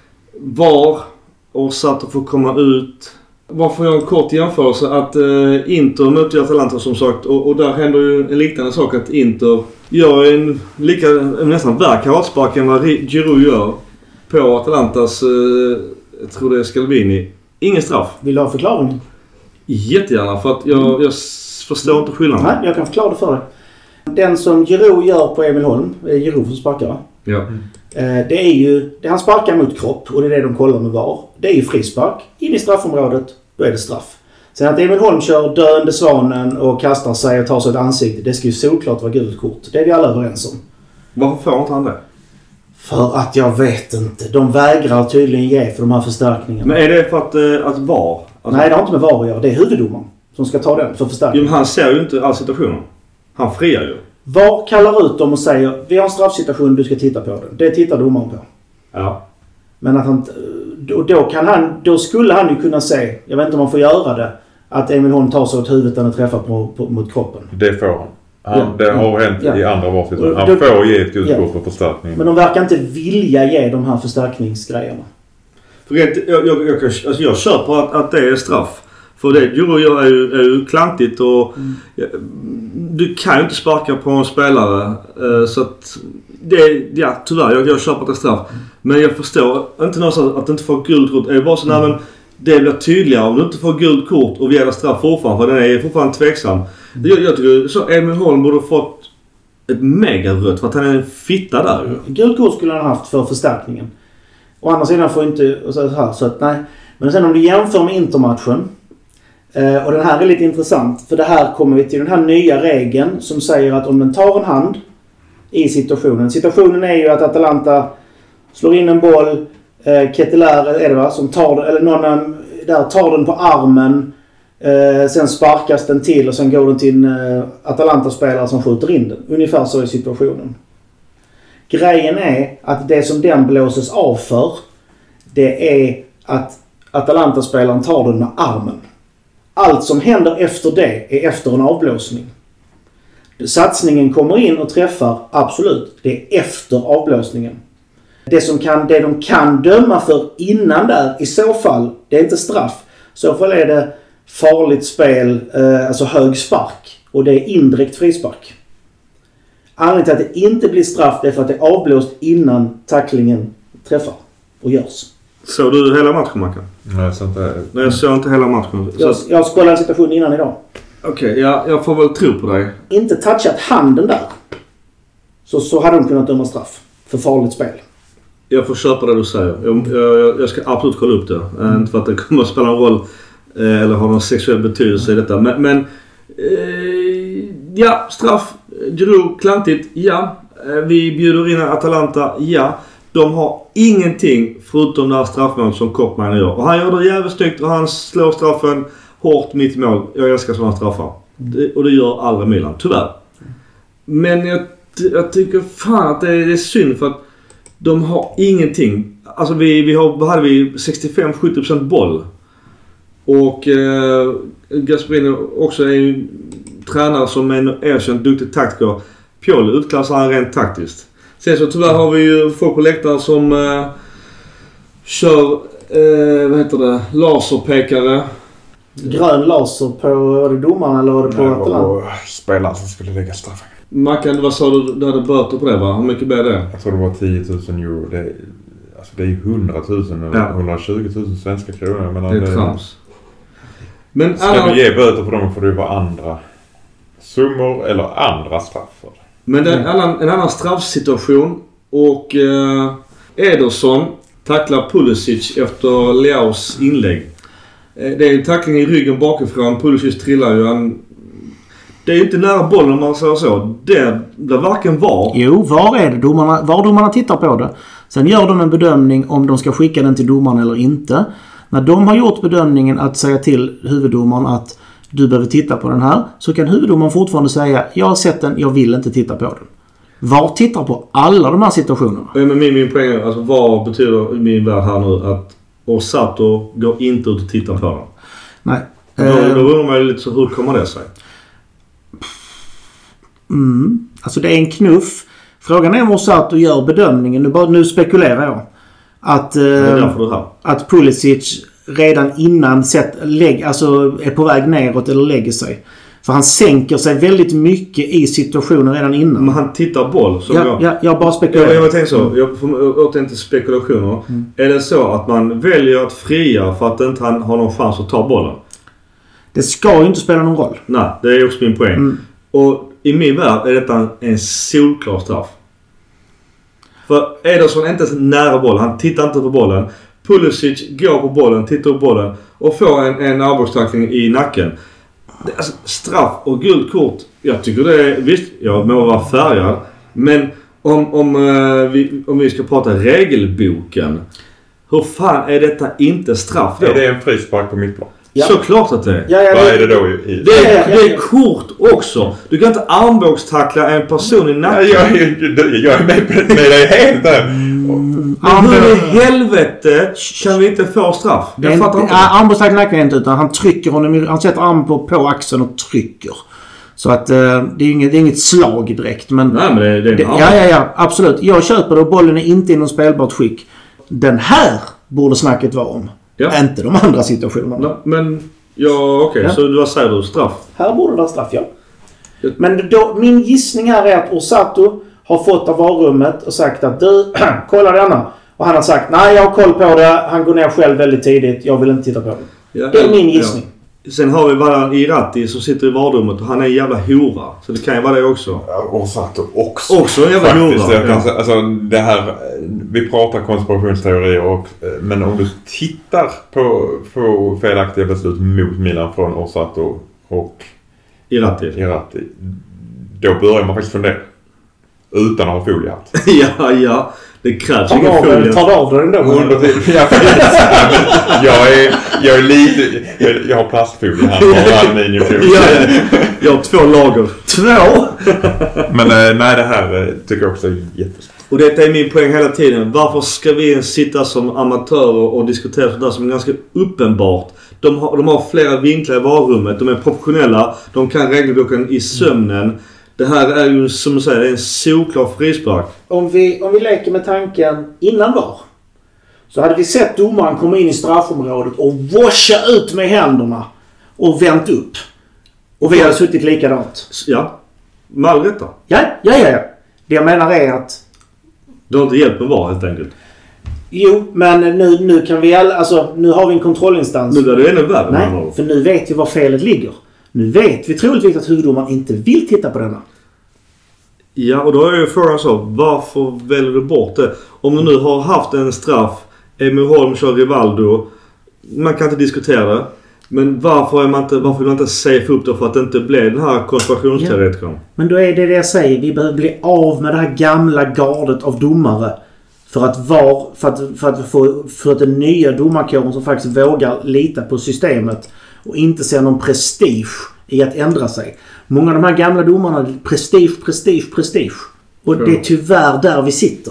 VAR och satt att få komma ut. Varför jag en kort jämförelse att eh, Inter möter Atalanta som sagt. Och, och där händer ju en liknande sak att Inter gör en lika nästan värre karatspark än vad Giroud gör på Atalantas, eh, jag tror det är Scalvini. Ingen straff. Vill du ha förklaring? Jättegärna, för att jag, mm. jag förstår inte skillnaden. Nej, jag kan förklara det för dig. Den som Giroud gör på Emil Holm, är Giroud som sparkar. Ja. Mm. Det är ju, det han sparkar mot kropp och det är det de kollar med VAR. Det är ju frispark. In i straffområdet, då är det straff. Sen att Emil Holm kör döende svanen och kastar sig och tar sig ett ansikte, det ska ju såklart vara gult kort. Det är vi alla överens om. Varför får inte han det? För att jag vet inte. De vägrar tydligen ge för de här förstärkningarna. Men är det för att, att VAR? Alltså... Nej, det har inte med VAR att göra. Det är huvuddomaren som ska ta den för förstärkningen. Jo, men han ser ju inte all situationen. Han friar ju. VAR kallar ut dem och säger vi har en straffsituation, du ska titta på den. Det tittar domaren på. Ja. Men att han, då, då, kan han, då skulle han ju kunna se, jag vet inte om man får göra det, att Emil Holm tar sig åt huvudet när han träffar på, på, mot kroppen. Det får han. han ja. Det har hänt ja. i andra varsituationer. Han då, får ge ett gult kort för förstärkning. Men de verkar inte vilja ge de här förstärkningsgrejerna. För jag, jag, jag, jag, alltså jag köper att, att det är straff. För det Giroud gör är ju, är ju klantigt och mm. du kan ju inte sparka på en spelare. Så att det, ja tyvärr, jag, jag köper att det är straff. Mm. Men jag förstår inte någonstans att du inte får gult kort. Är det bara så mm. men det blir tydligare om du inte får gult kort och vi gör straff fortfarande. För den är fortfarande tveksam. Mm. Jag, jag tycker så Emil Holm borde fått ett megarött för att han är en fitta där. Mm. Gult kort skulle han ha haft för förstärkningen. Å andra sidan får inte så här så att nej. Men sen om du jämför med Intermatchen. Uh, och den här är lite intressant. För det här kommer vi till den här nya regeln som säger att om den tar en hand i situationen. Situationen är ju att Atalanta slår in en boll. Uh, Ketelar är det va? Som tar, eller någon där tar den på armen. Uh, sen sparkas den till och sen går den till en uh, Atalanta-spelare som skjuter in den. Ungefär så är situationen. Grejen är att det som den blåses av för, det är att Atalanta-spelaren tar den med armen. Allt som händer efter det är efter en avblåsning. Satsningen kommer in och träffar, absolut. Det är efter avblåsningen. Det, som kan, det de kan döma för innan där, i så fall, det är inte straff. I så fall är det farligt spel, eh, alltså hög spark. Och det är indirekt frispark. Anledningen till att det inte blir straff är för att det är avblåst innan tacklingen träffar och görs. Såg du hela matchen, Mackan? Nej, jag såg inte, Nej, jag såg inte hela matchen. Jag, jag kollade en situation innan idag. Okej, okay, ja, jag får väl tro på dig. Inte touchat handen där. Så, så hade de kunnat döma straff för farligt spel. Jag får köpa det du säger. Jag, jag, jag ska absolut kolla upp det. Mm. Inte för att det kommer att spela en roll eh, eller ha någon sexuell betydelse i detta. Men, men eh, ja, straff. Giroud, klantigt, ja. Vi bjuder in Atalanta, ja. De har ingenting förutom det här straffmålet som Koppman gör. Och han gör det jävligt snyggt och han slår straffen hårt mitt i mål. Jag älskar sådana straffar. Det, och det gör aldrig Milan, tyvärr. Men jag, jag tycker fan att det är, det är synd för att de har ingenting. Alltså vi, vi har, vad hade vi? sextiofem till sjuttio procent boll. Och eh, Gasperini också är ju tränare som är en erkänd duktig taktiker. Pioli utklassar han rent taktiskt. Sen så tyvärr har vi ju folk på läktaren som eh, kör, eh, vad heter det, laserpekare. Grön laser på, var det domaren eller var det på Atalanta? Spelaren som skulle lägga straff. Mackan, vad sa du? Du hade böter på det, va? Hur mycket blev det? Jag tror det var tio tusen euro. Det är, alltså det är hundra tusen eller ja. hundratjugo tusen svenska kronor. Men det är trams. Men ska alla... du ge böter för dem får det vara andra summor eller andra straffer. Men det är en annan, en annan straffsituation. Och eh, Ederson tacklar Pulisic efter Leaus inlägg. Eh, det är en tackling i ryggen bakifrån. Pulisic trillar ju. Han, det är ju inte nära bollen om man säger så. Det, det varken var. Jo, var är det? Domarna, var domarna tittar på det. Sen gör de en bedömning om de ska skicka den till domaren eller inte. När de har gjort bedömningen att säga till huvuddomaren att du behöver titta på den här, så kan huvuddomaren fortfarande säga jag har sett den, jag vill inte titta på den. Var tittar på alla de här situationerna? Men min, min poäng är, alltså vad betyder i min värld här nu att Osato går inte ut och tittar på den? Nej. Då, eh, då undrar man ju lite så, hur kommer det sig? Mm, alltså det är en knuff. Frågan är om Osato gör bedömningen, nu, bara, nu spekulerar jag. Att, eh, det är därför du har. Att Pulisic redan innan sett, lägg, alltså är på väg neråt eller lägger sig. För han sänker sig väldigt mycket i situationen redan innan. Men han tittar boll. Som ja, jag, ja, jag bara spekulerar. Jag, jag tänker så. Jag får åter inte spekulationer. Mm. Är det så att man väljer att fria för att inte han har någon chans att ta bollen? Det ska ju inte spela någon roll. Nej, det är också min poäng. Mm. Och i min värld är detta en solklar straff. För Ederson är inte ens nära boll. Han tittar inte på bollen. Pulisic går på bollen, tittar på bollen och får en, en armbågstackling i nacken. Det, alltså, straff och guldkort. Jag tycker det är, visst, jag må vara färgad. Men om, om, uh, vi, om vi ska prata regelboken. Hur fan är detta inte straff då? Är det en frispark på mittplan? Ja. Såklart att det är. Ja, ja, vad det, är det då? I, det, är, det är kort också. Du kan inte armbågstackla en person i nacken. Ja, jag, jag, jag är med, med dig helt där. Mm. Men hur i helvete kan vi inte få straff? Jag en, fattar inte. Armbågstackla nacken inte, utan han trycker honom, han sätter armen på, på axeln och trycker. Så att uh, det är inget, det är inget slag direkt. Men, nej, men det, det är det, ja, ja, ja, absolut. Jag köper det och bollen är inte i någon spelbart skick. Den här borde snacket vara om. Ja. Inte de andra situationerna. No, men, ja okej. Okay. Ja. Så vad säger du? Straff? Här borde det vara straff, ja. ja. Men då, min gissning här är att Osato har fått av varummet och sagt att du, kolla denna. Och han har sagt, nej jag har koll på det. Han går ner själv väldigt tidigt. Jag vill inte titta på det. Ja, det är min gissning. Ja. Sen har vi bara Irati som sitter i varummet och han är en jävla hora. Så det kan ju vara det också. Ja, Osato också. Också en jävla faktiskt, hora. Jag kan säga, alltså, det här, vi pratar konspirationsteorier och, men om du tittar på, på felaktiga beslut mot Milan från Osato och Irati. Irati, då börjar man faktiskt fundera. Utan att ha foliehatt. ja, ja. Det krävs ingen folie. Tar du av den då? Under tiden. jag, är, jag är lite... Jag, jag har plastfolie här på aluminiumfolie. ja, jag har två lager. Två? Men nej, det här tycker jag också är jättesvårt. Och detta är min poäng hela tiden. Varför ska vi ens sitta som amatörer och diskutera sådär som är ganska uppenbart? De har, de har flera vinklar i varummet. De är professionella. De kan regelboken i sömnen. Det här är ju som du säger en solklar frispark. Om vi, om vi leker med tanken innan var. Så hade vi sett domaren komma in i straffområdet och washa ut med händerna. Och vänt upp. Och vi hade suttit likadant. Ja. Med all rätta. Ja, ja, ja. Det jag menar är att... Det har inte hjälpt med var helt enkelt. Jo, men nu, nu kan vi all, alltså nu har vi en kontrollinstans. Nu är det ännu värre. Nej, för nu vet vi var felet ligger. Nu vet vi troligtvis att huvuddomaren inte vill titta på denna. Ja, och då är ju frågan så. Varför väljer du bort det? Om du nu har haft en straff. Emil Holm kör Rivaldo. Man kan inte diskutera det. Men varför, är man inte, varför vill man inte safe upp det för att det inte blir den här konspirationsteoretikern? Ja, men då är det det jag säger. Vi behöver bli av med det här gamla gardet av domare. För att, var, för att, för att få för att den nya domarkåren som faktiskt vågar lita på systemet och inte ser någon prestige i att ändra sig. Många av de här gamla domarna, prestige, prestige, prestige. Och det är tyvärr där vi sitter.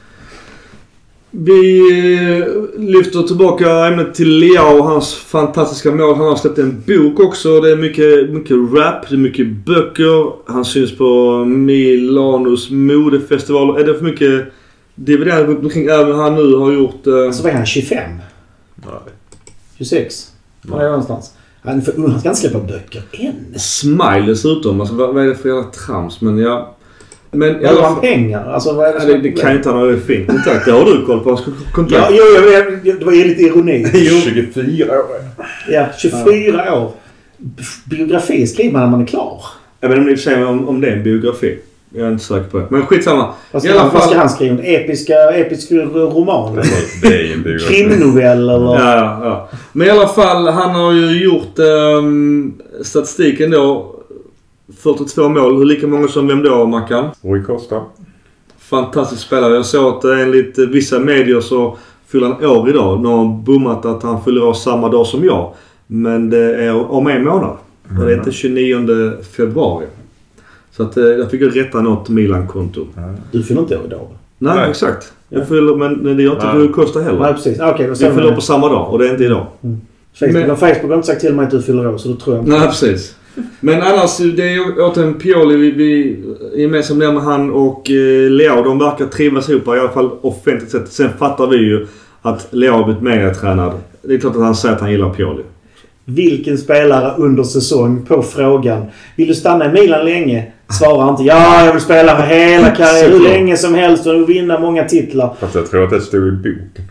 Vi lyfter tillbaka ämnet till Leao och hans fantastiska mål. Han har släppt en bok också. Det är mycket, mycket rap, det är mycket böcker. Han syns på Milanos modefestival. Är det för mycket dividend runt omkring även han nu har gjort... Uh... Alltså vad är han, tjugofem? Nej. tjugosex? Var är det någonstans? Han, för, han ska inte släppa böcker än. Smile dessutom. Alltså vad, vad är det för jävla trams? Men ja... Men har alla... han pengar? Alltså, vad är det, ja, det, det kan inte han ha fint kontrakt. Det har du koll på hans kontrakt. Ja, jo, jo, det var ju lite ironi. tjugofyra år. Ja, tjugofyra ja. år. Biografi skriver man när man är klar. Jag vet inte om, säga om, om det är en biografi. Jag är inte säker på det. Men skitsamma. Vad ska, I alla han, fall... vad ska han skriva? Episka, episk roman? Det är, det är en biografi. Krimnovell eller... Ja, ja. Men i alla fall, han har ju gjort um, statistiken då. fyrtiotvå mål. Hur lika många som vem då, Mackan? Rui Costa. Fantastisk spelare. Jag såg att enligt vissa medier så fyller han år idag. Nu har han bommat att han fyller år samma dag som jag. Men det är om en månad. Mm. Det är inte tjugonionde februari. Så att jag fick rätta något Milan-konto. Mm. Du fyller inte år idag? Nej, Nej. exakt. Jag fyller, men det gör inte Rui Costa heller. Nej, precis. Okay, då jag fyller på samma dag och det är inte idag. Mm. Facebook, men... Facebook har inte sagt till mig att du fyller år, så då tror jag inte. Nej, precis. Men annars, det är återigen Pioli, vi, vi är med som med han och eh, Leao, de verkar trivas ihop i alla fall offentligt sett. Sen fattar vi ju att Leao har blivit medietränad. Det är klart att han säger att han gillar Pioli. Vilken spelare under säsong på frågan, vill du stanna i Milan länge? Svarar inte, ja jag vill spela för hela karriären hur länge som helst och vinna många titlar. Fast jag tror att det stod i boken.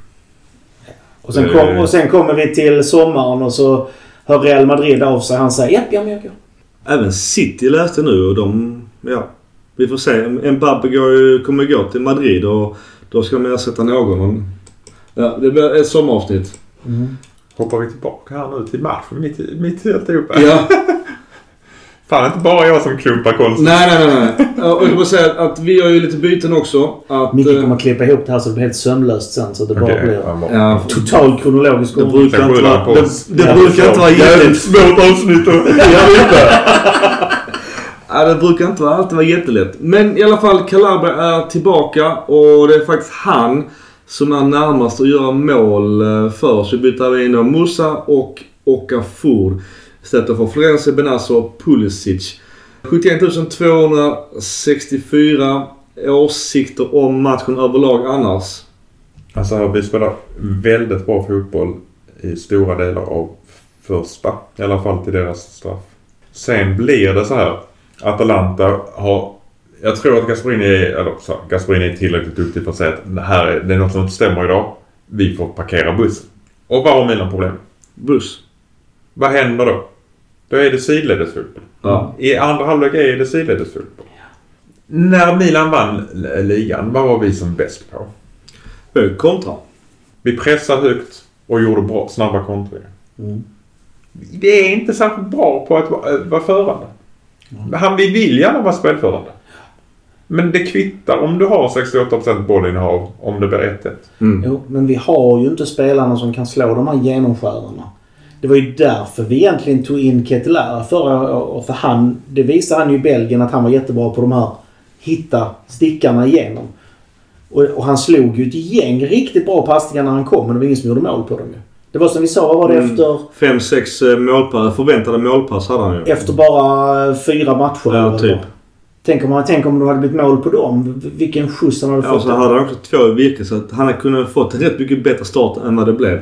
Och sen, kom, och sen kommer vi till sommaren och så hör Real Madrid av sig. Han säger, japp, ja men jag går. Även City läste nu och de, ja, vi får se. Mbappé går, kommer gå till Madrid och då ska man ersätta någon. Ja, det blir ett sommaravsnitt. Mm. Hoppar vi tillbaka här nu till matchen mitt, mitt i alltihopa. Ja. Fan, inte bara jag som klumpar konstigt. Nej, nej, nej. nej. Och jag vill säga att vi har ju lite byten också. Att, Micke kommer att klippa ihop det här så det blir helt sömlöst sen. Så det bara okay, blir ja, total kronologisk. Det brukar inte vara, det, det ja, brukar inte vara jättelätt. Svårt avsnitt och ja, det brukar inte vara, alltid vara jättelätt. Men i alla fall, Calabria är tillbaka och det är faktiskt han som är närmast att göra mål för oss. Vi byter in av Musa och Okafor. Istället för Florenzi, Benazzo och Pulisic. sjuttioen tusen tvåhundrasextiofyra åsikter om matchen överlag annars. Alltså vi spelar väldigt bra fotboll i stora delar av första. I alla fall till deras straff. Sen blir det så här. Atalanta har... Jag tror att Gasperini är, eller, så, Gasperini är tillräckligt duktig för att säga att det, här är, det är något som inte stämmer idag. Vi får parkera bussen. Och vad har Milan problem? Buss. Vad händer då? Då är det sidledesfotboll. Ja. I andra halvlek är det sidledesfotboll. Ja. När Milan vann ligan, vad var vi som bäst på? Hög kontra. Vi pressade högt och gjorde bra, snabba kontringar. Mm. Vi är inte särskilt bra på att vara, vara förande. Mm. Han vi vill gärna vara spelförande. Men det kvittar om du har sextioåtta procent bollinnehav om det blir ett ett. Mm. Jo, men vi har ju inte spelarna som kan slå de här genomskärarna. Det var ju därför vi egentligen tog in Ketelaere förra året. För han, det visar han ju i Belgien att han var jättebra på de här hitta stickarna igenom. Och, och han slog ju ett gäng riktigt bra passningar när han kom. Men det var ingen som gjorde mål på dem ju. Det var som vi sa, vad var det mm. efter... Fem, sex målpass, förväntade målpass hade han ju. Efter bara fyra matcher. Ja, typ. Tänk om, tänk om det hade blivit mål på dem. Vilken skjuts han hade fått. Ja, så hade han också två virkor. Så att han hade kunnat fått rätt mycket bättre start än vad det blev.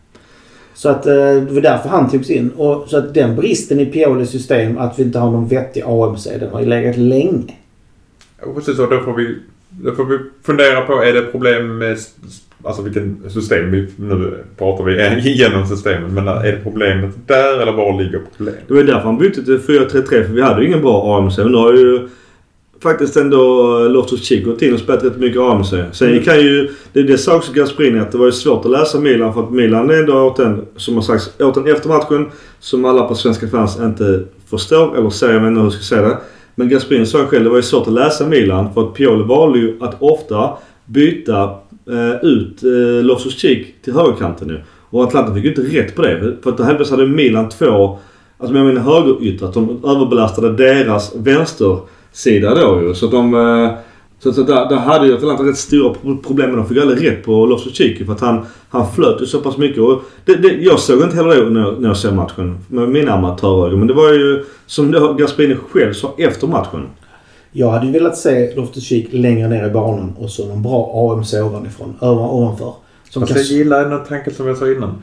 Så att det var därför han togs in. Och så att den bristen i Piolis system, att vi inte har någon vettig A M C, den har ju legat länge. Ja, precis så. Då får vi, då får vi fundera på, är det problem med alltså vilken system vi nu pratar vi igenom systemen, men är det problemet där eller var ligger problemet? Det var därför han bytte till fyra tre tre, för vi hade ju ingen bra A M C. Nu har ju faktiskt ändå Loftus-Cheek gått in och spelat rätt mycket A M C. Sen mm. kan ju, det, det sa också Gasperini att det var ju svårt att läsa Milan, för att Milan är ändå åt en, som har sagt, åt en efter matchen som alla på svenska fans inte förstår, eller säger, jag vet inte hur jag ska säga det. Men Gasperini sa själv, det var ju svårt att läsa Milan, för att Pioli valde ju att ofta byta eh, ut eh, Loftus-Cheek till högerkanten nu. Och Atlanta fick ju inte rätt på det. För att helst hade Milan två, alltså jag menar högeryttrar, de överbelastade deras vänstersida då ju. Så att de... Så, så där, där hade ju Atlanta rätt stora problem, men de fick aldrig rätt på Loftus-Cheek för att han, han flöt ju så pass mycket. Och det, det, jag såg inte heller det när, när jag såg matchen med mina amatörögon, men det var ju som Gasperini själv sa efter matchen. Jag hade ju velat se Loftus-Cheek längre ner i banan och så någon bra A M C ovanifrån, ovanför. Som alltså, kan... Jag gillar den tanken som jag sa innan.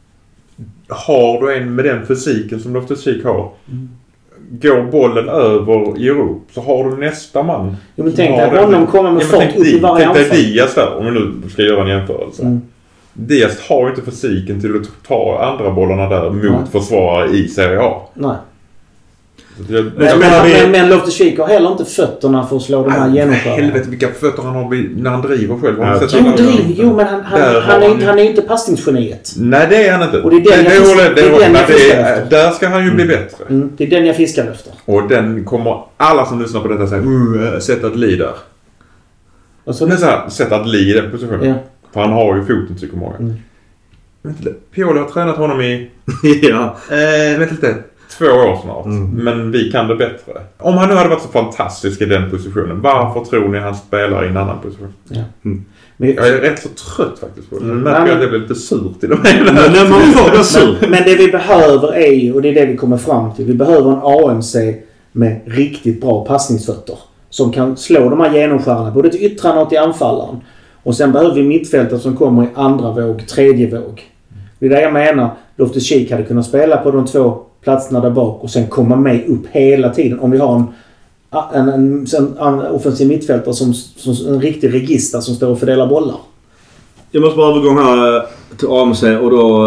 Har du en med den fysiken som Loftus-Cheek har, mm. går bollen över i Europa så har du nästa man. Jo, men tänk dig honom komma med fart upp i varje anfall. Tänk dig Diaz där, om vi nu ska göra en jämförelse. Mm. Diaz har ju inte fysiken till att ta andra bollarna där mot Nej. försvarare i Serie A. Nej. Jag, men, men, men, men Loftus-Cheek har heller inte fötterna för att slå de här genomförarna. Helvete vilka fötter han har när han driver själv. Ja. Jo, driv, jo, men han, han, han, han, är, inte, han är inte passningsgeniet. Nej, det är han inte. Och det är den jag, fiskar, det, det, det, är den jag fiskar efter. Där ska han ju mm. bli bättre. Mm, det är den jag fiskar efter. Och den kommer alla som lyssnar på detta säga uh, sätta ett li där. Alltså, det är så här, sätta ett li i den positionen. Ja. För han har ju foten tycker många. Mm. Vänta, Pioli har tränat honom i... ja. Eh, vänta lite. Två år snart. Mm. Men vi kan det bättre. Om han nu hade varit så fantastisk i den positionen, varför tror ni han spelar i en annan position? Ja. Mm. Men, jag är rätt så trött faktiskt på det. Nu mm. märker jag att jag blir lite sur till och med. Men, man får sur. men, men det vi behöver är ju, och det är det vi kommer fram till, vi behöver en A M C med riktigt bra passningsfötter. Som kan slå de här genomskärarna både till yttrarna och till anfallaren. Och sen behöver vi mittfältet som kommer i andra våg, tredje våg. Det är det jag menar. Loftus-Cheek hade kunnat spela på de två platserna där bak och sen komma med upp hela tiden. Om vi har en, en, en, en, en offensiv mittfältare som, som en riktig register som står och fördelar bollar. Jag måste bara övergå här till A M C och då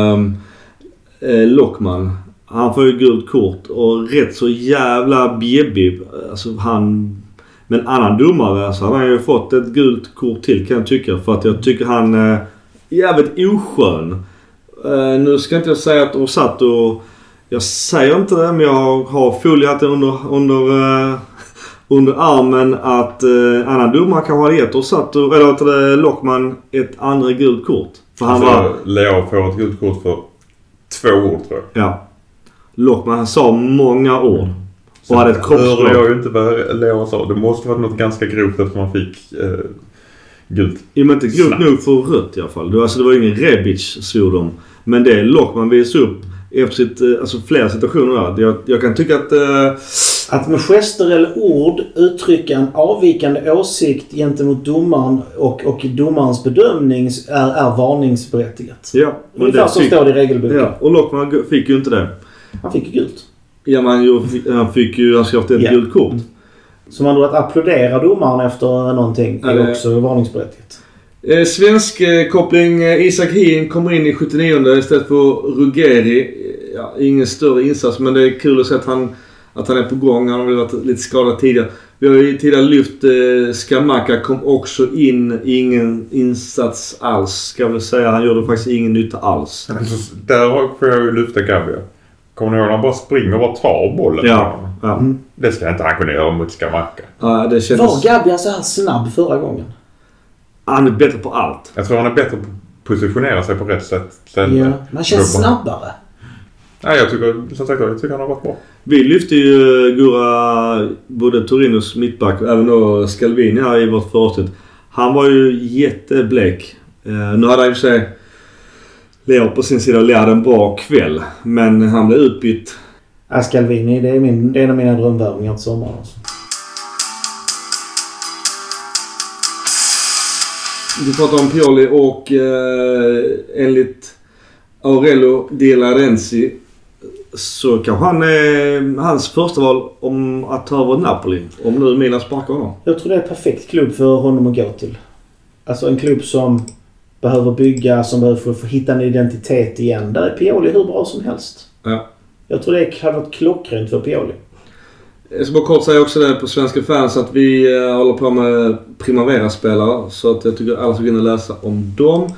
eh, Lockman. Han får ju gult kort och rätt så jävla bjäbbig. Alltså han... Men annan domare så han har ju fått ett gult kort till kan jag tycka. För att jag tycker han är eh, jävligt oskön. Uh, nu ska inte jag säga att de satt och... Jag säger inte det, men jag har foliat under, under, uh, under armen att uh, annan domare kan ha gett och satt och... Eller att det Lockman ett andra gult kort. För han alltså, var... Leo får ett gult kort för två ord tror jag. Ja. Lockman sa många ord. Mm. Och hade ett kroppsspråk. Jag hör ju inte vad Leo sa. Det måste vara något ganska grovt eftersom man fick uh, gult. Jo, men inte grovt nog för rött i alla fall. Det var, alltså, det var ingen Rebic svordom. Men det är Lockman visar upp efter sitt, alltså flera situationer där. Jag, jag kan tycka att... Uh... Att med gester eller ord uttrycka en avvikande åsikt gentemot domaren och, och domarens bedömning är, är varningsberättigat. Ja. Ungefär som står det i regelboken. Ja, och Lockman fick ju inte det. Han fick ju gult. Ja, men han fick ju alltså ett ja. gult kort. Så man då att applådera domaren efter någonting är ja, också varningsberättigat. Eh, svensk eh, koppling eh, Isak Hien kommer in i sjuttionionde istället för Ruggeri. Ja, ingen större insats, men det är kul att se att han, att han är på gång. Han har varit lite skadad tidigare. Vi har ju tidigare lyft eh, Skamaka kom också in, ingen insats alls ska jag väl säga. Han gjorde faktiskt ingen nytta alls. Alltså, där får jag ju lyfta Gabia. Kommer ni ihåg han bara springer och bara tar bollen? Ja. ja. Mm. Det ska inte han kunna göra mot Skamaka. Ja, det känns... Var Gabia så här snabb förra gången? Han är bättre på allt. Jag tror han är bättre på att positionera sig på rätt sätt. Ja, man känns snabbare. Nej, jag tycker, som sagt, jag tycker han har varit bra. Vi lyfte ju Gura, både Torinos mittback och även då Scalvini här i vårt första. Han var ju jätteblek. Uh, nu hade han ju sig Leo på sin sida och lärde en bra kväll. Men han blev utbytt. Ja, Scalvini, det är, min, det är en av mina drömvärvningar till sommaren. Alltså. Vi pratar om Pioli och eh, enligt Aurelio De Laurentiis så kanske han är hans första val om att ta över Napoli. Om nu Milan sparkar honom. Jag tror det är en perfekt klubb för honom att gå till. Alltså en klubb som behöver bygga, som behöver få, få hitta en identitet igen. Där är Pioli hur bra som helst. Ja. Jag tror det hade varit klockrent för Pioli. Jag ska bara kort säga också det på Svenska fans att vi uh, håller på med Primavera-spelare. Så att jag tycker alla ska gå in och läsa om dem.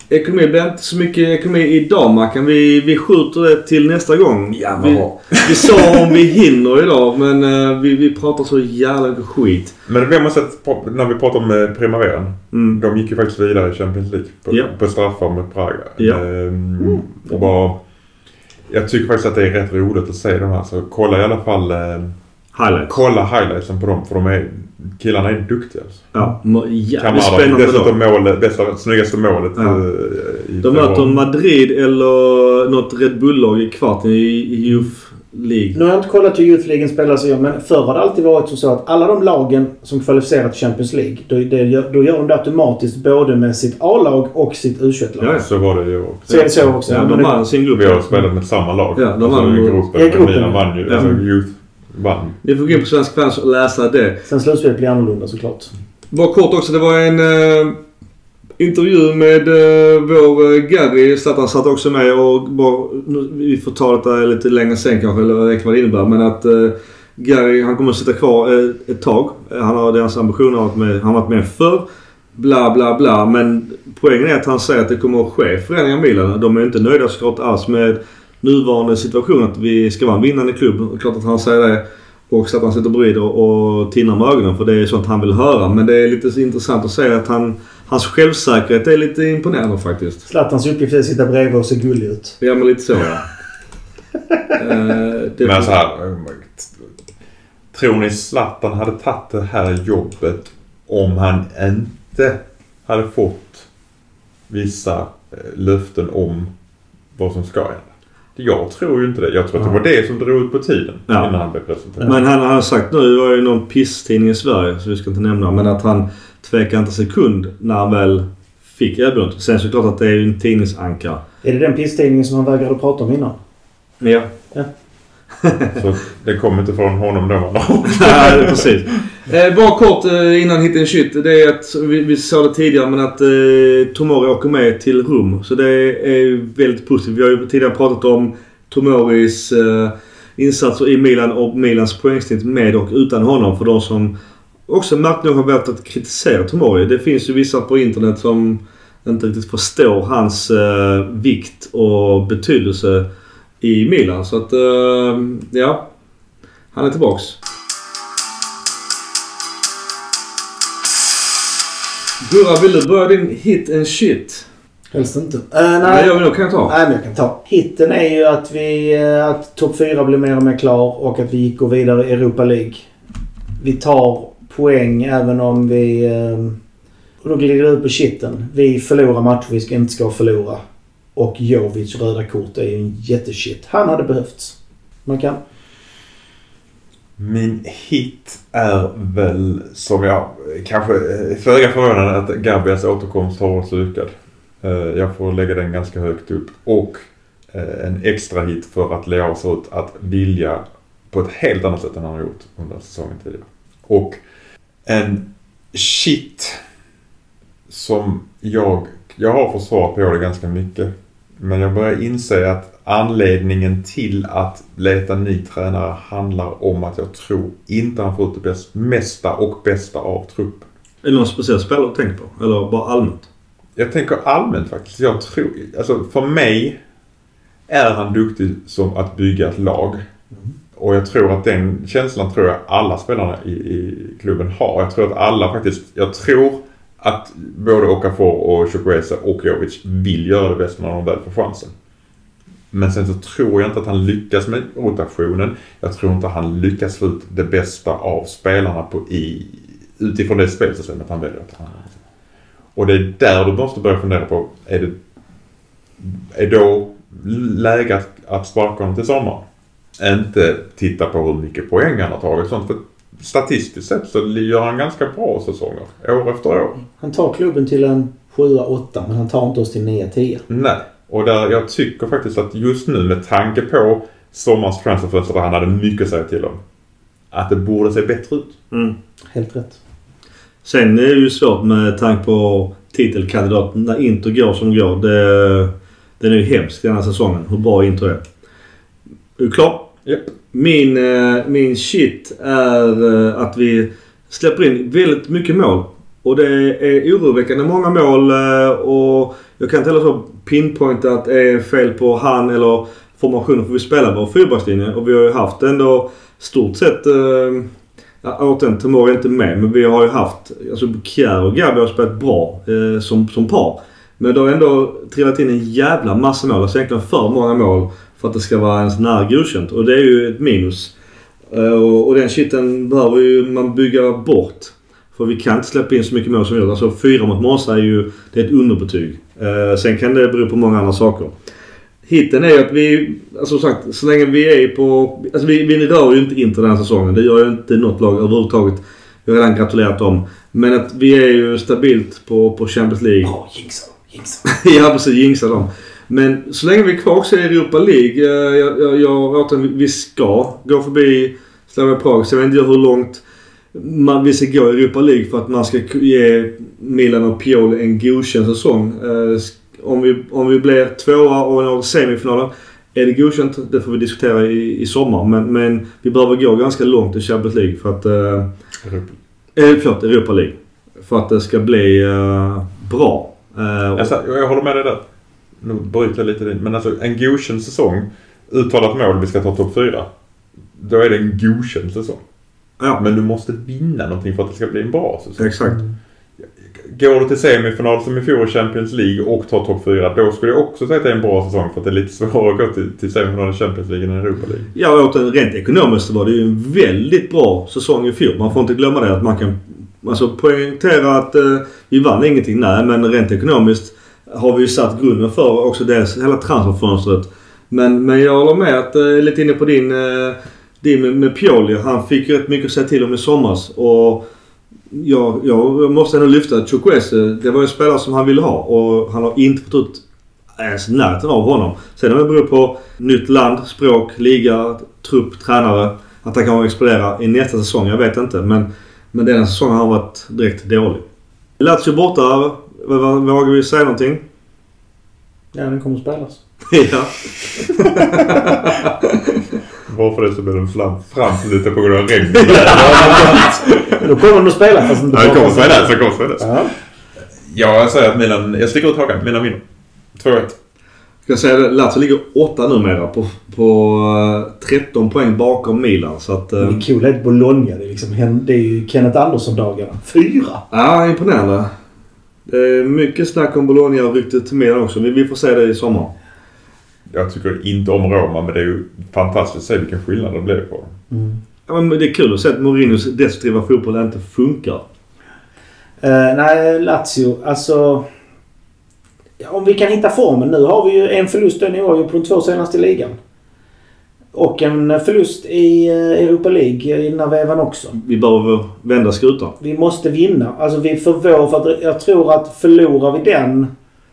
ekonomi blir inte så mycket ekonomi idag, Mackan. Vi, vi skjuter det till nästa gång. Ja, vi, vi sa om vi hinner idag, men uh, vi, vi pratar så jävla skit. Men vi måste säga, när vi pratar om uh, Primaveran, mm. de gick ju faktiskt vidare i Champions League på, ja. på straffar mot Praga. Ja. Um, mm. och bara, jag tycker faktiskt att det är rätt roligt att se dem här. Så kolla i alla fall uh, highlights. Kolla highlightsen på dem, för de är, killarna är duktiga alltså. Ja, jävligt spännande. Dessutom målet, bästa, snyggaste målet. Ja. Uh, i de möter Madrid eller något Red Bull-lag i kvarten i, i Youth League. Nu har jag inte kollat hur Youth League spelas i, men förr har det alltid varit så att alla de lagen som kvalificerat till Champions League, då, det, då gör de det automatiskt både med sitt A-lag och sitt U tjugoett-lag. Ja, så var det ju också. Så är det så också. Ja, de vann sin grupp. Vi har spelat med samma lag. Ja, de alltså, vann gruppen. Ja, gruppen. Milan vann ju. Ja. Alltså, Youth vann. Ni får gå in på Svensk Fans och läsa det. Sen slutspelet blir annorlunda såklart. Bara kort också, det var en uh, intervju med uh, vår uh, Gary. Zlatan satt också med och bara, nu, vi får ta detta lite längre sen kanske, eller vad det innebär. Men att uh, Gary, han kommer att sitta kvar uh, ett tag. Han har deras ambitioner att med, han har varit med förr. Bla bla bla. Men poängen är att han säger att det kommer att ske förändringar i Milan. De är inte nöjda såklart alls med nuvarande situation att vi ska vara en vinnande klubb. Klart att han säger det. Och så att han sitter bredvid och, och tinnar med ögonen, för det är sånt han vill höra. Men det är lite intressant att säga att han, hans självsäkerhet är lite imponerande faktiskt. Zlatans uppgift är att sitta bredvid och se gullig ut. Ja, men lite så, ja. uh, men så här, tror ni Zlatan hade tagit det här jobbet om han inte hade fått vissa löften om vad som ska hända? Jag tror ju inte det. Jag tror att det var det som drog ut på tiden, ja, innan han blev presenterad. Men han har sagt nu, det var ju någon pisstidning i Sverige så vi ska inte nämna, men att han tvekar inte sekund när han väl fick erbjudandet. Sen så klart att det är en tidningsanka. Är det den pisstidningen som han vägrade prata om innan? Ja. Ja. Så det kommer inte från honom då? Nej, precis. Eh, bara kort eh, innan hit en shit. Det är att, vi, vi sa det tidigare, men att eh, Tomori åker med till Rom. Så det är väldigt positivt. Vi har ju tidigare pratat om Tomoris eh, insatser i Milan och Milans poängsnitt med och utan honom. För de som också märkt nog har valt att kritisera Tomori. Det finns ju vissa på internet som inte riktigt förstår hans eh, vikt och betydelse i Milan. Så att, uh, ja, han är tillbaks. Gurra, vill du börja din hit and shit? Helst inte. Uh, nej, nej, jag, kan jag ta. Nej, men jag kan ta. Hitten är ju att vi, att topp fyra blir mer och mer klar och att vi går vidare i Europa League. Vi tar poäng även om vi, uh, och då glider det ut på shitten. Vi förlorar matcher vi ska inte ska förlora. Och Jovic röda kort är ju en jätteshit. Han hade behövts. Man kan. Min hit är väl, som jag kanske föga förvånande, att Gabriels återkomst har varit så lyckad. Jag får lägga den ganska högt upp. Och en extra hit för att Leao ser ut att vilja på ett helt annat sätt än han har gjort under säsongen tidigare. Och en shit som jag, jag har fått svar på det ganska mycket. Men jag börjar inse att anledningen till att leta ny tränare handlar om att jag tror inte han får ut det bäst, mesta och bästa av truppen. Är det någon speciell spelare du tänker på? Eller bara allmänt? Jag tänker allmänt faktiskt. Jag tror, alltså för mig är han duktig som att bygga ett lag. Mm. Och jag tror att den känslan tror jag alla spelarna i, i klubben har. Jag tror att alla faktiskt, jag tror att både Okafor och Chukwueze och Jovic vill göra det bästa när de väl får chansen. Men sen så tror jag inte att han lyckas med rotationen. Jag tror inte att han lyckas få ut det bästa av spelarna på i, utifrån det spelsystemet han väljer att han. Och det är där du måste börja fundera på, är det är då läge att, att sparka honom till sommar? Inte titta på hur mycket poäng han har tagit. Sånt, för statistiskt sett så gör han ganska bra säsonger, år efter år. Han tar klubben till en sju åtta, men han tar inte oss till nio tio. Nej, och där jag tycker faktiskt att just nu med tanke på sommarens transferfönster där han hade mycket att säga till om, att det borde se bättre ut. Mm. Helt rätt. Sen är det ju svårt med tanke på titelkandidaten när Inter går som går. Det, den är ju hemskt den här säsongen, hur bra Inter är. Är du klar? Yep. Min, min shit är att vi släpper in väldigt mycket mål Och det är oroväckande många mål och jag kan inte heller så pinpointa att det är fel på han eller formationen för vi spelar på fyrbackslinjen. Och vi har ju haft ändå stort sett, ja, återigen Tomori är inte med, men vi har ju haft, alltså Kjär och Gabi har spelat bra eh, som, som par. Men det har ändå trillat in en jävla massa mål, alltså egentligen för många mål för att det ska vara ens nära godkänt. Och det är ju ett minus. Eh, och, och den skiten behöver ju man bygga bort. För vi kan inte släppa in så mycket mål som vi gör. Alltså fyra mot Monza är ju det är ett underbetyg. Eh, sen kan det bero på många andra saker. Hitten är att vi, alltså sagt, så länge vi är på, alltså vi, vi rör ju inte Inter den här säsongen. Det gör ju inte något lag överhuvudtaget. Vi har redan gratulerat dem. Men att vi är ju stabilt på, på Champions League. Ja, oh, jinxa, jinxa. Ja, precis, jinxa dem. Men så länge vi är kvar också i Europa League, jag, jag, jag återigen, vi ska gå förbi Slavia Prag. Så jag vet inte hur långt man, vi ska gå i Europa League för att man ska ge Milan och Pioli en godkänd säsong. Eh, om, vi, om vi blir tvåa och når semifinalen är det godkänt, det får vi diskutera i, i sommar. Men, men vi behöver gå ganska långt i Champions League för att... Eh, Europa. Eh, förlåt, Europa League. För att det ska bli eh, bra. Eh, och... alltså, jag håller med dig där. Nu bryter jag lite din. Men alltså en godkänd säsong, uttalat mål vi ska ta topp fyra. Då är det en godkänd säsong. Ja. Men du måste vinna någonting för att det ska bli en bra säsong. Exakt. Mm. Går du till semifinal som i fjol Champions League och tar topp fyra, då skulle jag också säga att det är en bra säsong för att det är lite svårare att gå till, till semifinal i Champions League än Europa League. Ja, och rent ekonomiskt var det ju en väldigt bra säsong i fjol. Man får inte glömma det, att man kan alltså poängtera att eh, vi vann ingenting, nej, men rent ekonomiskt har vi ju satt grunden för också det hela transferfönstret. Men, men jag håller med att eh, lite inne på din, eh, din med, med Pioli. Han fick ju rätt mycket att säga till om i sommars och Ja, jag måste ändå lyfta att Chukwueze, det var en spelare som han ville ha och han har inte fått ut ens närheten av honom. Sen om det beror på nytt land, språk, liga, trupp, tränare, att han kan explodera i nästa säsong, jag vet inte. Men, men den säsongen har han varit direkt dålig. Lazio borta, vågar vi säga någonting? Ja, den kommer att spelas. Ja. Varför det så blir den fram, fram lite på grund av regn. Då kommer den att spela. Fast inte ja, det kommer att spelas. Det kommer att spelas. Ja. Ja, jag säger att Milan, jag sticker ut hakan. Milan vinner. två ett. Ska jag säga att Lazio ligger åtta numera på, på tretton poäng bakom Milan. Så att, det är kul att Bologna, det är, liksom, det är ju Kenneth Andersson-dagarna. Fyra! Ja, imponerande. Det är mycket snack om Bologna och ryktet till Milan också. Vi, vi får se det i sommar. Jag tycker inte om Roma, men det är ju fantastiskt att se vilken skillnad det blev på dem. Mm. Ja, men det är kul att se att Mourinhos destruktiva fotboll inte funkar. Uh, nej, Lazio, alltså... Om vi kan hitta formen. Nu har vi ju en förlust den i år på de två senaste ligan. Och en förlust i Europa League i den här vävan också. Vi behöver vända skutan. Vi måste vinna. Alltså vi får vår, för att jag tror att förlorar vi den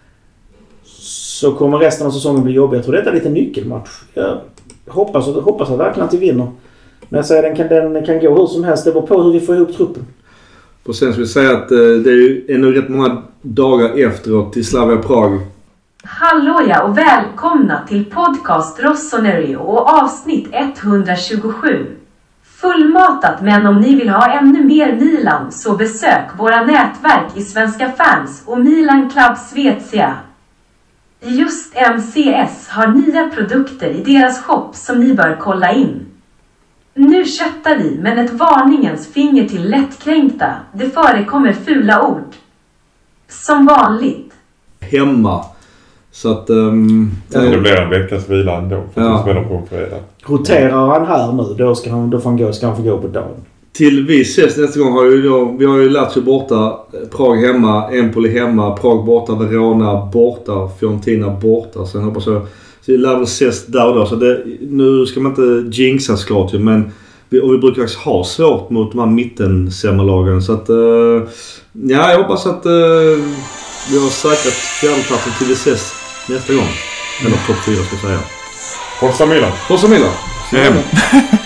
så kommer resten av säsongen bli jobbig. Jag tror detta är lite nyckelmatch. Jag hoppas, hoppas att verkligen att vi vinner. Men jag säger den kan, den kan gå hur som helst. Det beror på hur vi får ihop truppen. Och sen ska vi säga att eh, det är ju ännu rätt många dagar efteråt till Slavia Prag. Hallåja och välkomna till podcast Rossoneri och avsnitt etthundratjugosju. Fullmatat, men om ni vill ha ännu mer Milan så besök våra nätverk i Svenska Fans och Milan Club Svezia. Just M C S har nya produkter i deras shop som ni bör kolla in. Nu köttar vi, men ett varningens finger till lättkränkta. Det förekommer fula ord. Som vanligt. Hemma. Så att... Um, ja, det blir en veckas vila ändå. För att ja. spela på en fredag. Roterar han här nu, då ska han, då får han gå, ska han få gå på dagen. Till vi ses nästa gång har ju då, vi har ju Lazio borta, Prag hemma, Empoli hemma, Prag borta, Verona borta, Fiorentina borta. Sen hoppas jag... Så vi lär väl ses där och då. Så det, nu ska man inte jinxa såklart ju, men vi, och vi brukar faktiskt ha svårt mot de här mittensemmerlagen. Så att, uh, ja, jag hoppas att uh, vi har säkrat fjärdeplatsen till vi ses nästa gång. Eller topp fyra ska jag säga. Forza Milan. Forza Milan.